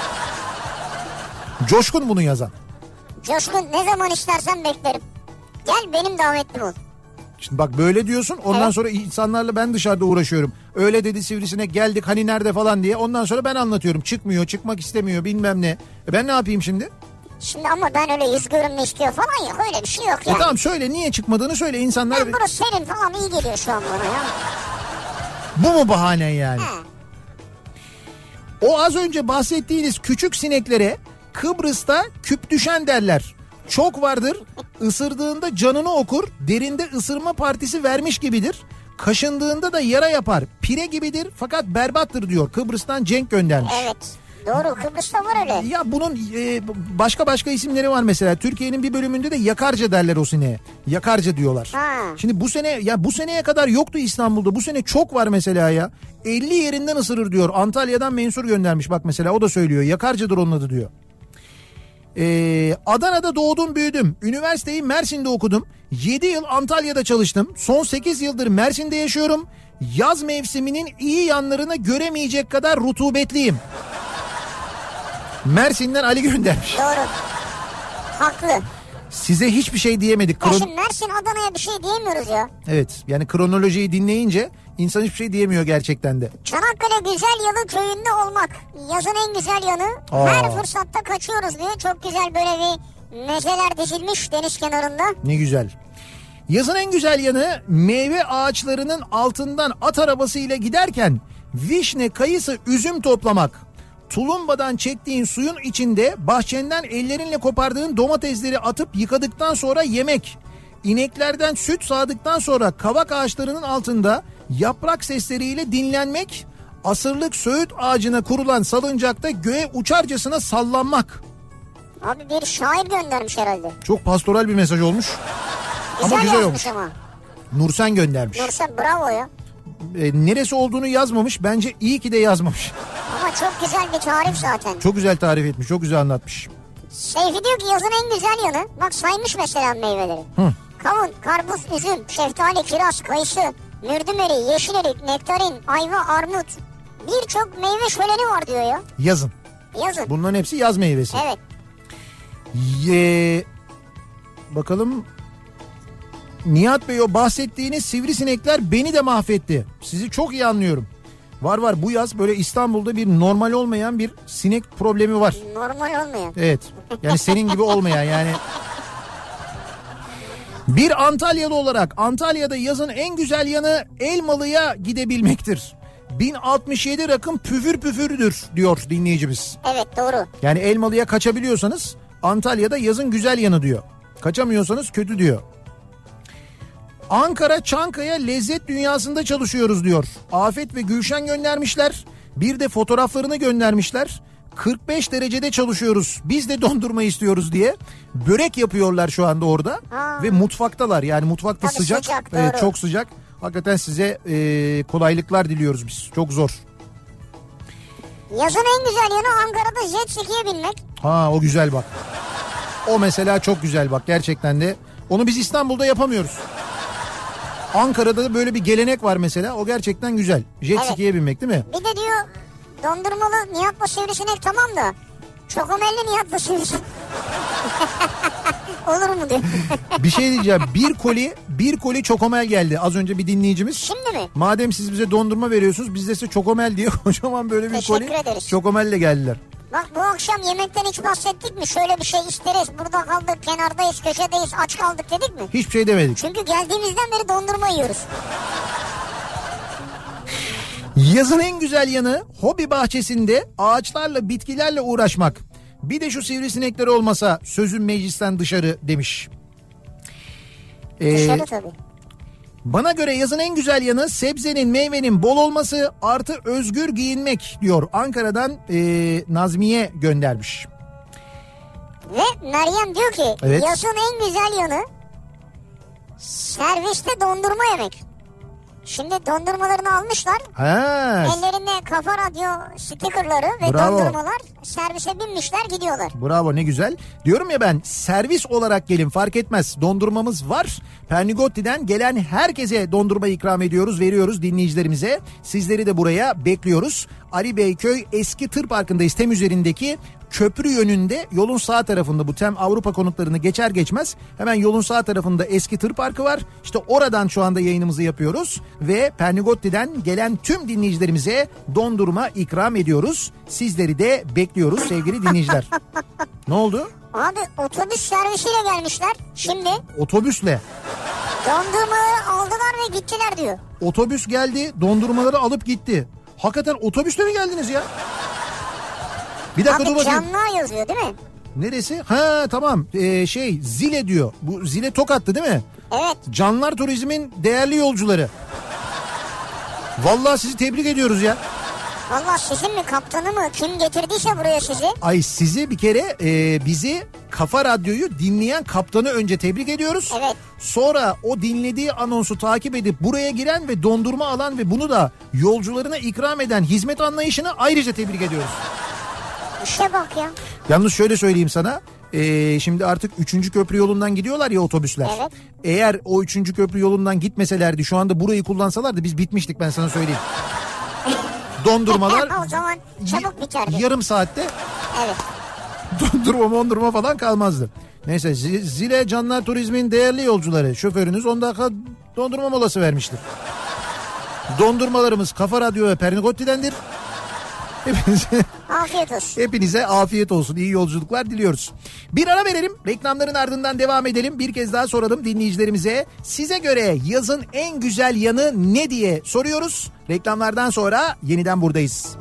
[SPEAKER 1] Coşkun bunu yazan.
[SPEAKER 2] Coşkun ne zaman istersen beklerim. Gel benim davetlim ol.
[SPEAKER 1] Şimdi bak böyle diyorsun ondan
[SPEAKER 2] Evet.
[SPEAKER 1] sonra insanlarla ben dışarıda uğraşıyorum. Öyle dedi Sivrisinek geldik hani nerede falan diye. Ondan sonra ben anlatıyorum çıkmıyor çıkmak istemiyor bilmem ne. Ben ne yapayım şimdi?
[SPEAKER 2] Şimdi ama ben öyle yüz görümlü istiyor falan yok öyle bir şey yok yani.
[SPEAKER 1] Tamam söyle niye çıkmadığını söyle insanlar.
[SPEAKER 2] Ben burası senin falan iyi geliyor şu an bana ya.
[SPEAKER 1] Bu mu bahanen yani?
[SPEAKER 2] Ha.
[SPEAKER 1] O az önce bahsettiğiniz küçük sineklere Kıbrıs'ta küp düşen derler. Çok vardır. Isırdığında canını okur. Derinde ısırma partisi vermiş gibidir. Kaşındığında da yara yapar. Pire gibidir fakat berbattır diyor. Kıbrıs'tan Cenk göndermiş.
[SPEAKER 2] Evet. Doğru Kıbrıs'ta var öyle.
[SPEAKER 1] Ya bunun başka isimleri var mesela. Türkiye'nin bir bölümünde de yakarca derler o sineğe. Yakarca diyorlar.
[SPEAKER 2] Ha.
[SPEAKER 1] Şimdi bu seneye kadar yoktu İstanbul'da. Bu sene çok var mesela ya. 50 yerinden ısırır diyor. Antalya'dan Mensur göndermiş bak mesela o da söylüyor. Yakarcadır onun adı diyor. Adana'da doğdum büyüdüm. Üniversiteyi Mersin'de okudum. 7 yıl Antalya'da çalıştım. Son 8 yıldır Mersin'de yaşıyorum. Yaz mevsiminin iyi yanlarını göremeyecek kadar rutubetliyim. Mersin'den Ali göndermiş.
[SPEAKER 2] Doğru. Haklı.
[SPEAKER 1] Size hiçbir şey diyemedik.
[SPEAKER 2] Ya şimdi Mersin Adana'ya bir şey diyemiyoruz ya.
[SPEAKER 1] Evet, yani kronolojiyi dinleyince insan hiçbir şey diyemiyor gerçekten de.
[SPEAKER 2] Çanakkale Güzelyalı köyünde olmak yazın en güzel yanı. Her fırsatta kaçıyoruz diyor. Çok güzel böyle bir mezeler dizilmiş deniz kenarında.
[SPEAKER 1] Ne güzel. Yazın en güzel yanı meyve ağaçlarının altından at arabasıyla giderken vişne, kayısı, üzüm toplamak. Tulumbadan çektiğin suyun içinde bahçenden ellerinle kopardığın domatesleri atıp yıkadıktan sonra yemek. İneklerden süt sağdıktan sonra kavak ağaçlarının altında yaprak sesleriyle dinlenmek. Asırlık söğüt ağacına kurulan salıncakta göğe uçarcasına sallanmak.
[SPEAKER 2] Abi bir şair göndermiş herhalde.
[SPEAKER 1] Çok pastoral bir mesaj olmuş. Ama güzel olmuş.
[SPEAKER 2] Ama.
[SPEAKER 1] Nursen göndermiş.
[SPEAKER 2] Nursen bravo ya.
[SPEAKER 1] Neresi olduğunu yazmamış. Bence iyi ki de yazmamış.
[SPEAKER 2] Ama çok güzel bir tarif zaten.
[SPEAKER 1] Çok güzel tarif etmiş. Çok güzel anlatmış.
[SPEAKER 2] Seyfi diyor ki yazın en güzel yanı. Bak saymış mesela meyveleri. Kavun, karpuz, üzüm, şeftali, kiraz, kayısı, mürdümeri, yeşil erik, nektarin, ayva, armut. Birçok meyve şöleni var diyor ya.
[SPEAKER 1] Yazın.
[SPEAKER 2] Yazın.
[SPEAKER 1] Bunların hepsi yaz meyvesi.
[SPEAKER 2] Evet.
[SPEAKER 1] Bakalım. Nihat Bey, o bahsettiğiniz sivrisinekler beni de mahvetti. Sizi çok iyi anlıyorum. Var bu yaz böyle İstanbul'da bir normal olmayan bir sinek problemi var.
[SPEAKER 2] Normal olmayan.
[SPEAKER 1] Evet. Yani senin gibi olmayan yani. Bir Antalyalı olarak Antalya'da yazın en güzel yanı Elmalı'ya gidebilmektir. 1067 rakım püfür püfürdür diyor dinleyicimiz.
[SPEAKER 2] Evet doğru.
[SPEAKER 1] Yani Elmalı'ya kaçabiliyorsanız Antalya'da yazın güzel yanı diyor. Kaçamıyorsanız kötü diyor. Ankara Çankaya lezzet dünyasında çalışıyoruz diyor. Afet ve Gülşen göndermişler. Bir de fotoğraflarını göndermişler. 45 derecede çalışıyoruz. Biz de dondurma istiyoruz diye. Börek yapıyorlar şu anda orada. Ve mutfaktalar. Yani mutfakta
[SPEAKER 2] tabii
[SPEAKER 1] sıcak.
[SPEAKER 2] sıcak
[SPEAKER 1] çok sıcak. Hakikaten size kolaylıklar diliyoruz biz. Çok zor.
[SPEAKER 2] Yazın en güzel yanı Ankara'da jet ski'ye binmek.
[SPEAKER 1] O güzel bak. O mesela çok güzel bak gerçekten de. Onu biz İstanbul'da yapamıyoruz. Ankara'da da böyle bir gelenek var mesela. O gerçekten güzel. Jet ski'ye binmek değil mi?
[SPEAKER 2] Bir de diyor dondurmalı Nihat'la sivrisinek tamam da çokomelli Nihat'la sivrisinek. Olur mu diyor.
[SPEAKER 1] Bir şey diyeceğim. Bir koli çokomel geldi. Az önce bir dinleyicimiz.
[SPEAKER 2] Şimdi mi?
[SPEAKER 1] Madem siz bize dondurma veriyorsunuz, biz de size çokomel diye kocaman böyle bir koli çokomelle geldiler.
[SPEAKER 2] Bak bu akşam yemekten hiç bahsettik mi? Şöyle bir şey isteriz. Burada kaldık, kenardayız, köşedeyiz, aç kaldık dedik mi?
[SPEAKER 1] Hiçbir şey demedik.
[SPEAKER 2] Çünkü geldiğimizden beri dondurma yiyoruz.
[SPEAKER 1] Yazın en güzel yanı hobi bahçesinde ağaçlarla, bitkilerle uğraşmak. Bir de şu sivrisinekler olmasa sözüm meclisten dışarı demiş.
[SPEAKER 2] Dışarı tabii.
[SPEAKER 1] Bana göre yazın en güzel yanı sebzenin, meyvenin bol olması artı özgür giyinmek diyor. Ankara'dan Nazmiye göndermiş.
[SPEAKER 2] Ve Meryem diyor ki yazın en güzel yanı serviste dondurma yemek. Şimdi dondurmalarını almışlar. Ellerinde Kafa Radyo stikerleri ve dondurmalar servise binmişler gidiyorlar.
[SPEAKER 1] Bravo, ne güzel. Diyorum ya ben, servis olarak gelin fark etmez. Dondurmamız var. Pernigotti'den gelen herkese dondurma ikram ediyoruz, veriyoruz dinleyicilerimize. Sizleri de buraya bekliyoruz. Ali Beyköy Eski Tır Parkı'ndayız. Tem üzerindeki köprü yönünde, yolun sağ tarafında, bu Tem Avrupa konutlarını geçer geçmez hemen yolun sağ tarafında Eski Tır Parkı var. İşte oradan şu anda yayınımızı yapıyoruz ve Pernigotti'den gelen tüm dinleyicilerimize dondurma ikram ediyoruz. Sizleri de bekliyoruz sevgili dinleyiciler. Ne oldu?
[SPEAKER 2] Abi otobüs servisiyle gelmişler şimdi.
[SPEAKER 1] Otobüsle.
[SPEAKER 2] Dondurmaları aldılar ve gittiler diyor.
[SPEAKER 1] Otobüs geldi, dondurmaları alıp gitti. Hakikaten otobüsle mi geldiniz ya? Bir dakika dur bakayım.
[SPEAKER 2] Canlar yazıyor değil mi?
[SPEAKER 1] Neresi? Tamam. Zile diyor. Bu Zile Tokat'tı değil mi?
[SPEAKER 2] Evet.
[SPEAKER 1] Canlar Turizm'in değerli yolcuları. Vallahi sizi tebrik ediyoruz ya.
[SPEAKER 2] Vallahi sizin mi, kaptanı mı, kim getirdiyse buraya sizi?
[SPEAKER 1] Ay sizi bir kere bizi Kafa Radyo'yu dinleyen kaptanı önce tebrik ediyoruz.
[SPEAKER 2] Evet.
[SPEAKER 1] Sonra o dinlediği anonsu takip edip buraya giren ve dondurma alan ve bunu da yolcularına ikram eden hizmet anlayışını ayrıca tebrik ediyoruz.
[SPEAKER 2] İşte bak ya.
[SPEAKER 1] Yalnız şöyle söyleyeyim sana. Şimdi artık 3. köprü yolundan gidiyorlar ya otobüsler.
[SPEAKER 2] Evet.
[SPEAKER 1] Eğer o 3. köprü yolundan gitmeselerdi, şu anda burayı kullansalardı biz bitmiştik, ben sana söyleyeyim. Dondurmalar
[SPEAKER 2] o zaman çabuk biterdi.
[SPEAKER 1] Yarım saatte
[SPEAKER 2] evet.
[SPEAKER 1] dondurma falan kalmazdı. Neyse Zile Canlar Turizm'in değerli yolcuları, şoförünüz 10 dakika dondurma molası vermiştir. Dondurmalarımız Kafa Radyo ve Pernigotti'dendir.
[SPEAKER 2] Afiyet olsun.
[SPEAKER 1] Hepinize afiyet olsun. İyi yolculuklar diliyoruz. Bir ara verelim. Reklamların ardından devam edelim. Bir kez daha soralım dinleyicilerimize. Size göre yazın en güzel yanı ne diye soruyoruz. Reklamlardan sonra yeniden buradayız.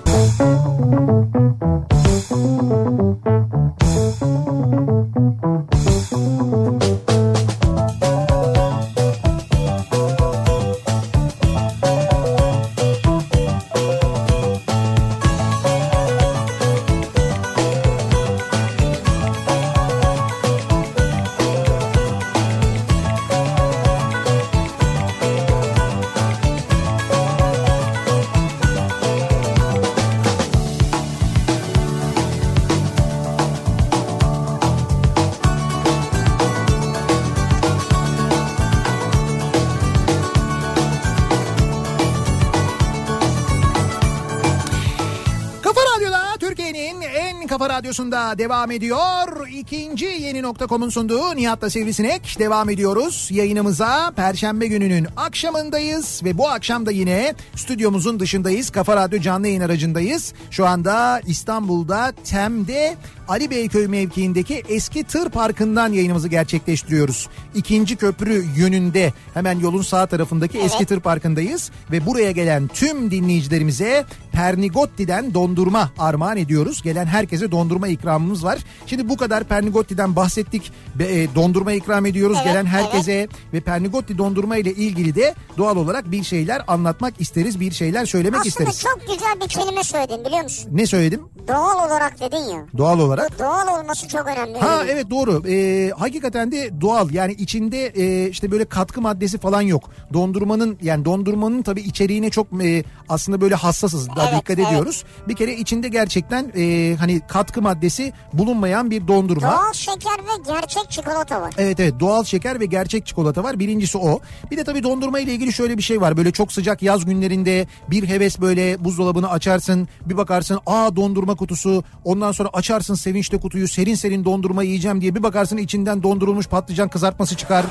[SPEAKER 1] Radyosu'nda devam ediyor. İkinci Yeni.com'un sunduğu Nihat'la Sivrisinek devam ediyoruz. Yayınımıza Perşembe gününün akşamındayız ve bu akşam da yine stüdyomuzun dışındayız. Kafa Radyo canlı yayın aracındayız. Şu anda İstanbul'da Tem'de Ali Beyköy mevkiindeki eski tır parkından yayınımızı gerçekleştiriyoruz. İkinci köprü yönünde hemen yolun sağ tarafındaki eski tır parkındayız ve buraya gelen tüm dinleyicilerimize Pernigotti'den dondurma armağan ediyoruz. Gelen herkese dondurma ikramımız var. Şimdi bu kadar Pernigotti'den bahsettik. Dondurma ikram ediyoruz gelen herkese ve Pernigotti dondurma ile ilgili de doğal olarak bir şeyler anlatmak isteriz, bir şeyler söylemek isteriz.
[SPEAKER 2] Aslında çok güzel bir kelime söyledin biliyor musun?
[SPEAKER 1] Ne söyledim?
[SPEAKER 2] Doğal olarak dedin ya.
[SPEAKER 1] Doğal olarak.
[SPEAKER 2] Doğal olması çok önemli.
[SPEAKER 1] Ha evet doğru. Hakikaten de doğal, yani içinde işte böyle katkı maddesi falan yok. Dondurmanın tabii içeriğine çok aslında böyle hassasız, daha dikkat ediyoruz. Bir kere içinde gerçekten hani katkı maddesi bulunmayan bir dondurma.
[SPEAKER 2] Doğal şeker ve gerçek çikolata var.
[SPEAKER 1] Evet doğal şeker ve gerçek çikolata var. Birincisi o. Bir de tabii dondurma ile ilgili şöyle bir şey var. Böyle çok sıcak yaz günlerinde bir heves, böyle buzdolabını açarsın, bir bakarsın dondurma kutusu, ondan sonra açarsın sevinçle kutuyu, serin serin dondurma yiyeceğim diye bir bakarsın içinden dondurulmuş patlıcan kızartması çıkar.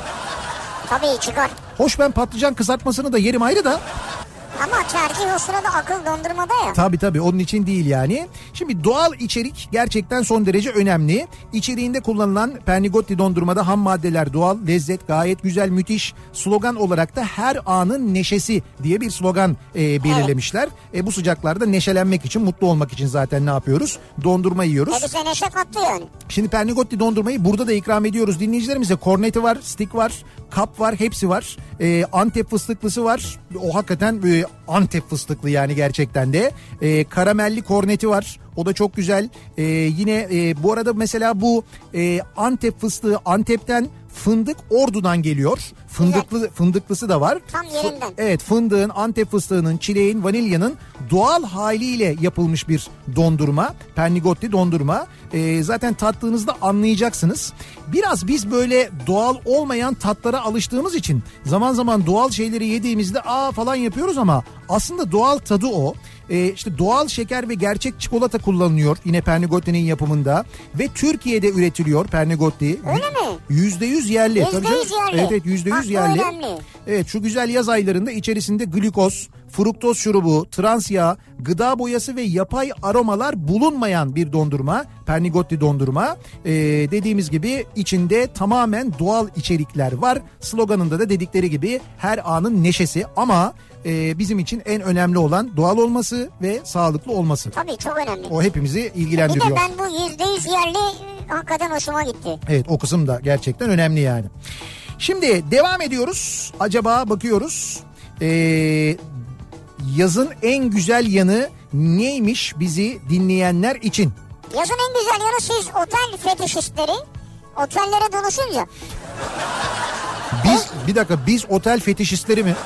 [SPEAKER 2] Tabii çıkar.
[SPEAKER 1] Hoş, ben patlıcan kızartmasını da yerim ayrı da.
[SPEAKER 2] Ama tercih o sırada akıl dondurmada ya.
[SPEAKER 1] Tabii onun için değil yani. Şimdi doğal içerik gerçekten son derece önemli. İçeriğinde kullanılan Pernigotti dondurmada ham maddeler doğal, lezzet gayet güzel, müthiş. Slogan olarak da her anın neşesi diye bir slogan belirlemişler. Bu sıcaklarda neşelenmek için, mutlu olmak için zaten ne yapıyoruz? Dondurma yiyoruz.
[SPEAKER 2] Bize neşe kattı yani.
[SPEAKER 1] Şimdi Pernigotti dondurmayı burada da ikram ediyoruz dinleyicilerimize. Korneti var, stick var, kap var, hepsi var. Antep fıstıklısı var. O hakikaten Antep fıstıklı yani gerçekten de. Karamelli korneti var. O da çok güzel. Yine bu arada mesela bu Antep fıstığı Antep'ten, fındık Ordu'dan geliyor. Fındıklısı da var.
[SPEAKER 2] Tam yerinden.
[SPEAKER 1] Evet, fındığın, Antep fıstığının, çileğin, vanilyanın doğal haliyle yapılmış bir dondurma. Pernigotti dondurma. Zaten tattığınızda anlayacaksınız. Biraz biz böyle doğal olmayan tatlara alıştığımız için zaman zaman doğal şeyleri yediğimizde falan yapıyoruz ama aslında doğal tadı o. İşte doğal şeker ve gerçek çikolata kullanılıyor yine Pernigotti'nin yapımında ve Türkiye'de üretiliyor Pernigotti.
[SPEAKER 2] Öyle mi?
[SPEAKER 1] %100 yerli.
[SPEAKER 2] %100 yerli.
[SPEAKER 1] Evet %100 yerli.
[SPEAKER 2] Önemli.
[SPEAKER 1] Evet, şu güzel yaz aylarında içerisinde glikoz, fruktoz şurubu, trans yağ, gıda boyası ve yapay aromalar bulunmayan bir dondurma. Pernigotti dondurma. Dediğimiz gibi içinde tamamen doğal içerikler var. Sloganında da dedikleri gibi her anın neşesi, ama bizim için en önemli olan doğal olması ve sağlıklı olması.
[SPEAKER 2] Tabii çok önemli.
[SPEAKER 1] O hepimizi ilgilendiriyor.
[SPEAKER 2] Bir de ben bu %100 yerli hakikaten hoşuma gitti.
[SPEAKER 1] Evet, o kısım da gerçekten önemli yani. Şimdi devam ediyoruz. Acaba bakıyoruz. Yazın en güzel yanı neymiş bizi dinleyenler için?
[SPEAKER 2] Yazın en güzel yanı, siz otel fetişistleri otellere dolaşınca.
[SPEAKER 1] Biz otel fetişistleri mi?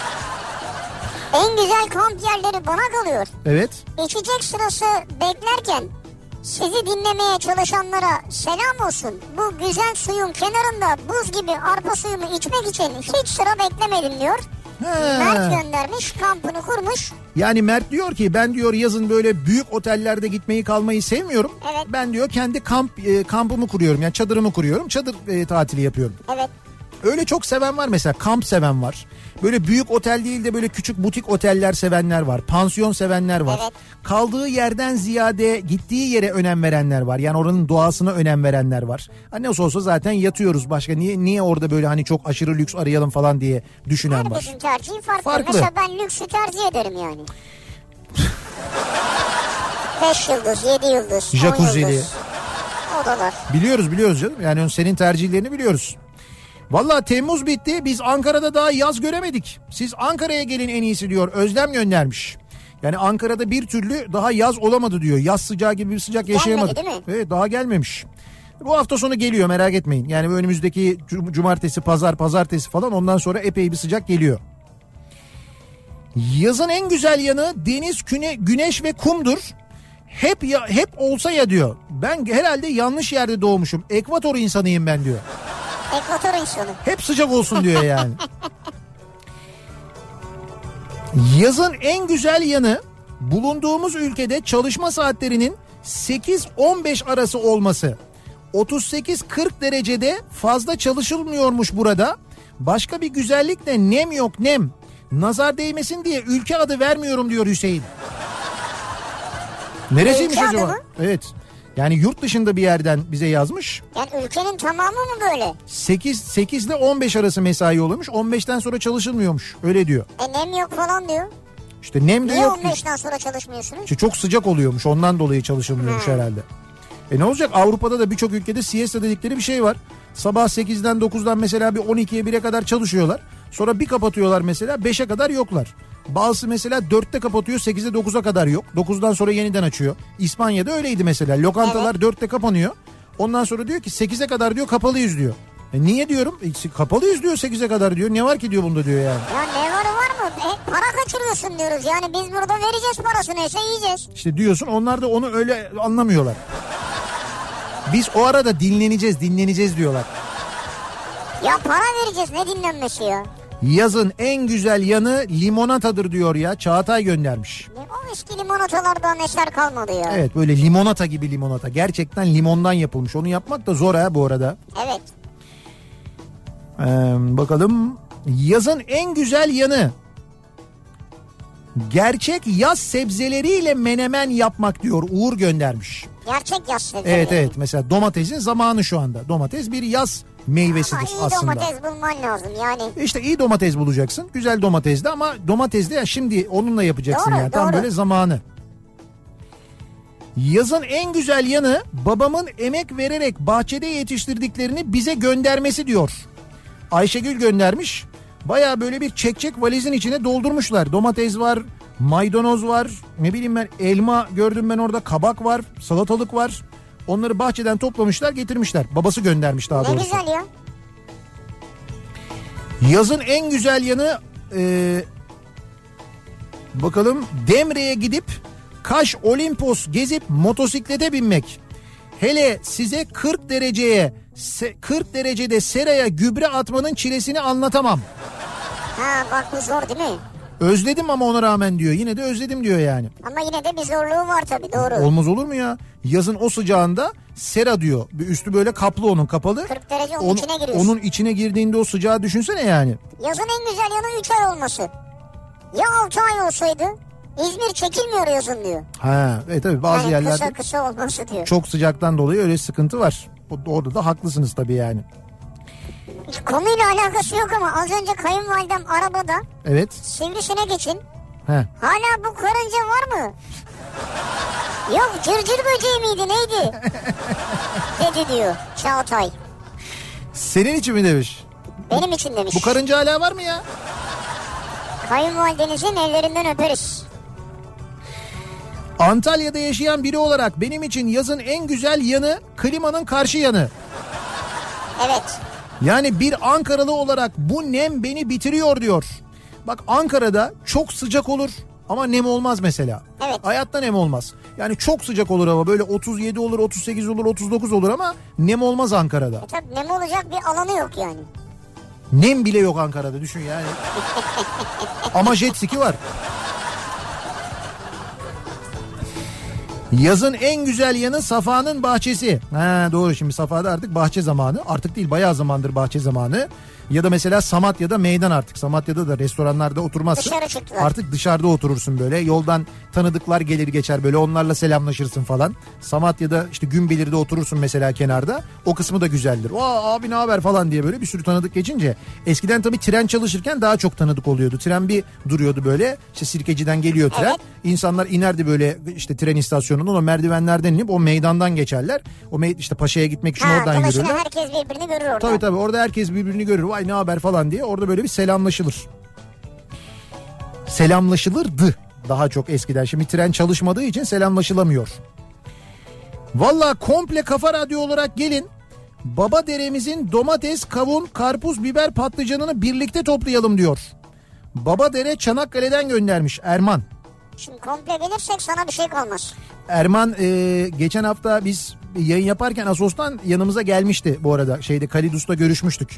[SPEAKER 2] En güzel kamp yerleri bana kalıyor.
[SPEAKER 1] Evet.
[SPEAKER 2] İçecek sırası beklerken sizi dinlemeye çalışanlara selam olsun. Bu güzel suyun kenarında buz gibi arpa suyumu içmek için hiç sıra beklemedim diyor. Mert göndermiş, kampını kurmuş.
[SPEAKER 1] Yani Mert diyor ki ben diyor yazın böyle büyük otellerde gitmeyi kalmayı sevmiyorum.
[SPEAKER 2] Evet.
[SPEAKER 1] Ben diyor kendi kampımı kuruyorum, yani çadırımı kuruyorum, çadır tatili yapıyorum.
[SPEAKER 2] Evet.
[SPEAKER 1] Öyle çok seven var mesela, kamp seven var. Böyle büyük otel değil de böyle küçük butik oteller sevenler var. Pansiyon sevenler var.
[SPEAKER 2] Evet.
[SPEAKER 1] Kaldığı yerden ziyade gittiği yere önem verenler var. Yani oranın doğasına önem verenler var. Hani nasıl olsa zaten yatıyoruz, başka niye orada böyle hani çok aşırı lüks arayalım falan diye düşünen var.
[SPEAKER 2] Herkesin tercihi farklı.
[SPEAKER 1] Farklı.
[SPEAKER 2] Mesela ben lüksü tercih ederim yani. 5 yıldız, 7 yıldız, 10
[SPEAKER 1] Jacuzzi'li.
[SPEAKER 2] yıldız. Odalar.
[SPEAKER 1] Biliyoruz canım. Yani senin tercihlerini biliyoruz. Vallahi Temmuz bitti. Biz Ankara'da daha yaz göremedik. Siz Ankara'ya gelin en iyisi diyor. Özlem göndermiş. Yani Ankara'da bir türlü daha yaz olamadı diyor. Yaz sıcağı gibi bir sıcak yaşayamadık.
[SPEAKER 2] Gelmedi değil mi?
[SPEAKER 1] Evet, daha gelmemiş. Bu hafta sonu geliyor, merak etmeyin. Yani önümüzdeki cumartesi, pazartesi falan, ondan sonra epey bir sıcak geliyor. Yazın en güzel yanı deniz, güneş ve kumdur. Hep olsa ya diyor. Ben herhalde yanlış yerde doğmuşum. Ekvator insanıyım ben diyor.
[SPEAKER 2] Ekvator insanı.
[SPEAKER 1] Hep sıcak olsun diyor yani. Yazın en güzel yanı bulunduğumuz ülkede çalışma saatlerinin 8-15 arası olması. 38-40 derecede fazla çalışılmıyormuş burada. Başka bir güzellik de nem yok, nem. Nazar değmesin diye ülke adı vermiyorum diyor Hüseyin. Neresiymiş
[SPEAKER 2] Ülke
[SPEAKER 1] acaba?
[SPEAKER 2] adı mı?
[SPEAKER 1] Evet. Yani yurt dışında bir yerden bize yazmış.
[SPEAKER 2] Yani ülkenin tamamı mı böyle?
[SPEAKER 1] 8 ile 15 arası mesai oluyormuş. 15'ten sonra çalışılmıyormuş. Öyle diyor.
[SPEAKER 2] Nem yok falan diyor.
[SPEAKER 1] İşte nem de
[SPEAKER 2] Niye
[SPEAKER 1] yok.
[SPEAKER 2] 15'ten sonra çalışmıyorsunuz?
[SPEAKER 1] İşte çok sıcak oluyormuş. Ondan dolayı çalışılmıyormuş herhalde. Ne olacak? Avrupa'da da birçok ülkede siesta dedikleri bir şey var. Sabah 8'den 9'dan mesela bir 12'ye 1'e kadar çalışıyorlar. Sonra bir kapatıyorlar mesela, 5'e kadar yoklar. Bazısı mesela 4'te kapatıyor, 8'e 9'a kadar yok. 9'dan sonra yeniden açıyor. İspanya'da öyleydi mesela. Lokantalar 4'te kapanıyor. Ondan sonra diyor ki 8'e kadar diyor kapalıyız diyor. Niye diyorum? Kapalıyız diyor 8'e kadar diyor. Ne var ki diyor bunda diyor yani.
[SPEAKER 2] Ya ne var mı? Para kaçırıyorsun diyoruz. Yani biz burada vereceğiz parası, neyse yiyeceğiz.
[SPEAKER 1] İşte diyorsun, onlar da onu öyle anlamıyorlar. Biz o arada dinleneceğiz diyorlar.
[SPEAKER 2] Ya para vereceğiz, ne dinlenmesi ya?
[SPEAKER 1] Yazın en güzel yanı limonatadır diyor ya. Çağatay göndermiş.
[SPEAKER 2] O eski limonatalardan eser kalmadı ya.
[SPEAKER 1] Evet, böyle limonata gibi limonata. Gerçekten limondan yapılmış. Onu yapmak da zor ha bu arada.
[SPEAKER 2] Evet.
[SPEAKER 1] Bakalım. Yazın en güzel yanı gerçek yaz sebzeleriyle menemen yapmak diyor. Uğur göndermiş.
[SPEAKER 2] Gerçek yaz sebzeleri.
[SPEAKER 1] Evet, mesela domatesin zamanı şu anda. Domates bir yaz meyvesidir
[SPEAKER 2] ama iyi
[SPEAKER 1] aslında.
[SPEAKER 2] domates bulman lazım yani.
[SPEAKER 1] İşte iyi domates bulacaksın. Güzel domates de, ama domates de ya şimdi onunla yapacaksın.
[SPEAKER 2] Doğru,
[SPEAKER 1] yani. Tam
[SPEAKER 2] doğru.
[SPEAKER 1] böyle zamanı. Yazın en güzel yanı babamın emek vererek bahçede yetiştirdiklerini bize göndermesi diyor. Ayşegül göndermiş. Baya böyle bir çek valizin içine doldurmuşlar. Domates var, maydanoz var, ne bileyim ben, elma gördüm ben orada, kabak var, salatalık var. Onları bahçeden toplamışlar, getirmişler. Babası göndermiş daha doğrusu.
[SPEAKER 2] Ne güzel ya.
[SPEAKER 1] Yazın en güzel yanı bakalım, Demre'ye gidip Kaş Olimpos gezip motosiklete binmek. Hele size 40 derecede seraya gübre atmanın çilesini anlatamam.
[SPEAKER 2] Ha bak, bu zor değil mi?
[SPEAKER 1] Özledim ama ona rağmen diyor. Yine de özledim diyor yani.
[SPEAKER 2] Ama yine de bir zorluğu var tabii, doğru.
[SPEAKER 1] Olmaz olur mu ya? Yazın o sıcağında sera diyor. Bir üstü böyle kaplı, onun kapalı.
[SPEAKER 2] 40 derece onun içine giriyorsun.
[SPEAKER 1] Onun içine girdiğinde o sıcağı düşünsene yani.
[SPEAKER 2] Yazın en güzel yanı 3 ay olması. Ya 6 ay olsaydı? İzmir çekilmiyor yazın diyor.
[SPEAKER 1] Ha, tabii bazı
[SPEAKER 2] yani
[SPEAKER 1] yerlerde
[SPEAKER 2] kısa olması diyor.
[SPEAKER 1] çok sıcaktan dolayı öyle sıkıntı var. Orada da haklısınız tabii yani.
[SPEAKER 2] Hiç konuyla alakası yok ama az önce kayınvalidem arabada.
[SPEAKER 1] Evet.
[SPEAKER 2] Sivrisinek için.
[SPEAKER 1] He.
[SPEAKER 2] Hala bu karınca var mı? Yok, cırcır böceği miydi neydi? Dedi diyor Çağatay.
[SPEAKER 1] Senin için mi demiş?
[SPEAKER 2] Benim için demiş.
[SPEAKER 1] Bu karınca hala var mı ya?
[SPEAKER 2] Kayınvalidenizin ellerinden öperiz.
[SPEAKER 1] Antalya'da yaşayan biri olarak benim için yazın en güzel yanı klimanın karşı yanı.
[SPEAKER 2] Evet.
[SPEAKER 1] Yani bir Ankaralı olarak bu nem beni bitiriyor diyor. Bak, Ankara'da çok sıcak olur ama nem olmaz mesela.
[SPEAKER 2] Evet.
[SPEAKER 1] Hayatta nem olmaz. Yani çok sıcak olur hava, böyle 37 olur, 38 olur, 39 olur ama nem olmaz Ankara'da.
[SPEAKER 2] Tabii nem olacak bir alanı yok yani.
[SPEAKER 1] Nem bile yok Ankara'da, düşün yani. Ama jet ski var. Yazın en güzel yanı Safa'nın bahçesi. Ha doğru, şimdi Safa'da artık bahçe zamanı. Artık değil, bayağı zamandır bahçe zamanı. Ya da mesela Samatya'da meydan artık. Samatya'da da restoranlarda oturmazsın.
[SPEAKER 2] Dışarı çıktılar.
[SPEAKER 1] Artık dışarıda oturursun böyle. Yoldan tanıdıklar gelir geçer böyle, onlarla selamlaşırsın falan. Samatya'da işte Günbelir'de oturursun mesela kenarda. O kısmı da güzeldir. Aa abi ne haber falan diye böyle bir sürü tanıdık geçince. Eskiden tabii tren çalışırken daha çok tanıdık oluyordu. Tren bir duruyordu böyle. İşte Sirkeci'den geliyor tren.
[SPEAKER 2] Evet.
[SPEAKER 1] İnsanlar inerdi böyle işte tren istasyonundan, o merdivenlerden inip o meydandan geçerler. O işte Paşa'ya gitmek için oradan
[SPEAKER 2] dolayısıyla
[SPEAKER 1] yürürler.
[SPEAKER 2] herkes birbirini görür orada.
[SPEAKER 1] Tabii tabii, orada herkes birbirini görür. Vay ne haber falan diye orada böyle bir selamlaşılır. Selamlaşılırdı daha çok eskiden. Şimdi tren çalışmadığı için selamlaşılamıyor. Valla komple Kafa Radyo olarak gelin. Babadere'mizin domates, kavun, karpuz, biber, patlıcanını birlikte toplayalım diyor. Babadere Çanakkale'den göndermiş Erman.
[SPEAKER 2] Şimdi komple gelirsek sana bir şey kalmaz.
[SPEAKER 1] Erman geçen hafta biz yayın yaparken Asos'tan yanımıza gelmişti bu arada. Kalidus'ta görüşmüştük.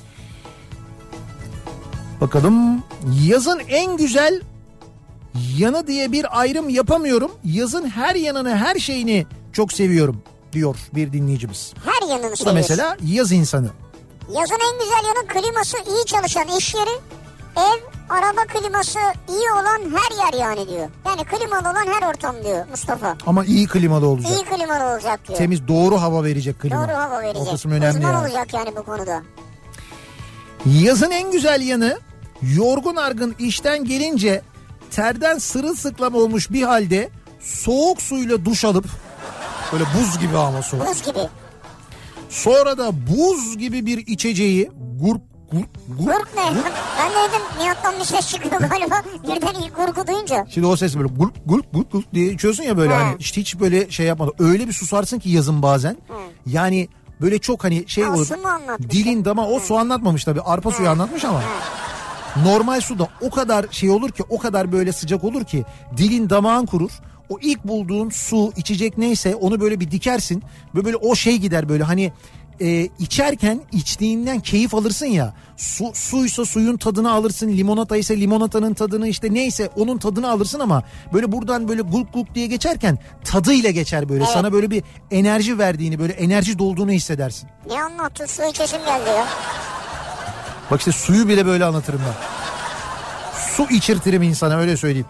[SPEAKER 1] Bakalım, yazın en güzel yanı diye bir ayrım yapamıyorum. Yazın her yanını, her şeyini çok seviyorum diyor bir dinleyicimiz.
[SPEAKER 2] Her yanını
[SPEAKER 1] Bu da
[SPEAKER 2] seviyorsun.
[SPEAKER 1] mesela yaz insanı.
[SPEAKER 2] Yazın en güzel yanı kliması iyi çalışan iş yeri, ev, araba kliması iyi olan her yer yani diyor. Yani klimalı olan her ortam diyor Mustafa.
[SPEAKER 1] Ama iyi klimalı olacak.
[SPEAKER 2] İyi klimalı olacak diyor.
[SPEAKER 1] Temiz, doğru hava verecek klima.
[SPEAKER 2] Doğru hava verecek.
[SPEAKER 1] O kısım önemli
[SPEAKER 2] Uzman
[SPEAKER 1] yani.
[SPEAKER 2] olacak yani bu konuda.
[SPEAKER 1] Yazın en güzel yanı, yorgun argın işten gelince terden sırılsıklam olmuş bir halde soğuk suyla duş alıp, böyle buz gibi ama su.
[SPEAKER 2] Buz gibi.
[SPEAKER 1] Sonra da buz gibi bir içeceği gurk.
[SPEAKER 2] Gurk ne? Ben de dedim Nihat'tan bir ses çıkıyor galiba. Birden ilk gurku duyunca.
[SPEAKER 1] Şimdi o ses böyle gurk diye içiyorsun ya böyle, hani işte hiç böyle şey yapmadan. Öyle bir susarsın ki yazın bazen. Yani böyle çok hani şey olur.
[SPEAKER 2] Su mu anlatmış?
[SPEAKER 1] Dilin dama, o su anlatmamış tabii. Arpa suyu anlatmış ama. Normal su da o kadar şey olur ki, o kadar böyle sıcak olur ki dilin damağın kurur. O ilk bulduğun su, içecek neyse onu böyle bir dikersin. Böyle o şey gider böyle, hani içerken içtiğinden keyif alırsın ya. Suysa suyun tadını alırsın, limonata ise limonatanın tadını, işte neyse onun tadını alırsın ama böyle buradan böyle gulk gulk diye geçerken tadıyla geçer böyle. Evet. Sana böyle bir enerji verdiğini, böyle enerji dolduğunu hissedersin.
[SPEAKER 2] Ne anlattın, su içesim geldi ya.
[SPEAKER 1] Bak işte suyu bile böyle anlatırım ben. Su içirtirim insana, öyle söyleyeyim.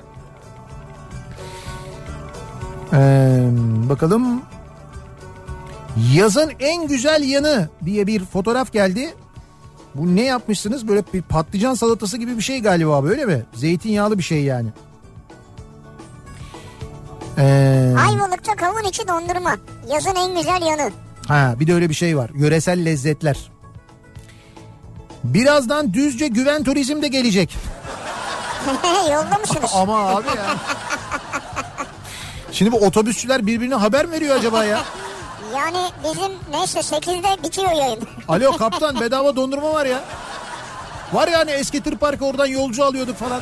[SPEAKER 1] Bakalım. Yazın en güzel yanı diye bir fotoğraf geldi. Bu ne yapmışsınız? Böyle bir patlıcan salatası gibi bir şey galiba, böyle mi? Zeytinyağlı bir şey yani.
[SPEAKER 2] Ayvalık'ta kavun içi dondurma. Yazın en güzel yanı.
[SPEAKER 1] Ha, bir de öyle bir şey var. Yöresel lezzetler. Birazdan Düzce Güven Turizm de gelecek.
[SPEAKER 2] Yolda mısınız?
[SPEAKER 1] Ama abi ya. Şimdi bu otobüsçüler birbirine haber mi veriyor acaba ya?
[SPEAKER 2] Yani bizim neyse 8'de bitiyor yayın.
[SPEAKER 1] Alo kaptan, bedava dondurma var ya. Var yani, eski tır parkı, oradan yolcu alıyorduk falan.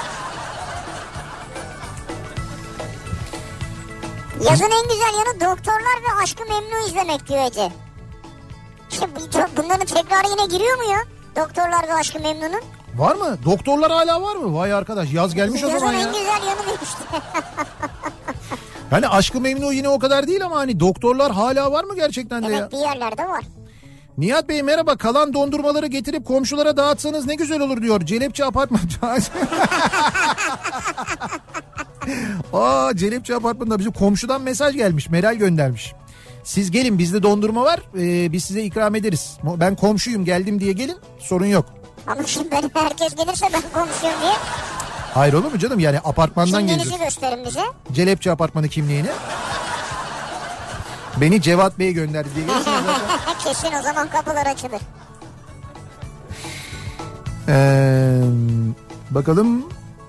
[SPEAKER 2] Yazın en güzel yanı Doktorlar ve Aşk-ı Memnu izlemek diyor Ece. Bunların tekrarı yine giriyor mu ya? Doktorlar ve Aşk-ı Memnu'nun.
[SPEAKER 1] Var mı? Doktorlar hala var mı? Vay arkadaş, yaz gelmiş
[SPEAKER 2] yazın
[SPEAKER 1] o zaman ya.
[SPEAKER 2] Yazın en güzel yanı demişti.
[SPEAKER 1] Yani Aşk-ı Memnu yine o kadar değil ama hani doktorlar hala var mı gerçekten de
[SPEAKER 2] evet,
[SPEAKER 1] ya?
[SPEAKER 2] Evet, bir yerlerde var.
[SPEAKER 1] Nihat Bey merhaba, kalan dondurmaları getirip komşulara dağıtsanız ne güzel olur diyor. Celepçi Apartman. Celepçi Apartman'da bizim komşudan mesaj gelmiş. Meral göndermiş. Siz gelin, bizde dondurma var, biz size ikram ederiz. Ben komşuyum, geldim diye gelin, sorun yok.
[SPEAKER 2] Ama şimdi herkes gelirse ben komşuyum diye.
[SPEAKER 1] Hayır olur mu canım, yani apartmandan geliyoruz.
[SPEAKER 2] Kimliğinizi gösterin bize.
[SPEAKER 1] Celepçi Apartmanı kimliğini. Beni Cevat Bey gönderdi diye gelirsiniz zaten.
[SPEAKER 2] Kesin, o zaman kapılar açılır.
[SPEAKER 1] Bakalım.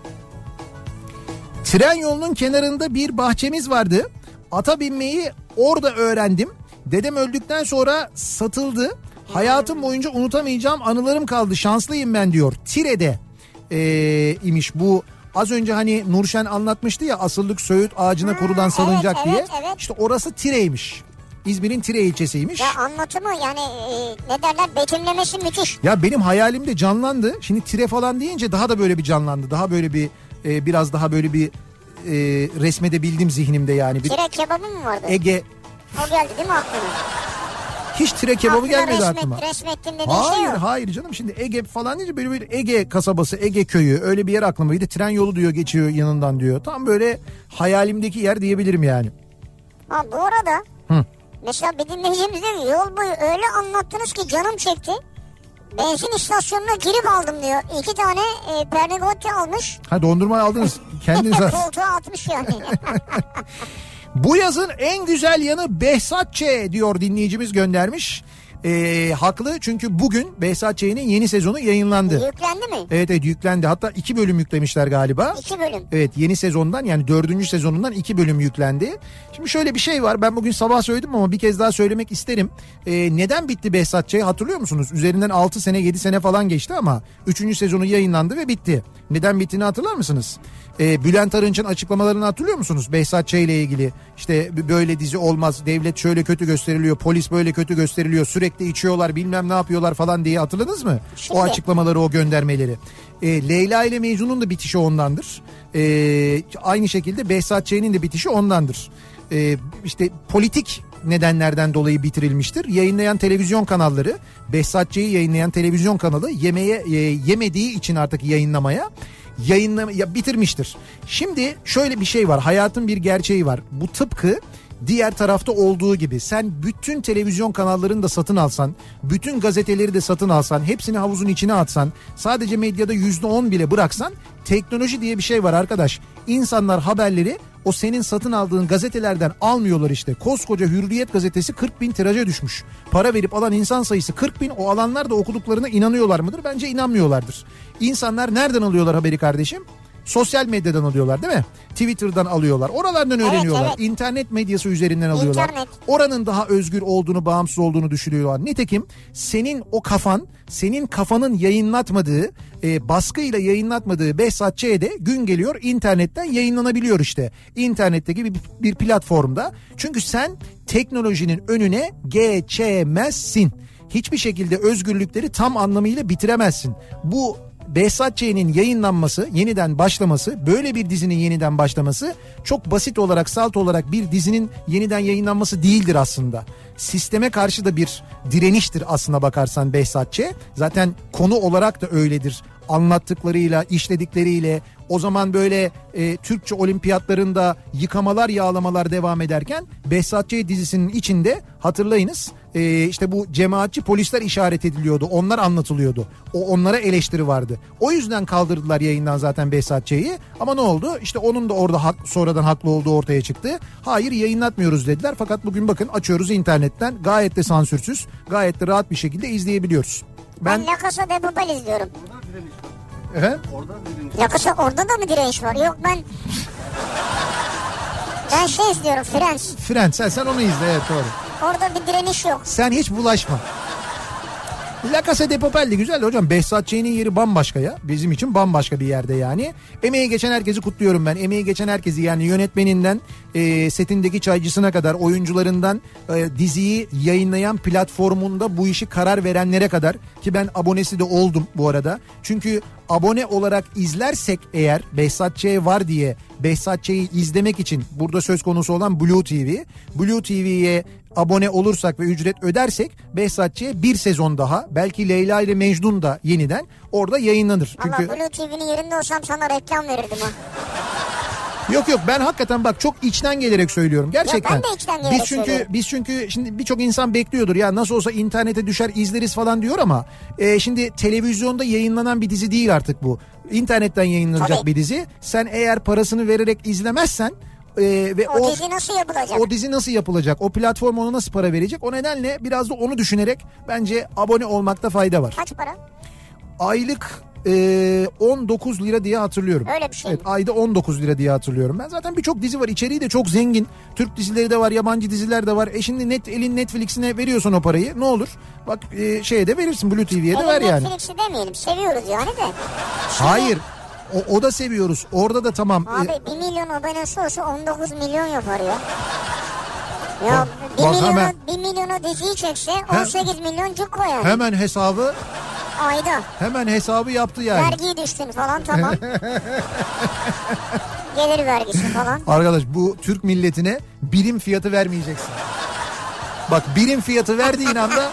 [SPEAKER 1] Tren yolunun kenarında bir bahçemiz vardı. Ata binmeyi orada öğrendim. Dedem öldükten sonra satıldı. Hayatım boyunca unutamayacağım anılarım kaldı. Şanslıyım ben diyor. Tire'de imiş bu. Az önce hani Nurşen anlatmıştı ya, asıllık Söğüt ağacına kurulan salıncak diye.
[SPEAKER 2] Evet.
[SPEAKER 1] İşte orası Tire'ymiş. İzmir'in Tire ilçesiymiş.
[SPEAKER 2] Ya anlatımı yani ne derler, betimlemesi müthiş.
[SPEAKER 1] Ya benim hayalimde canlandı. Şimdi Tire falan deyince daha da böyle bir canlandı. Daha böyle bir biraz daha böyle bir resmedebildim zihnimde yani.
[SPEAKER 2] Tire kebabı mı vardı?
[SPEAKER 1] Ege.
[SPEAKER 2] O geldi değil mi aklına?
[SPEAKER 1] Hiç Tire kebabı gelmedi aklıma.
[SPEAKER 2] Resmettim dediğin şey yok.
[SPEAKER 1] Hayır canım, şimdi Ege falan deyince böyle bir Ege kasabası, Ege köyü, öyle bir yer aklıma. Bir de tren yolu diyor, geçiyor yanından diyor. Tam böyle hayalimdeki yer diyebilirim yani.
[SPEAKER 2] Ha bu arada mesela bir dinleyicimiz diyor ki yol boyu öyle anlattınız ki canım çekti. Benzin istasyonuna girip aldım diyor. 2 tane pernigotti almış.
[SPEAKER 1] Ha, dondurmayı aldınız kendiniz.
[SPEAKER 2] Koltuğa atmış yani.
[SPEAKER 1] Bu yazın en güzel yanı Behzatçe diyor dinleyicimiz, göndermiş. Haklı, çünkü bugün Behzatçe'nin yeni sezonu yayınlandı.
[SPEAKER 2] Yüklendi mi?
[SPEAKER 1] Evet yüklendi, hatta 2 bölüm yüklemişler galiba.
[SPEAKER 2] 2 bölüm.
[SPEAKER 1] Evet, yeni sezondan, yani 4. sezonundan 2 bölüm yüklendi. Şimdi şöyle bir şey var, ben bugün sabah söyledim ama bir kez daha söylemek isterim. Neden bitti Behzatçe, hatırlıyor musunuz? Üzerinden 6 sene 7 sene falan geçti ama 3. sezonu yayınlandı ve bitti. Neden bittiğini hatırlar mısınız? Bülent Arınç'ın açıklamalarını hatırlıyor musunuz? Behzatçe ile ilgili işte böyle dizi olmaz, devlet şöyle kötü gösteriliyor, polis böyle kötü gösteriliyor, sürekli içiyorlar, bilmem ne yapıyorlar falan diye, hatırladınız mı?
[SPEAKER 2] Şimdi.
[SPEAKER 1] O açıklamaları, o göndermeleri. Leyla ile Mecnun'un da bitişi ondandır. Aynı şekilde Behzatçe'nin de bitişi ondandır. İşte politik nedenlerden dolayı bitirilmiştir. Yayınlayan televizyon kanalları, Behzatçe'yi yayınlayan televizyon kanalı yemediği için artık yayınlamaya bitirmiştir. Şimdi şöyle bir şey var, hayatın bir gerçeği var. Bu tıpkı diğer tarafta olduğu gibi, sen bütün televizyon kanallarını da satın alsan, bütün gazeteleri de satın alsan, hepsini havuzun içine atsan, sadece medyada %10 bile bıraksan, teknoloji diye bir şey var arkadaş. İnsanlar haberleri o senin satın aldığın gazetelerden almıyorlar işte. Koskoca Hürriyet gazetesi 40.000 tiraja düşmüş. Para verip alan insan sayısı 40.000. O alanlar da okuduklarına inanıyorlar mıdır? Bence inanmıyorlardır. İnsanlar nereden alıyorlar haberi kardeşim? Sosyal medyadan alıyorlar değil mi? Twitter'dan alıyorlar. Oralardan öğreniyorlar.
[SPEAKER 2] Evet.
[SPEAKER 1] İnternet medyası üzerinden alıyorlar. Oranın daha özgür olduğunu, bağımsız olduğunu düşünüyorlar. Nitekim senin kafanın yayınlatmadığı, baskıyla yayınlatmadığı Behzatçe de gün geliyor internetten yayınlanabiliyor işte. İnternetteki bir platformda. Çünkü sen teknolojinin önüne geçemezsin. Hiçbir şekilde özgürlükleri tam anlamıyla bitiremezsin. Bu Behzatçe'nin yayınlanması, yeniden başlaması, böyle bir dizinin yeniden başlaması çok basit olarak, salt olarak bir dizinin yeniden yayınlanması değildir aslında. Sisteme karşı da bir direniştir aslına bakarsan Behzatçe. Zaten konu olarak da öyledir. Anlattıklarıyla, işledikleriyle, o zaman böyle Türkçe olimpiyatlarında yıkamalar, yağlamalar devam ederken Behzatçe dizisinin içinde hatırlayınız işte bu cemaatçi polisler işaret ediliyordu. Onlar anlatılıyordu. Onlara eleştiri vardı. O yüzden kaldırdılar yayından zaten Behzatçe'yi. Ama ne oldu? İşte onun da orada sonradan haklı olduğu ortaya çıktı. Hayır, yayınlatmıyoruz dediler. Fakat bugün bakın, açıyoruz internetten, gayet de sansürsüz, gayet de rahat bir şekilde izleyebiliyoruz.
[SPEAKER 2] Ben La Casa de Papel izliyorum.
[SPEAKER 1] Efendim?
[SPEAKER 2] La Casa, orada da mı direniş var? Yok, ben şey izliyorum, Friends.
[SPEAKER 1] Sen onu izle, evet, doğru.
[SPEAKER 2] Orada bir direniş yok.
[SPEAKER 1] Sen hiç bulaşma. La Casa de Papel de güzel hocam. Behzatçe'nin yeri bambaşka ya. Bizim için bambaşka bir yerde yani. Emeği geçen herkesi kutluyorum ben. Emeği geçen herkesi, yani yönetmeninden setindeki çaycısına kadar, oyuncularından diziyi yayınlayan platformunda bu işi karar verenlere kadar, ki ben abonesi de oldum bu arada. Çünkü abone olarak izlersek eğer, Behzatçe var diye Behzatçe'yi izlemek için burada söz konusu olan Blue TV'ye abone olursak ve ücret ödersek Behzatçe bir sezon daha, belki Leyla ile Mecnun da yeniden orada yayınlanır.
[SPEAKER 2] Valla
[SPEAKER 1] Çünkü
[SPEAKER 2] Blue TV'nin yerinde olsam sana reklam verirdim ha.
[SPEAKER 1] Yok ben hakikaten bak çok içten gelerek söylüyorum gerçekten.
[SPEAKER 2] Ya ben de içten gelerek söylüyorum.
[SPEAKER 1] Biz çünkü şimdi birçok insan bekliyordur ya, nasıl olsa internete düşer izleriz falan diyor ama şimdi televizyonda yayınlanan bir dizi değil artık bu. İnternetten yayınlanacak
[SPEAKER 2] Tabii.
[SPEAKER 1] bir dizi. Sen eğer parasını vererek izlemezsen ve
[SPEAKER 2] o dizi nasıl yapılacak?
[SPEAKER 1] O dizi nasıl yapılacak? O platform ona nasıl para verecek? O nedenle biraz da onu düşünerek bence abone olmakta fayda var.
[SPEAKER 2] Kaç para?
[SPEAKER 1] Aylık 19 lira diye hatırlıyorum.
[SPEAKER 2] Öyle bir şey.
[SPEAKER 1] Evet, ayda 19 lira diye hatırlıyorum. Ben zaten birçok dizi var. İçeriği de çok zengin. Türk dizileri de var, yabancı diziler de var. Şimdi elin Netflix'ine veriyorsun o parayı. Ne olur? Bak şeye de verirsin, Blue TV'ye de ver yani.
[SPEAKER 2] Netflix'i demeyelim. Seviyoruz yani de.
[SPEAKER 1] Hayır. O da seviyoruz. Orada da tamam.
[SPEAKER 2] Abi 1 milyon abonesi olsa 19 milyon yapar ya. Ya 1 milyona diziyi çekse 18 milyoncuk koyar.
[SPEAKER 1] Hemen hesabı.
[SPEAKER 2] Ayda.
[SPEAKER 1] Hemen hesabı yaptı yani.
[SPEAKER 2] Vergiyi düştün falan, tamam. Gelir vergisi falan.
[SPEAKER 1] Arkadaş, bu Türk milletine birim fiyatı vermeyeceksin. Bak, birim fiyatı verdiğin anda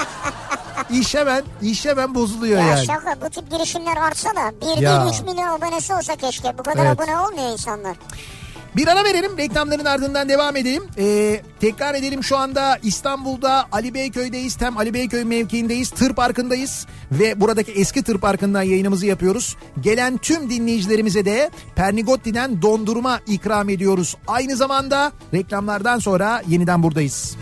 [SPEAKER 1] iş hemen bozuluyor
[SPEAKER 2] ya
[SPEAKER 1] yani.
[SPEAKER 2] Şaka, bu tip girişimler artsa da 1-3 milyon abonesi olsa keşke. Bu kadar abone olmuyor insanlar.
[SPEAKER 1] Bir ara verelim, reklamların ardından devam edelim. Tekrar edelim, şu anda İstanbul'da Ali Beyköy'deyiz. Tem Ali Beyköy mevkiindeyiz. Tır Parkı'ndayız ve buradaki eski Tır Parkı'ndan yayınımızı yapıyoruz. Gelen tüm dinleyicilerimize de Pernigotti'den dondurma ikram ediyoruz. Aynı zamanda reklamlardan sonra yeniden buradayız.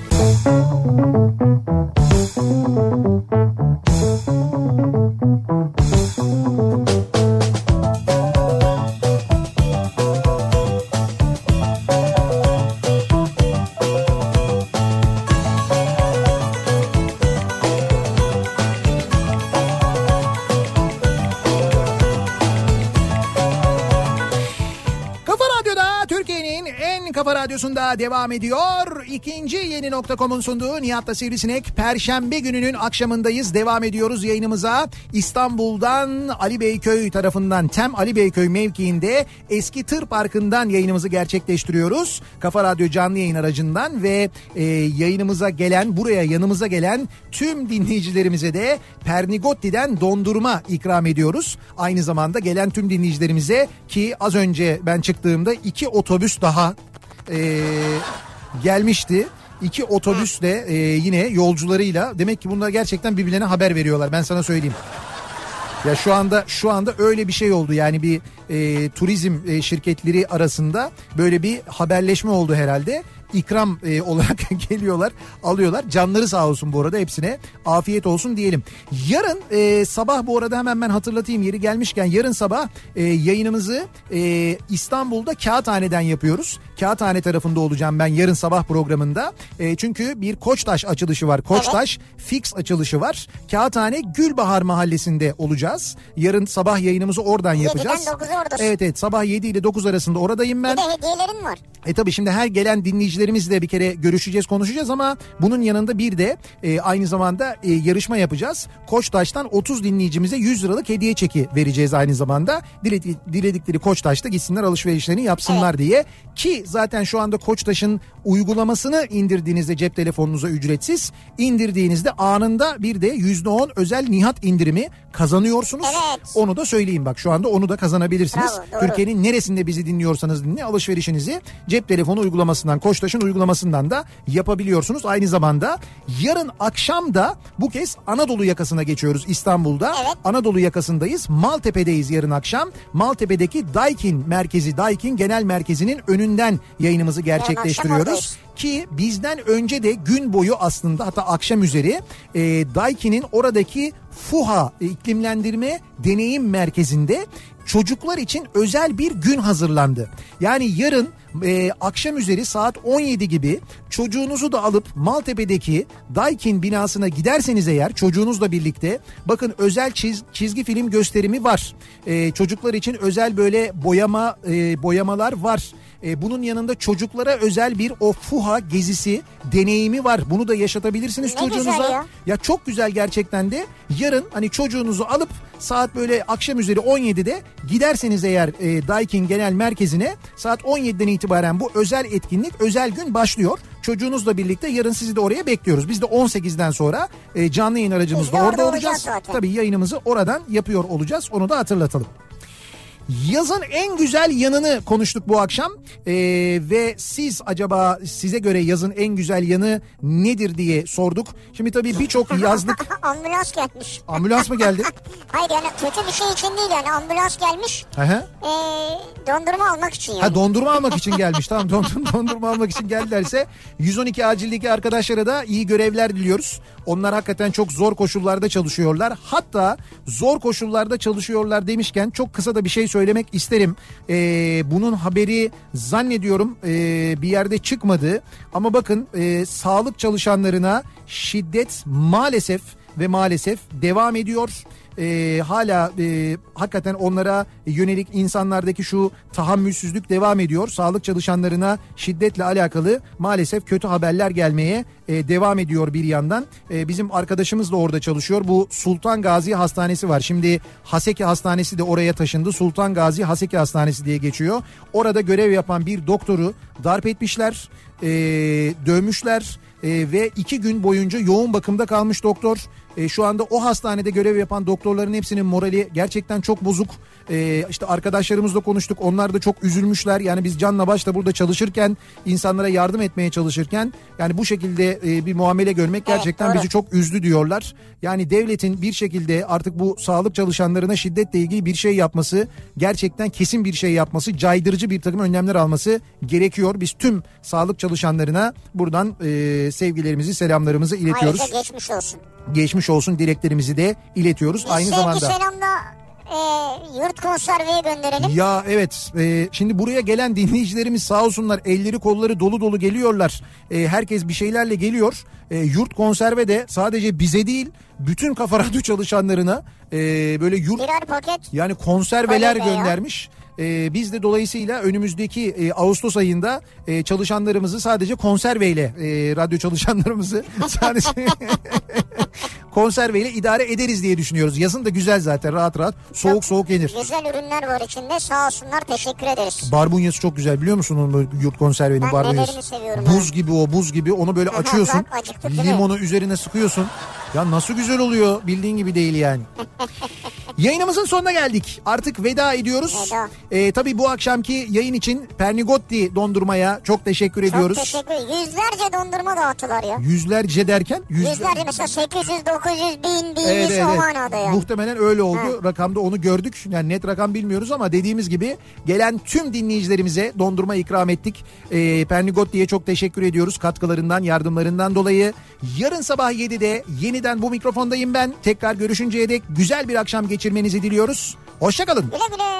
[SPEAKER 1] Kafa Radyosu'nda devam ediyor. İkinci yeni nokta.com'un sunduğu Nihat'la Sivrisinek. Perşembe gününün akşamındayız. Devam ediyoruz yayınımıza. İstanbul'dan Ali Beyköy tarafından, Tem Ali Beyköy mevkiinde eski Tır Parkı'ndan yayınımızı gerçekleştiriyoruz. Kafa Radyo canlı yayın aracından ve yayınımıza gelen, buraya yanımıza gelen tüm dinleyicilerimize de Pernigotti'den dondurma ikram ediyoruz. Aynı zamanda gelen tüm dinleyicilerimize, ki az önce ben çıktığımda 2 otobüs daha gelmişti. 2 otobüsle yine yolcularıyla, demek ki bunlar gerçekten birbirlerine haber veriyorlar, ben sana söyleyeyim. Ya şu anda öyle bir şey oldu yani, bir turizm şirketleri arasında böyle bir haberleşme oldu herhalde. İkram olarak geliyorlar, alıyorlar. Canları sağ olsun bu arada, hepsine afiyet olsun diyelim. Yarın sabah, bu arada hemen ben hatırlatayım yeri gelmişken, yarın sabah yayınımızı İstanbul'da Kağıthane'den yapıyoruz. Kağıthane tarafında olacağım ben yarın sabah programında. Çünkü bir Koçtaş açılışı var. Koçtaş fix açılışı var. Kağıthane Gülbahar Mahallesi'nde olacağız. Yarın sabah yayınımızı oradan yapacağız.
[SPEAKER 2] 7'den 9'a oradasın.
[SPEAKER 1] Evet, sabah 7 ile 9 arasında oradayım ben.
[SPEAKER 2] Bir de hediyelerin var.
[SPEAKER 1] Tabii şimdi her gelen dinleyicilerimizle bir kere görüşeceğiz, konuşacağız ama bunun yanında bir de aynı zamanda yarışma yapacağız. Koçtaş'tan 30 dinleyicimize 100 liralık hediye çeki vereceğiz aynı zamanda. Diledikleri Koçtaş'ta gitsinler, alışverişlerini yapsınlar diye. Ki zaten şu anda Koçtaş'ın uygulamasını indirdiğinizde cep telefonunuza ücretsiz, indirdiğinizde anında bir de %10 özel Nihat indirimi kazanıyorsunuz.
[SPEAKER 2] Evet.
[SPEAKER 1] Onu da söyleyeyim, bak şu anda onu da kazanabilirsiniz.
[SPEAKER 2] Bravo,
[SPEAKER 1] Türkiye'nin neresinde bizi dinliyorsanız dinle, alışverişinizi cep telefonu uygulamasından, Koçtaş'ın uygulamasından da yapabiliyorsunuz. Aynı zamanda yarın akşam da bu kez Anadolu yakasına geçiyoruz İstanbul'da.
[SPEAKER 2] Evet.
[SPEAKER 1] Anadolu yakasındayız. Maltepe'deyiz yarın akşam. Maltepe'deki Daikin merkezi, Daikin genel merkezinin önünden yayınımızı gerçekleştiriyoruz. Ki bizden önce de gün boyu aslında, hatta akşam üzeri Daikin'in oradaki FUHA iklimlendirme deneyim merkezinde çocuklar için özel bir gün hazırlandı. Yani yarın akşam üzeri saat 17 gibi çocuğunuzu da alıp Maltepe'deki Daikin binasına giderseniz eğer, çocuğunuzla birlikte, bakın özel çizgi film gösterimi var. Çocuklar için özel böyle boyamalar var. Bunun yanında çocuklara özel bir o FUHA gezisi deneyimi var. Bunu da yaşatabilirsiniz
[SPEAKER 2] ne
[SPEAKER 1] çocuğunuza. Ya çok güzel gerçekten de. Yarın hani çocuğunuzu alıp saat böyle akşam üzeri 17'de giderseniz eğer Daikin Genel Merkezi'ne, saat 17'den itibaren bu özel etkinlik, özel gün başlıyor. Çocuğunuzla birlikte yarın sizi de oraya bekliyoruz. Biz de 18'den sonra canlı yayın aracımızda orada olacağız. Tabii yayınımızı oradan yapıyor olacağız. Onu da hatırlatalım. Yazın en güzel yanını konuştuk bu akşam ve siz, acaba size göre yazın en güzel yanı nedir diye sorduk. Şimdi tabii birçok yazlık...
[SPEAKER 2] Ambulans gelmiş.
[SPEAKER 1] Ambulans mı geldi?
[SPEAKER 2] Hayır yani kötü bir şey için değil, yani ambulans gelmiş. Dondurma almak için yani.
[SPEAKER 1] Ha, dondurma almak için gelmiş. Tamam, dondurma almak için geldilerse 112 acildeki arkadaşlara da iyi görevler diliyoruz. Onlar hakikaten çok zor koşullarda çalışıyorlar. Hatta zor koşullarda çalışıyorlar demişken çok kısa da bir şey söylemek isterim. Bunun haberi zannediyorum bir yerde çıkmadı. Ama bakın sağlık çalışanlarına şiddet maalesef ve maalesef devam ediyor. Hala hakikaten onlara yönelik insanlardaki şu tahammülsüzlük devam ediyor. Sağlık çalışanlarına şiddetle alakalı maalesef kötü haberler gelmeye devam ediyor bir yandan. Bizim arkadaşımız da orada çalışıyor. Bu Sultan Gazi Hastanesi var. Şimdi Haseki Hastanesi de oraya taşındı. Sultan Gazi Haseki Hastanesi diye geçiyor. Orada görev yapan bir doktoru darp etmişler, dövmüşler ve 2 gün boyunca yoğun bakımda kalmış doktor. Şu anda o hastanede görev yapan doktorların hepsinin morali gerçekten çok bozuk. İşte arkadaşlarımızla konuştuk, onlar da çok üzülmüşler. Yani biz canla başla burada çalışırken, insanlara yardım etmeye çalışırken yani bu şekilde bir muamele görmek gerçekten bizi çok üzdü diyorlar. Yani devletin bir şekilde artık bu sağlık çalışanlarına şiddetle ilgili bir şey yapması, gerçekten kesin bir şey yapması, caydırıcı bir takım önlemler alması gerekiyor. Biz tüm sağlık çalışanlarına buradan sevgilerimizi, selamlarımızı iletiyoruz.
[SPEAKER 2] Ayrıca geçmiş olsun.
[SPEAKER 1] Geçmiş olsun dileklerimizi de iletiyoruz. Aynı zamanda.
[SPEAKER 2] Selamla Yurt Konserve'ye gönderelim.
[SPEAKER 1] Ya evet, şimdi buraya gelen dinleyicilerimiz sağ olsunlar, elleri kolları dolu dolu geliyorlar. Herkes bir şeylerle geliyor. Yurt Konserve de sadece bize değil, bütün Kafa Radyo çalışanlarına böyle
[SPEAKER 2] birer paket
[SPEAKER 1] yani konserveler göndermiş. Biz de dolayısıyla önümüzdeki Ağustos ayında çalışanlarımızı sadece konserveyle, radyo çalışanlarımızı sadece konserveyle idare ederiz diye düşünüyoruz. Yazın da güzel zaten, rahat rahat soğuk soğuk yenir.
[SPEAKER 2] Güzel ürünler var içinde, sağ olsunlar, teşekkür ederiz.
[SPEAKER 1] Barbunyası çok güzel, biliyor musun onun Yurt Konserve'nin barbunyası?
[SPEAKER 2] Ben seviyorum.
[SPEAKER 1] Buz gibi o, buz gibi, onu böyle açıyorsun, limonu üzerine sıkıyorsun. Ya nasıl güzel oluyor, bildiğin gibi değil yani. Yayınımızın sonuna geldik. Artık veda ediyoruz. Tabii bu akşamki yayın için Pernigotti dondurmaya çok teşekkür ediyoruz.
[SPEAKER 2] Çok teşekkür ederim. Yüzlerce dondurma dağıttılar ya.
[SPEAKER 1] Yüzlerce derken?
[SPEAKER 2] Yüzlerce, mesela 800, 900, 1000, 1100 o manada yani.
[SPEAKER 1] Muhtemelen öyle oldu. Rakamda onu gördük. Yani net rakam bilmiyoruz ama dediğimiz gibi gelen tüm dinleyicilerimize dondurma ikram ettik. Pernigotti'ye çok teşekkür ediyoruz katkılarından, yardımlarından dolayı. Yarın sabah 7'de yeniden bu mikrofondayım ben. Tekrar görüşünceye dek güzel bir akşam geçirmenizi diliyoruz. Hoşça kalın.
[SPEAKER 2] Güle güle.